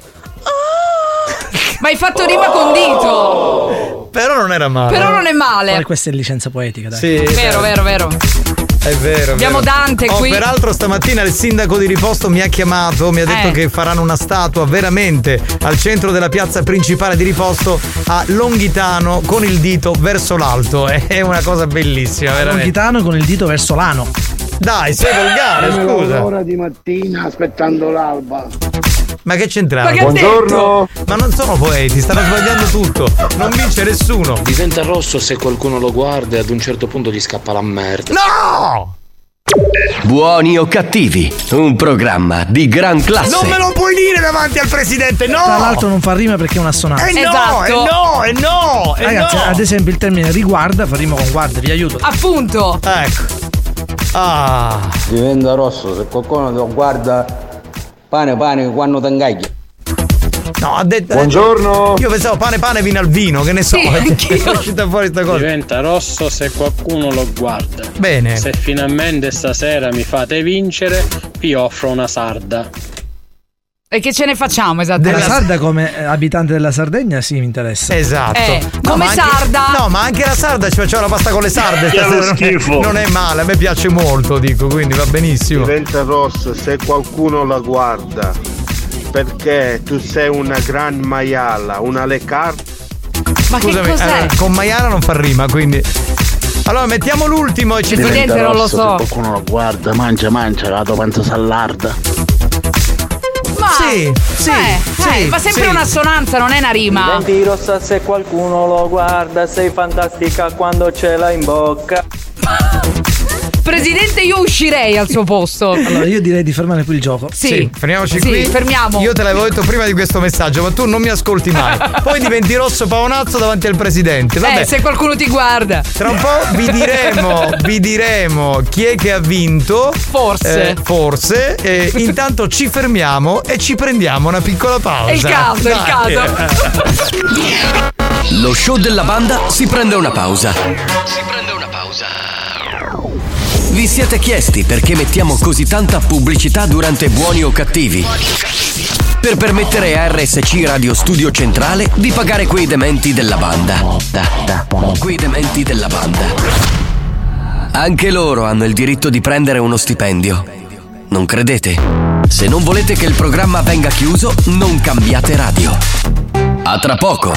Ma hai fatto rima con dito. Però non era male. Però non è male. Poi questa è licenza poetica, dai. Sì. Vero, vero, vero. È vero. Abbiamo vero. Dante oh, qui. Peraltro stamattina il sindaco di Riposto mi ha chiamato, mi ha detto Eh. che faranno una statua veramente al centro della piazza principale di Riposto a Longhitano con il dito verso l'alto. È una cosa bellissima, veramente. Longhitano con il dito verso l'ano. Dai, sei volgare, Sono scusa. l'ora di mattina aspettando l'alba. Ma che c'entrava? Ma che ha Buongiorno. Ma non sono poeti, stanno sbagliando tutto. Non vince nessuno. Diventa rosso se qualcuno lo guarda e ad un certo punto gli scappa la merda. No! Buoni o cattivi, un programma di gran classe. Non me lo puoi dire davanti al presidente, no! Tra l'altro non fa rima perché è una sonata. Eh no, eh no, eh no, eh Ragazzi, no. ad esempio il termine riguarda fa rima con guarda, vi aiuto. Appunto. Ecco. Ah. Diventa rosso se qualcuno lo guarda. Pane, pane, quando t'ingaglia. No, ha detto. Buongiorno. Io pensavo pane, pane, vino al vino, che ne so. Sì, È uscita fuori sta cosa. Diventa rosso se qualcuno lo guarda. Bene. Se finalmente stasera mi fate vincere, vi offro una sarda. E che ce ne facciamo Della esattamente? Sarda come eh, abitante della Sardegna sì mi interessa. Esatto. Eh, No, come ma anche- sarda? No, ma anche la sarda ci facciamo la pasta con le sarde. Che stasera, lo non, è, schifo. non è male, a me piace molto, dico, quindi va benissimo. Diventa rosso se qualcuno la guarda. Perché tu sei una gran maiala, una lecarte. Ma Scusami, che cos'è? eh, con Maiala non fa rima, quindi. Allora mettiamo l'ultimo e ci Presidente, non lo so. Se qualcuno lo guarda, mangia, mangia, la tua panza sallarda. Ma Sì, sì, eh, sì, eh, ma sempre sì. un'assonanza, non è una rima. Diventi rossa se qualcuno lo guarda, sei fantastica quando ce l'hai in bocca. Presidente, io uscirei al suo posto. Allora io direi di fermare qui il gioco. Sì. fermiamoci Sì, qui. fermiamo. Io te l'avevo detto prima di questo messaggio, ma tu non mi ascolti mai. Poi diventi rosso paonazzo davanti al presidente. Vabbè. Eh, se qualcuno ti guarda. Tra un po' vi diremo, vi diremo chi è che ha vinto. Forse. Eh, forse. Eh, intanto ci fermiamo e ci prendiamo una piccola pausa. È il caso, è il Dai. caso. Lo show della banda si prende una pausa. Si prende una pausa. Vi siete chiesti perché mettiamo così tanta pubblicità durante Buoni o Cattivi? Per permettere a R S C Radio Studio Centrale di pagare quei dementi della banda. Da, da, quei dementi della banda. Anche loro hanno il diritto di prendere uno stipendio. Non credete? Se non volete che il programma venga chiuso, non cambiate radio. A tra poco.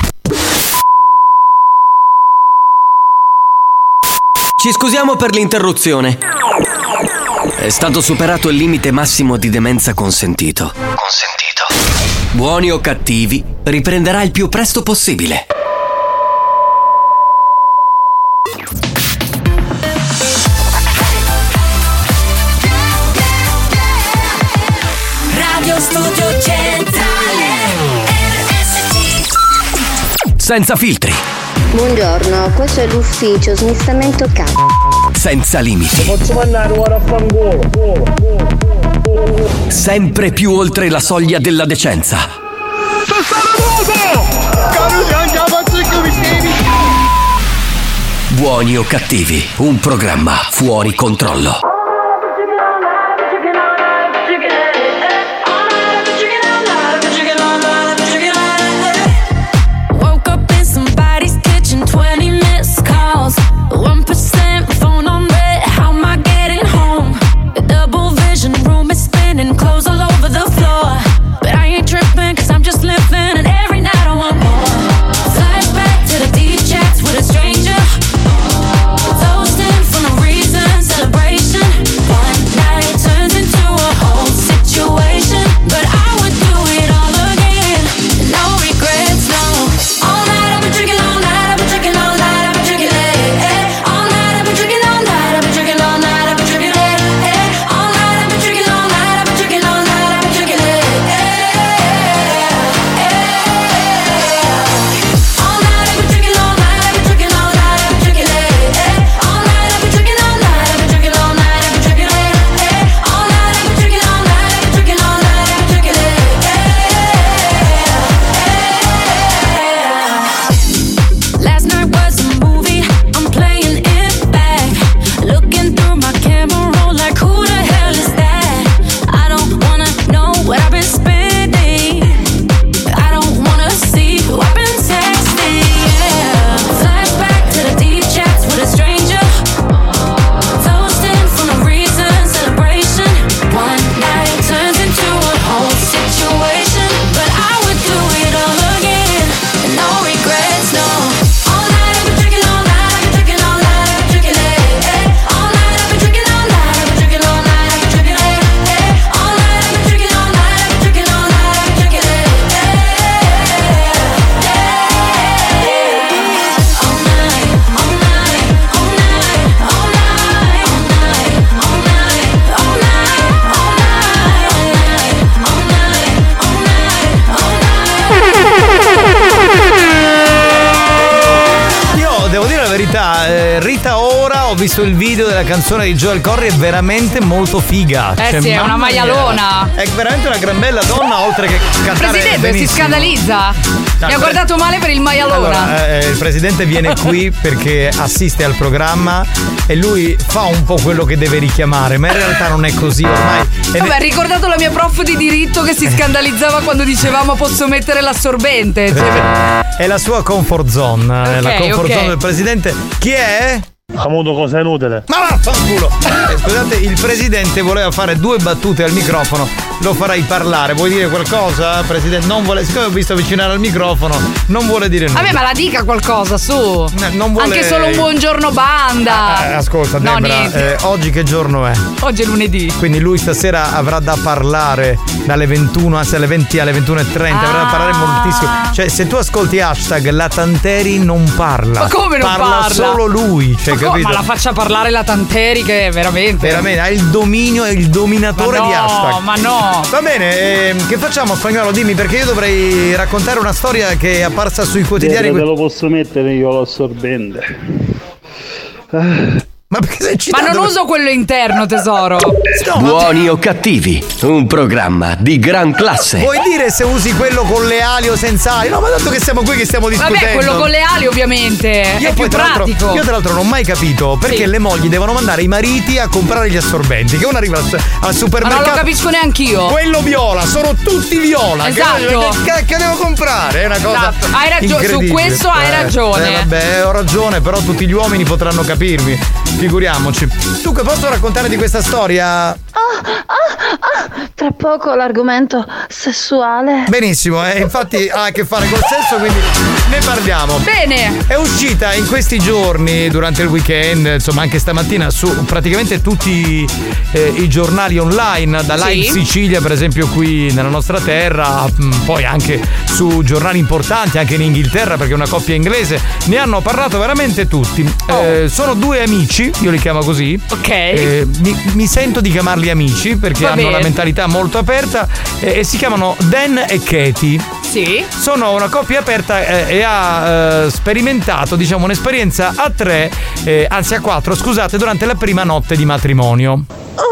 Ci scusiamo per l'interruzione. È stato superato il limite massimo di demenza consentito. Consentito. Buoni o Cattivi riprenderà il più presto possibile. Radio Studio Centrale R S C. Senza filtri, Buongiorno, questo è l'ufficio smistamento capo. senza limiti, Posso mandare ora a fangolo. sempre più oltre la soglia della decenza. Buoni o Cattivi, un programma fuori controllo. Woke up in somebody's kitchen, twenty missed calls, one percent phone on red. How am I getting home? The double vision room is spinning, clothes all over the floor. But I ain't tripping, cause I'm just living, and every night I want more. Flashback to the deep chats with a stranger. Toasting for no reason, celebration. visto il video della canzone di Joel Corry, è veramente molto figa. Eh cioè, sì, è una maialona. È veramente una gran bella donna, oltre che cantare Presidente, benissimo. si scandalizza. No, Mi ha guardato male per il maialona. Allora, eh, il presidente viene qui perché assiste al programma e lui fa un po' quello che deve richiamare, ma in realtà non è così ormai. Vabbè, ha ricordato la mia prof di diritto che si scandalizzava quando dicevamo posso mettere l'assorbente. Cioè... È la sua comfort zone, Okay, è la comfort ok. zone del presidente. Chi è? Avuto cosa inutile. Ma vaffanculo! Eh, scusate, il presidente voleva fare due battute al microfono, lo farai parlare. Vuoi dire qualcosa, presidente? Non vuole, siccome ho visto avvicinare al microfono, non vuole dire nulla. Vabbè, ma la dica qualcosa, su. non vuole- Anche solo un buongiorno banda. Eh, ascolta, No, Debra, niente. eh, oggi che giorno è? Oggi è lunedì. Quindi lui stasera avrà da parlare dalle ventuno, anzi alle venti alle ventuno e trenta, avrà da parlare moltissimo. Cioè, se tu ascolti hashtag la Tanteri non parla. Ma come non parla? solo lui, cioè, Ma, co- capito? ma la faccia parlare la Tanteri che è veramente. Veramente, ha il dominio, è il dominatore Ma no, di hashtag. ma no. Va bene, ehm, che facciamo, Spagnolo? Dimmi, perché io dovrei raccontare una storia che è apparsa sui quotidiani. Te lo posso mettere io l'assorbente. Ma perché sei Ma non uso quello interno, tesoro. Buoni o cattivi, un programma di gran classe. Vuoi dire se usi quello con le ali o senza ali? No, ma tanto che siamo qui che stiamo discutendo. Vabbè, quello con le ali ovviamente Io è poi, più tra l'altro, pratico. io tra l'altro non ho mai capito perché Sì. le mogli devono mandare i mariti a comprare gli assorbenti. Che uno arriva al, al Ma supermercato. non lo capisco neanch'io. Quello viola, sono tutti viola. Esatto. Che, che cacchio devo comprare? È una cosa. Esatto. Hai ragio- su incredibile. questo hai Eh, ragione. eh, vabbè, ho ragione, però tutti gli uomini potranno capirmi. Figuriamoci. Dunque, posso raccontare di questa storia? Ah, ah, ah, tra poco l'argomento sessuale. Benissimo, eh, infatti ha a che fare col sesso, quindi ne parliamo. Bene. È uscita in questi giorni, durante il weekend, insomma anche stamattina, su praticamente tutti eh, i giornali online, da Live Sì. Sicilia per esempio qui nella nostra terra, mh, poi anche su giornali importanti, anche in Inghilterra perché è una coppia inglese, ne hanno parlato veramente tutti. Eh, sono due amici, io li chiamo così. Ok. Eh, mi, mi sento di chiamarli amici perché Va hanno bene. la mentalità molto aperta eh, e si chiamano Dan e Katie. Sì. Sono una coppia aperta eh, e ha eh, sperimentato, diciamo, un'esperienza a tre, eh, anzi a quattro, scusate, durante la prima notte di matrimonio.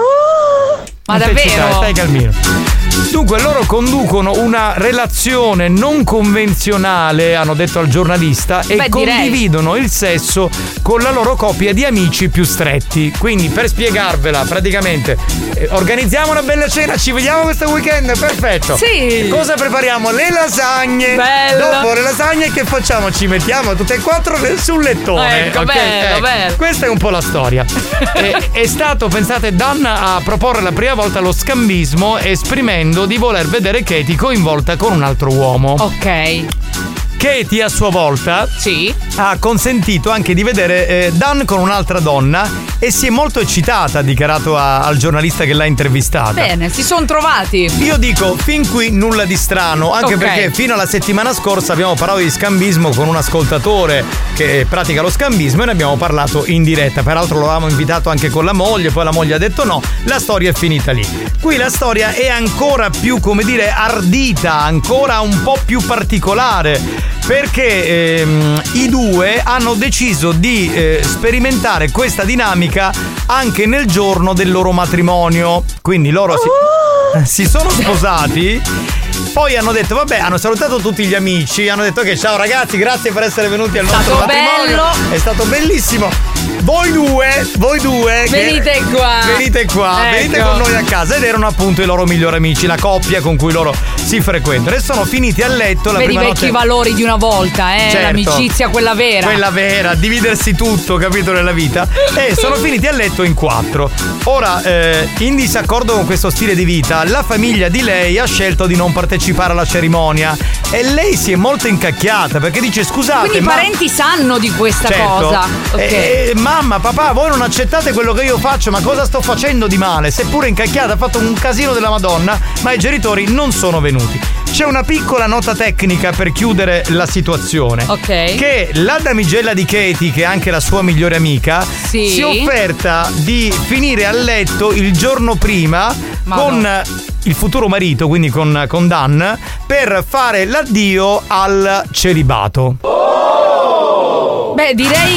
Ma Non davvero? t'eccitare, stai calmino. Dunque loro conducono una relazione non convenzionale, hanno detto al giornalista, e Beh, direi. condividono il sesso con la loro coppia di amici più stretti. Quindi per spiegarvela, praticamente eh, organizziamo una bella cena, ci vediamo questo weekend, perfetto. Sì. Cosa prepariamo? Le lasagne. Bello. Dopo le lasagne che facciamo? Ci mettiamo tutte e quattro sul lettone. Ecco, ok? bello, Ecco. bello. Questa è un po' la storia. è, è stato, pensate, Dan a proporre la prima volta lo scambismo esprimendo di voler vedere Katie coinvolta con un altro uomo. Ok. Katie a sua volta sì. ha consentito anche di vedere eh, Dan con un'altra donna e si è molto eccitata, ha dichiarato a, al giornalista che l'ha intervistata. Bene, si sono trovati. Io dico, fin qui nulla di strano, anche Ok. perché fino alla settimana scorsa abbiamo parlato di scambismo con un ascoltatore che pratica lo scambismo e ne abbiamo parlato in diretta. Peraltro lo avevamo invitato anche con la moglie, poi la moglie ha detto no, la storia è finita lì. Qui la storia è ancora più, come dire, ardita, ancora un po' più particolare. Perché ehm, i due hanno deciso di eh, sperimentare questa dinamica anche nel giorno del loro matrimonio. Quindi loro si, si sono sposati. Poi hanno detto, vabbè, hanno salutato tutti gli amici, hanno detto che ciao ragazzi, grazie per essere venuti al nostro stato matrimonio. bello. È stato bellissimo. Voi due, voi due che- Venite qua. Venite qua, Ecco. venite con noi a casa. Ed erano appunto i loro migliori amici, la coppia con cui loro si frequentano. E sono finiti a letto la Vedi i prima vecchi notte. valori di una volta, eh? Certo. L'amicizia, quella vera. Quella vera, dividersi tutto, capito, nella vita. E sono finiti a letto in quattro. Ora, eh, in disaccordo con questo stile di vita, la famiglia di lei ha scelto di non partecipare alla cerimonia. E lei si è molto incacchiata perché dice, scusate, Quindi i ma... parenti sanno di questa Certo. cosa. Ok. Eh, eh, mamma, papà, voi non accettate quello che io faccio, ma cosa sto facendo di male? Seppure incacchiata, ha fatto un casino della Madonna, ma i genitori non sono venuti. C'è una piccola nota tecnica per chiudere la situazione. Ok. Che la damigella di Katie, che è anche la sua migliore amica, Sì. si è offerta di finire a letto il giorno prima Ma con no. il futuro marito, quindi con, con Dan, per fare l'addio al celibato. Beh, direi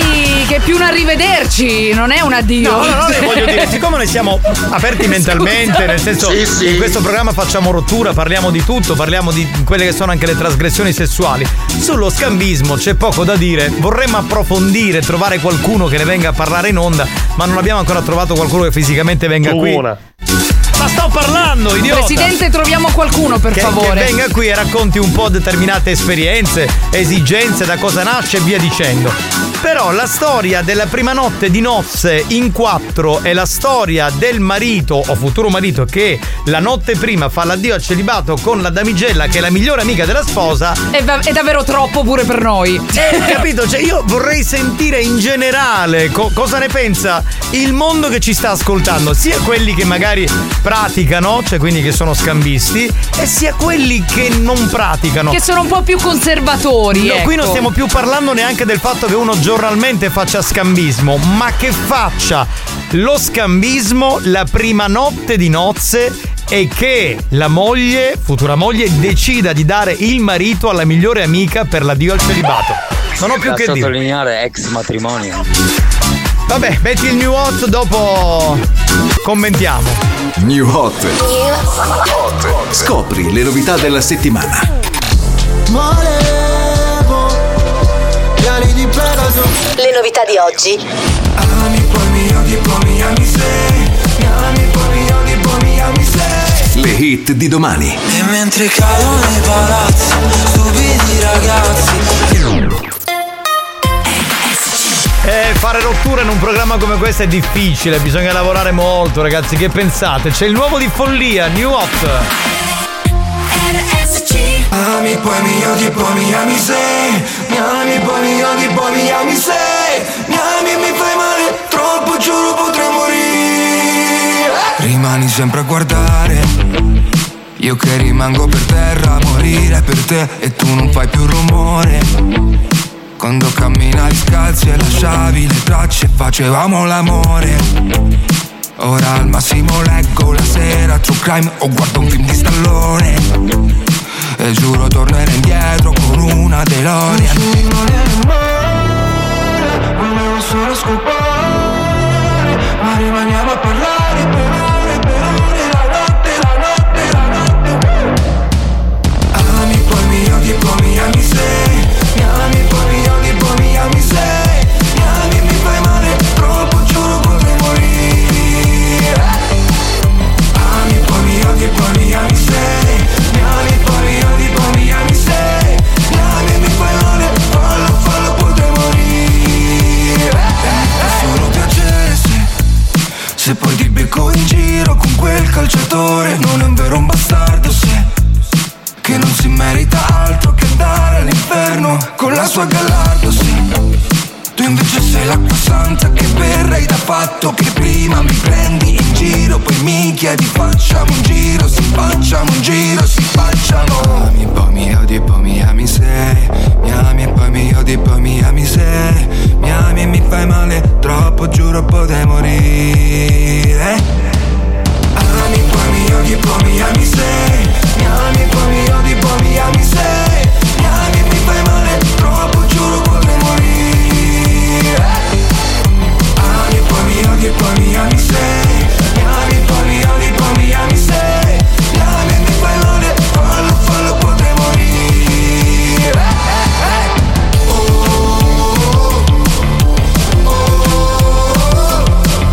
che è più un arrivederci, non è un addio. No, no, no, voglio dire, siccome noi siamo aperti mentalmente, Scusa. nel senso Sì, sì. in questo programma facciamo rottura, parliamo di tutto, parliamo di quelle che sono anche le trasgressioni sessuali. Sullo scambismo c'è poco da dire, vorremmo approfondire, trovare qualcuno che ne venga a parlare in onda, ma non abbiamo ancora trovato qualcuno che fisicamente venga qui. Ma sto parlando, idiota! Presidente, troviamo qualcuno, per che, favore. Che venga qui e racconti un po' determinate esperienze, esigenze, da cosa nasce e via dicendo. Però la storia della prima notte di nozze in quattro e la storia del marito o futuro marito che la notte prima fa l'addio al celibato con la damigella che è la migliore amica della sposa È, va- è davvero troppo pure per noi. Eh, capito? Cioè io vorrei sentire in generale co- cosa ne pensa il mondo che ci sta ascoltando, sia quelli che magari praticano, cioè quindi che sono scambisti, e sia quelli che non praticano. Che sono un po' più conservatori. No, ecco. qui non stiamo più parlando neanche del fatto che uno giornalmente faccia scambismo, ma che faccia lo scambismo la prima notte di nozze e che la moglie, futura moglie, decida di dare il marito alla migliore amica per l'addio al celibato. Non ho più da che dire. sottolineare ex matrimonio. Vabbè, metti il new hot, dopo commentiamo. New Hot. Scopri le novità della settimana. Le novità di oggi. Le hit di domani. E mentre cadono nei palazzi, stupidi ragazzi. Eh, fare rottura in un programma come questo è difficile, bisogna lavorare molto, ragazzi. Che pensate? C'è il nuovo di Follia, New Hot. Ami poi mi odi, poi mi ami sei. Mi ami poi mi odi, poi mi ami sei. Mi ami e mi fai male, troppo giuro potrei morire. Rimani sempre a guardare, io che rimango per terra a morire per te e tu non fai più rumore. Quando camminavi scalzi e lasciavi le tracce facevamo l'amore. Ora al massimo leggo la sera True Crime o guardo un film di Stallone. E giuro tornerò indietro con una DeLorean. Volevo solo scopare, ma rimaniamo a parlare per ore, per ore, la notte, la notte, la notte. Ami poi mi odi, poi mi ami sei. Mi ami poi mi odi, poi mi ami sei. Mi ami e mi fai male, troppo giuro potrei morire. Ami poi mi odi, poi mi ami sei. Mi ami poi mi odi, poi mi ami sei. Mi ami e mi fai male, fallo, fallo, potrei morire. È solo piacere se, se poi ti becco in giro con quel calciatore. Non è un vero un bastardo se, che non si merita altro che andare all'inferno con la sua Gallardo, sì. Tu invece sei l'acqua santa che berrei da fatto, che prima mi prendi in giro, poi mi chiedi facciamo un giro, sì, facciamo un giro, sì, facciamo. Ami, poi mi odi, poi mi ami sei. Mi ami e poi mi odi, poi mi ami sei. Mi ami e mi fai male, troppo giuro potrei morire. Ami, poi mi odi, poi mi ami sei. Mi ami, poi mi odi, poi mi ami sei. Mi ami e mi fai male, troppo giuro potrei morire. Ami, poi mi odi, poi mi ami sei. Mi ami, poi mi odi, poi mi ami sei. Mi ami e mi fai male, fallo, fallo, potrei morire. Oh, oh, oh, oh,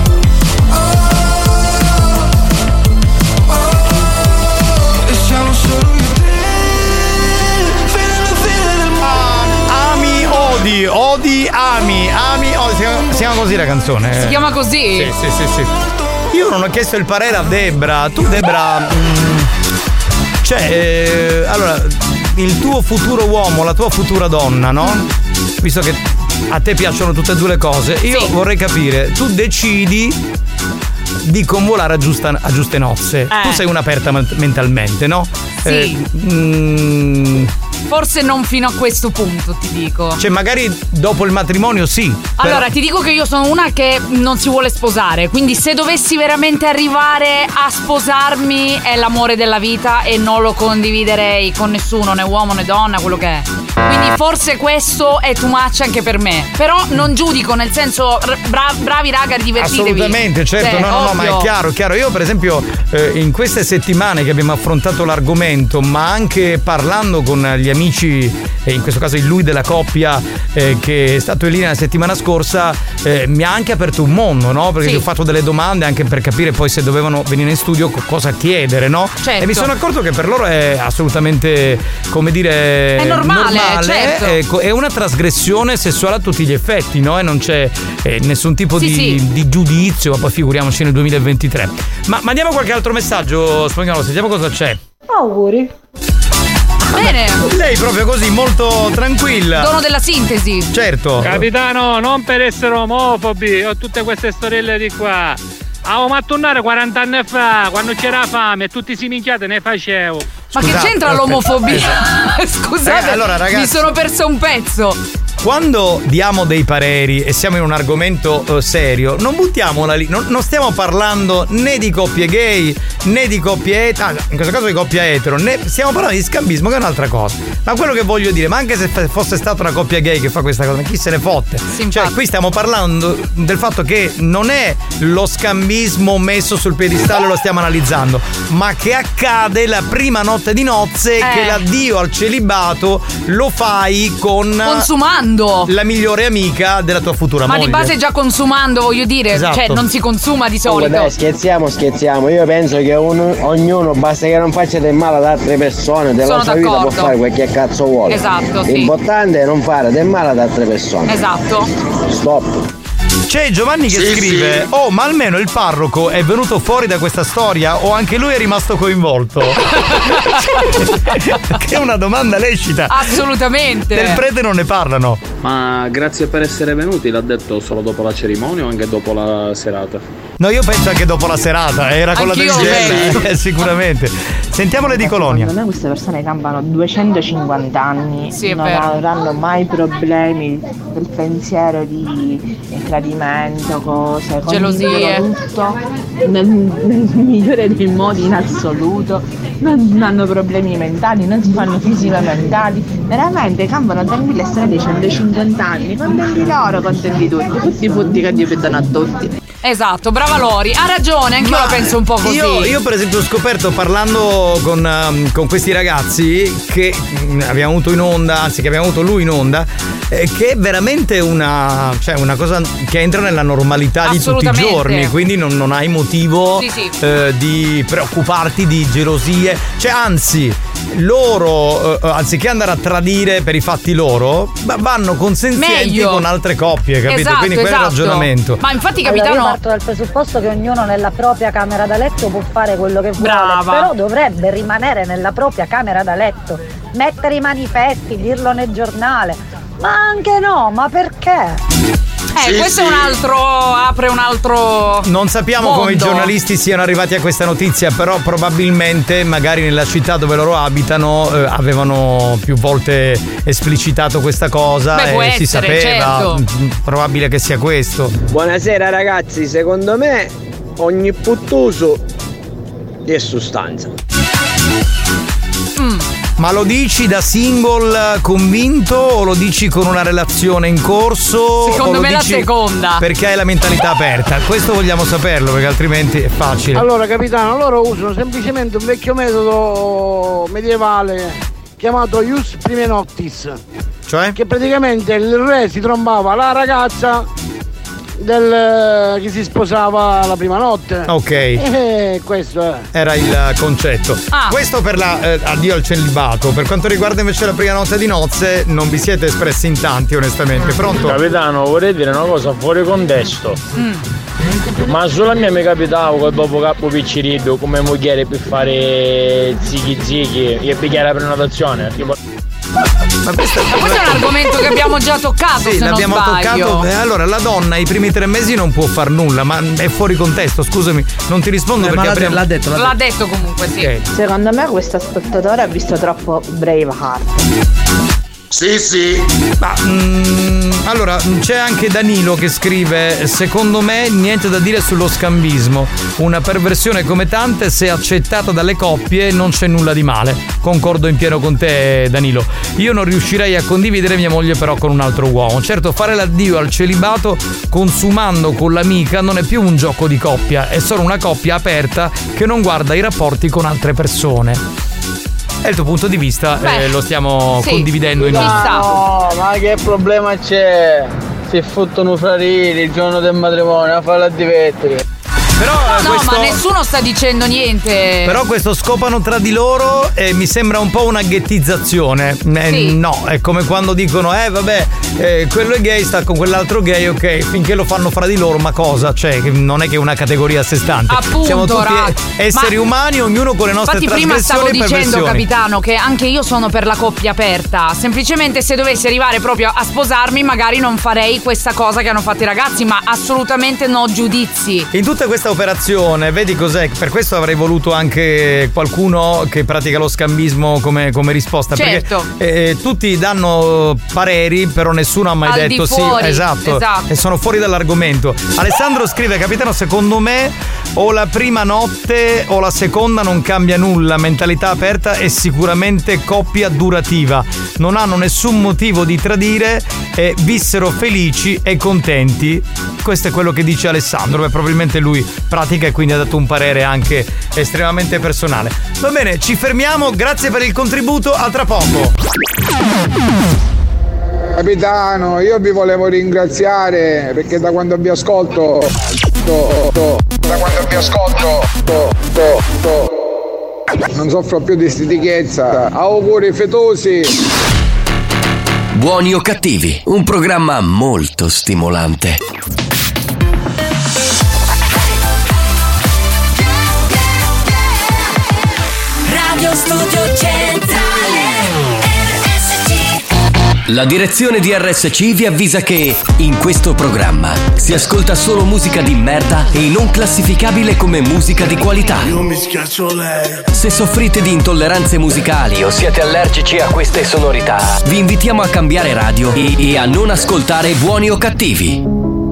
oh. E siamo solo io e te, fino alla fine del mondo. Ami, odi, odi, ami, ami, odi. Si chiama, si chiama così la canzone. Si chiama così? Sì, sì, sì, sì. Io non ho chiesto il parere a Debra. Tu, Debra. mm, cioè, eh, allora, il tuo futuro uomo, la tua futura donna, no? Visto che a te piacciono tutte e due le cose, io vorrei capire, tu decidi di convolare a, giusta, a giuste nozze. Eh. Tu sei un'aperta men- mentalmente, no? Sì. Eh, mm, forse non fino a questo punto, ti dico. Cioè magari dopo il matrimonio sì. Allora però... ti dico che io sono una che non si vuole sposare, quindi se dovessi veramente arrivare a sposarmi è l'amore della vita e non lo condividerei con nessuno, né uomo né donna, quello che è. Quindi forse questo è too much anche per me. Però non giudico, nel senso bra- bravi raga, divertitevi. Assolutamente, certo, cioè, no, no, no, ma è chiaro, chiaro. Io per esempio eh, in queste settimane che abbiamo affrontato l'argomento, ma anche parlando con gli amici, e in questo caso il lui della coppia eh, che è stato in linea la settimana scorsa, eh, mi ha anche aperto un mondo, no? Perché sì. gli ho fatto delle domande anche per capire poi se dovevano venire in studio cosa chiedere, no? Certo. E mi sono accorto che per loro è assolutamente, come dire, è normale, normale certo. È, è una trasgressione sessuale a tutti gli effetti, no? E non c'è eh, nessun tipo sì, di, sì. di giudizio, ma poi figuriamoci nel duemilaventitré. Ma mandiamo qualche altro messaggio, Spagnolo, sentiamo cosa c'è. Auguri. Bene. Lei proprio così, molto tranquilla. Dono della sintesi. Certo. Capitano, non per essere omofobi, ho tutte queste storielle di qua. Avevamo a tornare quaranta anni fa, quando c'era fame e tutti si minchiate ne facevo. Ma Scusate, che c'entra l'omofobia? Scusate, eh, allora, ragazzi, mi sono persa un pezzo. Quando diamo dei pareri e siamo in un argomento uh, serio, non buttiamola lì, non, non stiamo parlando né di coppie gay né di coppie etero, in questo caso di coppia etero, né stiamo parlando di scambismo, che è un'altra cosa. Ma quello che voglio dire, ma anche se fosse stata una coppia gay che fa questa cosa, chi se ne fotte? Sì, cioè, qui stiamo parlando del fatto che non è lo scambismo messo sul piedistallo, lo stiamo analizzando, ma che accade la prima notte di nozze, eh. che l'addio al celibato lo fai con consumando la migliore amica della tua futura ma moglie. Ma di base già consumando, voglio dire, esatto. Cioè non si consuma di solito. Oh, dai, scherziamo, scherziamo. Io penso che uno, ognuno basta che non faccia del male ad altre persone, della Sono sua d'accordo. vita può fare quel che cazzo vuole. Esatto, sì. L'importante è non fare del male ad altre persone. Esatto. Stop. C'è Giovanni che sì, scrive: sì. oh, ma almeno il parroco è venuto fuori da questa storia o anche lui è rimasto coinvolto? Che è una domanda lecita. Assolutamente. Del prete non ne parlano. Ma grazie per essere venuti, l'ha detto solo dopo la cerimonia o anche dopo la serata? No, io penso anche dopo la serata, era con Anch'io la dirigella, eh, sicuramente. Sentiamole di Colonia. Secondo me queste persone campano duecentocinquanta anni, sì, non vero. avranno mai problemi del pensiero di tradimento, cose, gelosie, tutto nel, nel migliore dei modi in assoluto, non hanno problemi mentali, non si fanno fisiche mentali, veramente campano tranquilli e strade dei centocinquanta anni, contenti loro, contenti tutti, tutti i futti che Dio vedono a tutti. Esatto, brava Lori, ha ragione, anch'io Ma la penso un po' così. Io, io per esempio ho scoperto parlando con, um, con questi ragazzi che um, abbiamo avuto in onda, anzi che abbiamo avuto lui in onda, eh, che è veramente una, cioè una cosa che entra nella normalità di tutti i giorni, quindi non, non hai motivo sì, sì. Eh, di preoccuparti di gelosie, cioè anzi loro eh, anziché andare a tradire per i fatti loro vanno consenzienti meglio con altre coppie, capito? Esatto, Quindi quello esatto. è il ragionamento. Ma infatti allora, capitano, io parto dal presupposto che ognuno nella propria camera da letto può fare quello che Brava. vuole, però dovrebbe rimanere nella propria camera da letto, mettere i manifesti, dirlo nel giornale, ma anche no, ma perché? Eh, sì, questo sì. è un altro, apre un altro Non sappiamo mondo. come i giornalisti siano arrivati a questa notizia, però probabilmente magari nella città dove loro abitano eh, avevano più volte esplicitato questa cosa. Beh, e può si essere, sapeva, certo. m- probabile che sia questo. Buonasera ragazzi, secondo me ogni puttuso è sostanza. Mm. Ma lo dici da single convinto o lo dici con una relazione in corso? Secondo o lo me la dici seconda. Perché hai la mentalità aperta. Questo vogliamo saperlo, perché altrimenti è facile. Allora capitano, loro usano semplicemente un vecchio metodo medievale chiamato ius prime noctis, cioè? Che praticamente il re si trombava la ragazza del che si sposava la prima notte. Ok. E questo è. Era il concetto. Ah. Questo per la eh, addio al celibato. Per quanto riguarda invece la prima notte di nozze, non vi siete espressi in tanti, onestamente. Pronto? Capitano, vorrei dire una cosa fuori contesto. Mm. Ma solo a me mi capitava che dopo capo piccirillo come moglie per fare zighi zighi e pigliare la prenotazione. Tipo... Ma questo, Ma questo è un argomento che abbiamo già toccato, sì, se l'abbiamo non sbaglio. toccato. Eh, allora, la donna i primi tre mesi non può far nulla, ma è fuori contesto, scusami, non ti rispondo Eh, ma perché l'ha, apriamo- l'ha detto, l'ha L'ha detto. detto comunque, sì. Ok. Secondo me questo ascoltatore ha visto troppo Braveheart. Sì, sì. Ma mm, allora c'è anche Danilo che scrive: secondo me niente da dire sullo scambismo. Una perversione come tante, se accettata dalle coppie, non c'è nulla di male. Concordo in pieno con te, Danilo. Io non riuscirei a condividere mia moglie però con un altro uomo. Certo, fare l'addio al celibato consumando con l'amica non è più un gioco di coppia, è solo una coppia aperta che non guarda i rapporti con altre persone. È il tuo punto di vista, Beh, eh, lo stiamo sì. condividendo in No, ma che problema c'è? Si fottono fra rili il giorno del matrimonio, a farla divertere. Però No, questo... ma nessuno sta dicendo niente. Però questo scopano tra di loro e mi sembra un po' una ghettizzazione. Eh, Sì. No, è come quando dicono eh vabbè, eh, quello è gay, sta con quell'altro gay, ok, finché lo fanno fra di loro, ma cosa? Cioè, che non è che è una categoria a sé stante. Appunto, Siamo tutti Ra- esseri ma- umani, ognuno con le nostre Infatti prima trasgressioni stavo e dicendo, perversioni. capitano, che anche io sono per la coppia aperta. Semplicemente se dovessi arrivare proprio a sposarmi, magari non farei questa cosa che hanno fatto i ragazzi, ma assolutamente no giudizi. In tutta questa operazione, vedi cos'è? Per questo avrei voluto anche qualcuno che pratica lo scambismo come, come risposta. Certo. Perché eh, tutti danno pareri, però nessuno ha mai Al detto di fuori, sì. Esatto. esatto. E sono fuori dall'argomento. Alessandro scrive: capitano, secondo me o la prima notte o la seconda non cambia nulla. Mentalità aperta e sicuramente coppia durativa. Non hanno nessun motivo di tradire e vissero felici e contenti. Questo è quello che dice Alessandro. Beh, probabilmente lui pratica e quindi ha dato un parere anche estremamente personale. Va bene, ci fermiamo. Grazie per il contributo. A tra poco. Capitano, io vi volevo ringraziare perché da quando vi ascolto to, to, da quando vi ascolto to, to, to, non soffro più di stitichezza. Auguri fetosi. Buoni o cattivi, un programma molto stimolante. Radio Studio Centrale R S C. La direzione di R S C vi avvisa che in questo programma si ascolta solo musica di merda e non classificabile come musica di qualità. Io mi schiaccio lei. Se soffrite di intolleranze musicali o siete allergici a queste sonorità, vi invitiamo a cambiare radio e, e a non ascoltare Buoni o Cattivi.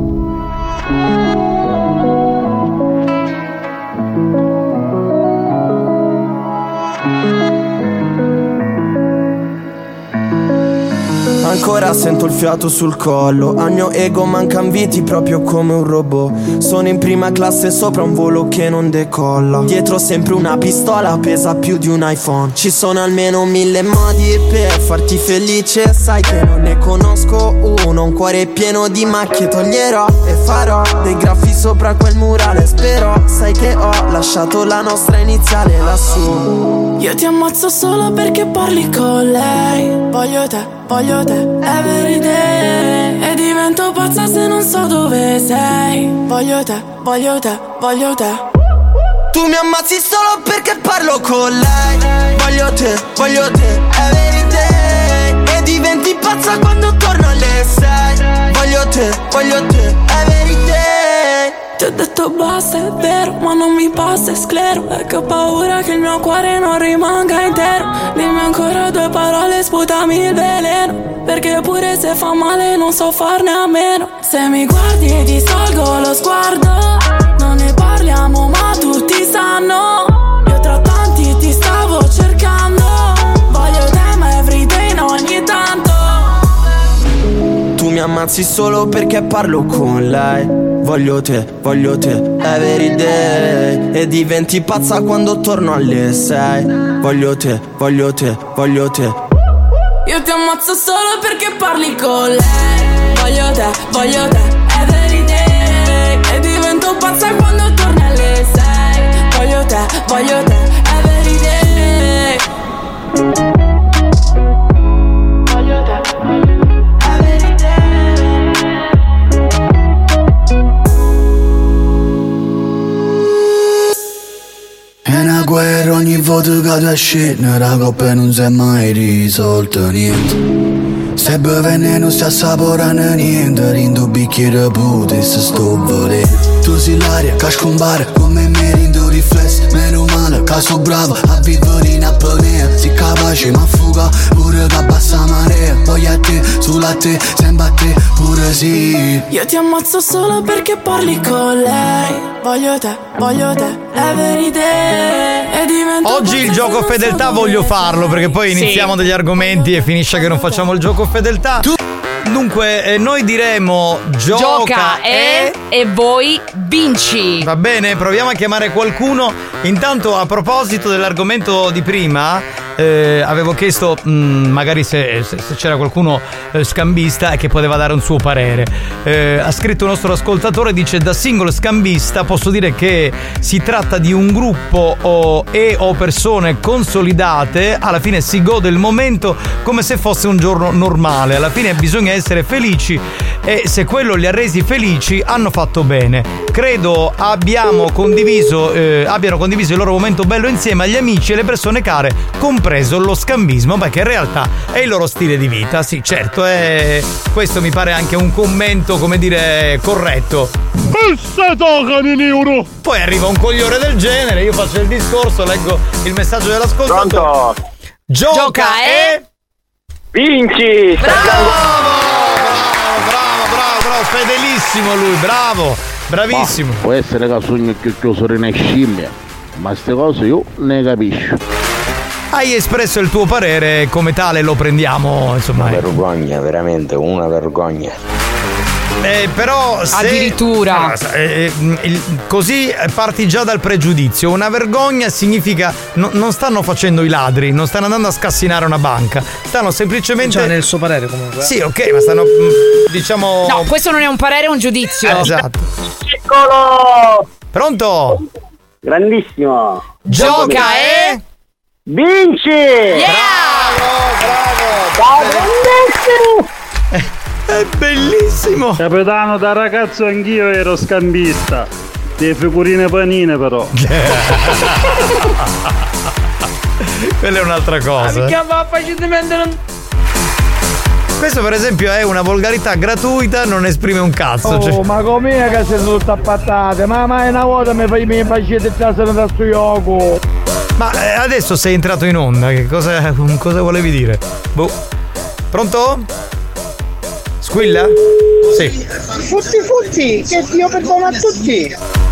Ancora sento il fiato sul collo, al mio ego mancan viti proprio come un robot. Sono in prima classe sopra un volo che non decolla. Dietro sempre una pistola, pesa più di un iPhone. Ci sono almeno mille modi per farti felice. Sai che non ne conosco uno, un cuore pieno di macchie. Toglierò e farò dei graffi sopra quel murale. Spero, sai che ho lasciato la nostra iniziale lassù. Io ti ammazzo solo perché parli con lei. Voglio te, voglio te, every day. E divento pazza se non so dove sei. Voglio te, voglio te, voglio te. Tu mi ammazzi solo perché parlo con lei. Voglio te, voglio te, every day. E diventi pazza quando torno alle sei. Voglio te, voglio te, every day. Ti ho detto basta, è vero, ma non mi passa, è sclero. E che ho paura che il mio cuore non rimanga intero. Dimmi ancora due parole, sputami il veleno. Perché pure se fa male non so farne a meno. Se mi guardi e ti salgo lo sguardo, non ne parliamo ma tutti sanno. Io tra tanti ti stavo cercando. Voglio te ma everyday in ogni tanto. Tu mi ammazzi solo perché parlo con lei. Voglio te, voglio te, every day. E diventi pazza quando torno alle sei. Voglio te, voglio te, voglio te. Io ti ammazzo solo perché parli con lei. Voglio te, voglio te, every day. E divento pazza quando torni alle sei. Voglio te, voglio te, every day. Voglio te, every day. And una guerra ogni volta che tu scende, la coppa non si è mai risolta niente. Se bevene non sta assaporando niente, rindo bicchiere pute se sto volendo. Tu sei l'aria che scompare come me rindo riflesso. Meno male che sono bravo a vivere in apnea. Si capace ma fuga pure che abbassa marea. Voglio a te, sulla te, sempre a te, pure sì. Io ti ammazzo solo perché parli con lei. Voglio te, voglio te, every day. E divento Oggi il gioco fedeltà voglio farlo, perché poi Sì. iniziamo degli argomenti e finisce che non facciamo il gioco fedeltà. Dunque, eh, noi diremo gioca, Gioca e e voi vinci. Va bene, proviamo a chiamare qualcuno. Intanto, a proposito dell'argomento di prima, eh, avevo chiesto mh, magari se, se, se c'era qualcuno eh, scambista e che poteva dare un suo parere. Eh, ha scritto un nostro ascoltatore, dice: da single scambista posso dire che si tratta di un gruppo o, e o persone consolidate. Alla fine si gode il momento come se fosse un giorno normale. Alla fine bisogna essere felici e se quello li ha resi felici hanno fatto bene. Credo abbiamo condiviso eh, abbiano condiviso il loro momento bello insieme agli amici e le persone care, compreso lo scambismo, perché in realtà è il loro stile di vita. Sì, certo, è questo mi pare anche un commento, come dire, corretto. Poi arriva un coglione del genere, io faccio il discorso, leggo il messaggio dell'ascoltatore. Pronto? Gioca, Gioca e vinci! Bravo, bravo, bravo, bravo, fedelissimo lui, bravo, bravissimo. Ma può essere che sogno che chiuso in scimmia, ma queste cose io ne capisco. Hai espresso il tuo parere, come tale lo prendiamo, insomma. Una vergogna, veramente una vergogna. Eh, però se, addirittura eh, il, così parti già dal pregiudizio. Una vergogna significa no, non stanno facendo i ladri, non stanno andando a scassinare una banca, stanno semplicemente, cioè nel suo parere comunque. Sì, ok, ma stanno, diciamo, no, questo non è un parere, è un giudizio. Eh, esatto. Eccolo! Pronto? Grandissimo! Gioca e vinci! Yeah! Bravo, bravo! È bellissimo! Capitano, da ragazzo anch'io ero scambista. Delle figurine panine però. Quella è un'altra cosa. Questo per esempio è una volgarità gratuita, non esprime un cazzo. Oh, cioè. ma com'è che siete tutte appattate? Ma mai una volta mi fai mi facete trasere da sto gioco? Ma eh, adesso sei entrato in onda, che cosa, cosa volevi dire? Boh. Pronto? Squilla? Sì. Futti futti, che Dio perdona a tutti.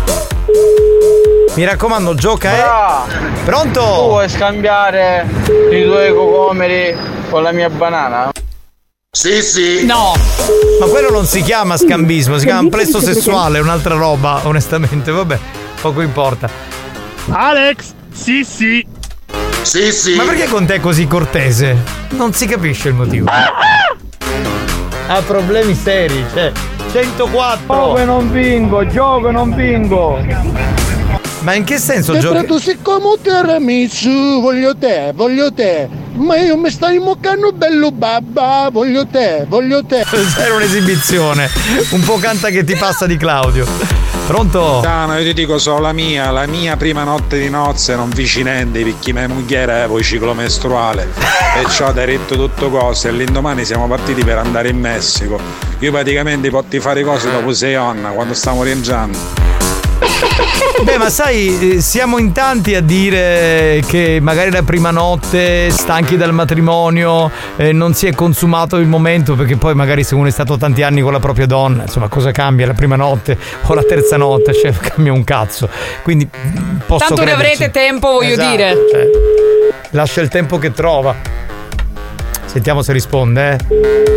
Mi raccomando, gioca e pronto? Tu vuoi scambiare i tuoi cocomeri con la mia banana? Sì, sì. No. Ma quello non si chiama scambismo, si chiama amplesso sessuale, è un'altra roba, onestamente, vabbè, poco importa. Alex, sì sì. Sì, sì. Ma perché con te è così cortese? Non si capisce il motivo. Ha problemi seri, cioè centoquattro. Gioco e non vinco, gioco e non vinco. Ma in che senso giochi? Tu siccome tiramisù, voglio te, voglio te. Ma io mi stai moccando bello babba, voglio te, voglio te. Era un'esibizione. Un po' canta che ti passa di Claudio. Pronto? No, io ti dico solo la mia, la mia prima notte di nozze non vicinente perché mia moglie avevo ciclo mestruale e ciò ha detto tutto cose e l'indomani siamo partiti per andare in Messico. Io praticamente potti fare cose dopo sei anni quando stavo rientrando. Beh, ma sai, siamo in tanti a dire che magari la prima notte, stanchi dal matrimonio, eh, non si è consumato il momento, perché poi magari se uno è stato tanti anni con la propria donna, insomma, cosa cambia la prima notte o la terza notte? Cioè, cambia un cazzo. Quindi posso tanto ne crederci. avrete tempo, voglio Esatto, dire. Cioè, lascia il tempo che trova. Sentiamo se risponde, eh.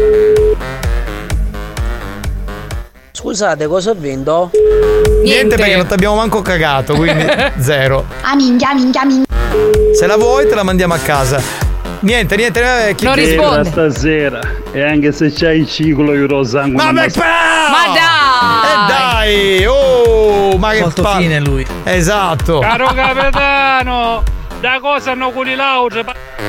Scusate, cosa ho vinto? Niente, Niente. perché non ti abbiamo manco cagato, quindi zero. Ah, minchia, minchia, minchia. Se la vuoi te la mandiamo a casa. Niente, niente, eh, chi Non Era risponde. stasera. E anche se c'hai il ciclo io lo sangue. Ma non beh, so- Ma dai! Eh dai! Oh, ma che Molto fa- fine lui. Esatto. Caro capitano, da cosa hanno quelli lauge?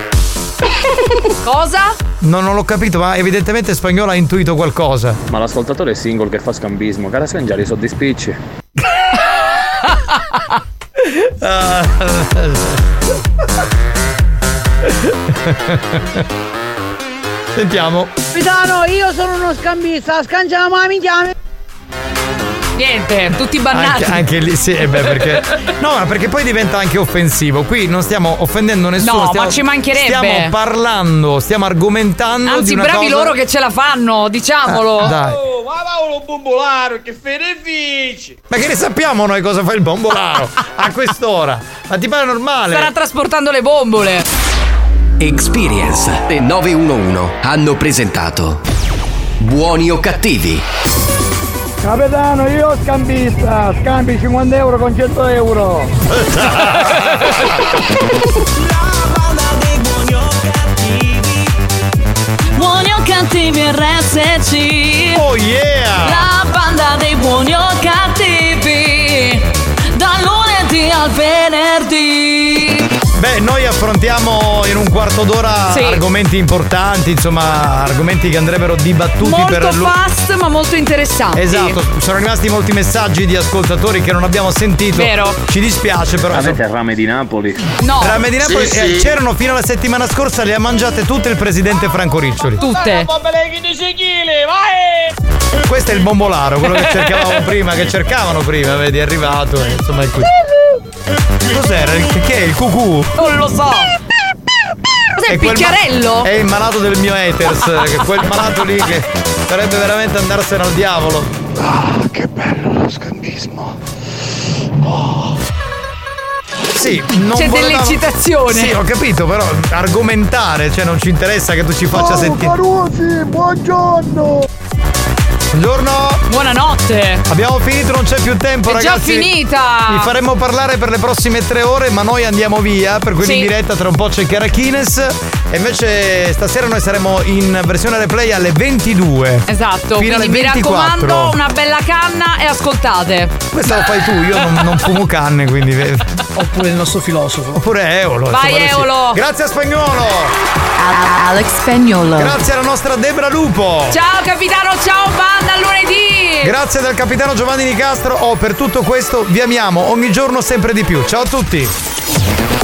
Cosa? No, non l'ho capito, ma evidentemente Spagnolo ha intuito qualcosa. Ma l'ascoltatore è single che fa scambismo, cara Svengiari, sono di spicci. Sentiamo. Capitano, io sono uno scambista, scanciamo la minchia. Niente, tutti bannati. Anche, anche lì sì, eh beh, perché no, ma perché poi diventa anche offensivo. Qui non stiamo offendendo nessuno. No, stiamo, ma ci mancherebbe. Stiamo parlando, stiamo argomentando. Anzi, di una bravi cosa... loro che ce la fanno, diciamolo. Ah, dai. Oh, ma Paolo Bombolaro, che fenefici! Ma che ne sappiamo noi cosa fa il bombolaro a quest'ora? Ma ti pare normale? Starà trasportando le bombole. Experience e nove uno uno hanno presentato Buoni o cattivi? Capitano, io scambista, scambi cinquanta euro con cento euro. Buoni o cattivi R S C. Oh yeah! La banda dei buoni o cattivi. Dal lunedì al venerdì. Beh, noi affrontiamo in un quarto d'ora Sì. argomenti importanti, insomma, argomenti che andrebbero dibattuti Molto per lu- fast, ma molto interessanti. Esatto, sono rimasti molti messaggi di ascoltatori che non abbiamo sentito. Vero. Ci dispiace, però. Avete il rame di Napoli? No. Rame di Napoli Sì, eh, sì. c'erano fino alla settimana scorsa, le ha mangiate tutte il presidente Franco Riccioli. Tutte. Vai! Questo è il bombolaro, quello che cercavamo prima, che cercavano prima, vedi, è arrivato, e insomma è qui. Cos'era? Il- Che è il cucù? Non lo so. Cos'è il quel ma- picchiarello? È il malato del mio haters, che è quel malato lì che dovrebbe veramente andarsene al diavolo. Ah, che bello lo scambismo. Oh. Sì, non C'è volevamo- dell'eccitazione. Sì, ho capito, però argomentare, cioè non ci interessa che tu ci faccia sentire. Carusi, buongiorno. Buongiorno. Buonanotte. Abbiamo finito, non c'è più tempo, È già ragazzi. finita. Vi faremo parlare per le prossime tre ore, ma noi andiamo via, per quelli Sì. in diretta tra un po' c'è Chiara Kines. E invece stasera noi saremo in versione replay alle ventidue. Esatto, Fino alle quindi mi ventiquattro. raccomando, una bella canna e ascoltate. Questo lo fai tu, io non, non fumo canne, quindi. Oppure il nostro filosofo. Oppure Eolo. Vai, insomma, Eolo. sì. Grazie a Spagnolo. Alex Spagnolo. Grazie alla nostra Debra Lupo. Ciao capitano, ciao banda, a lunedì. Grazie dal capitano Giovanni Nicastro. Oh, per tutto questo vi amiamo ogni giorno sempre di più. Ciao a tutti.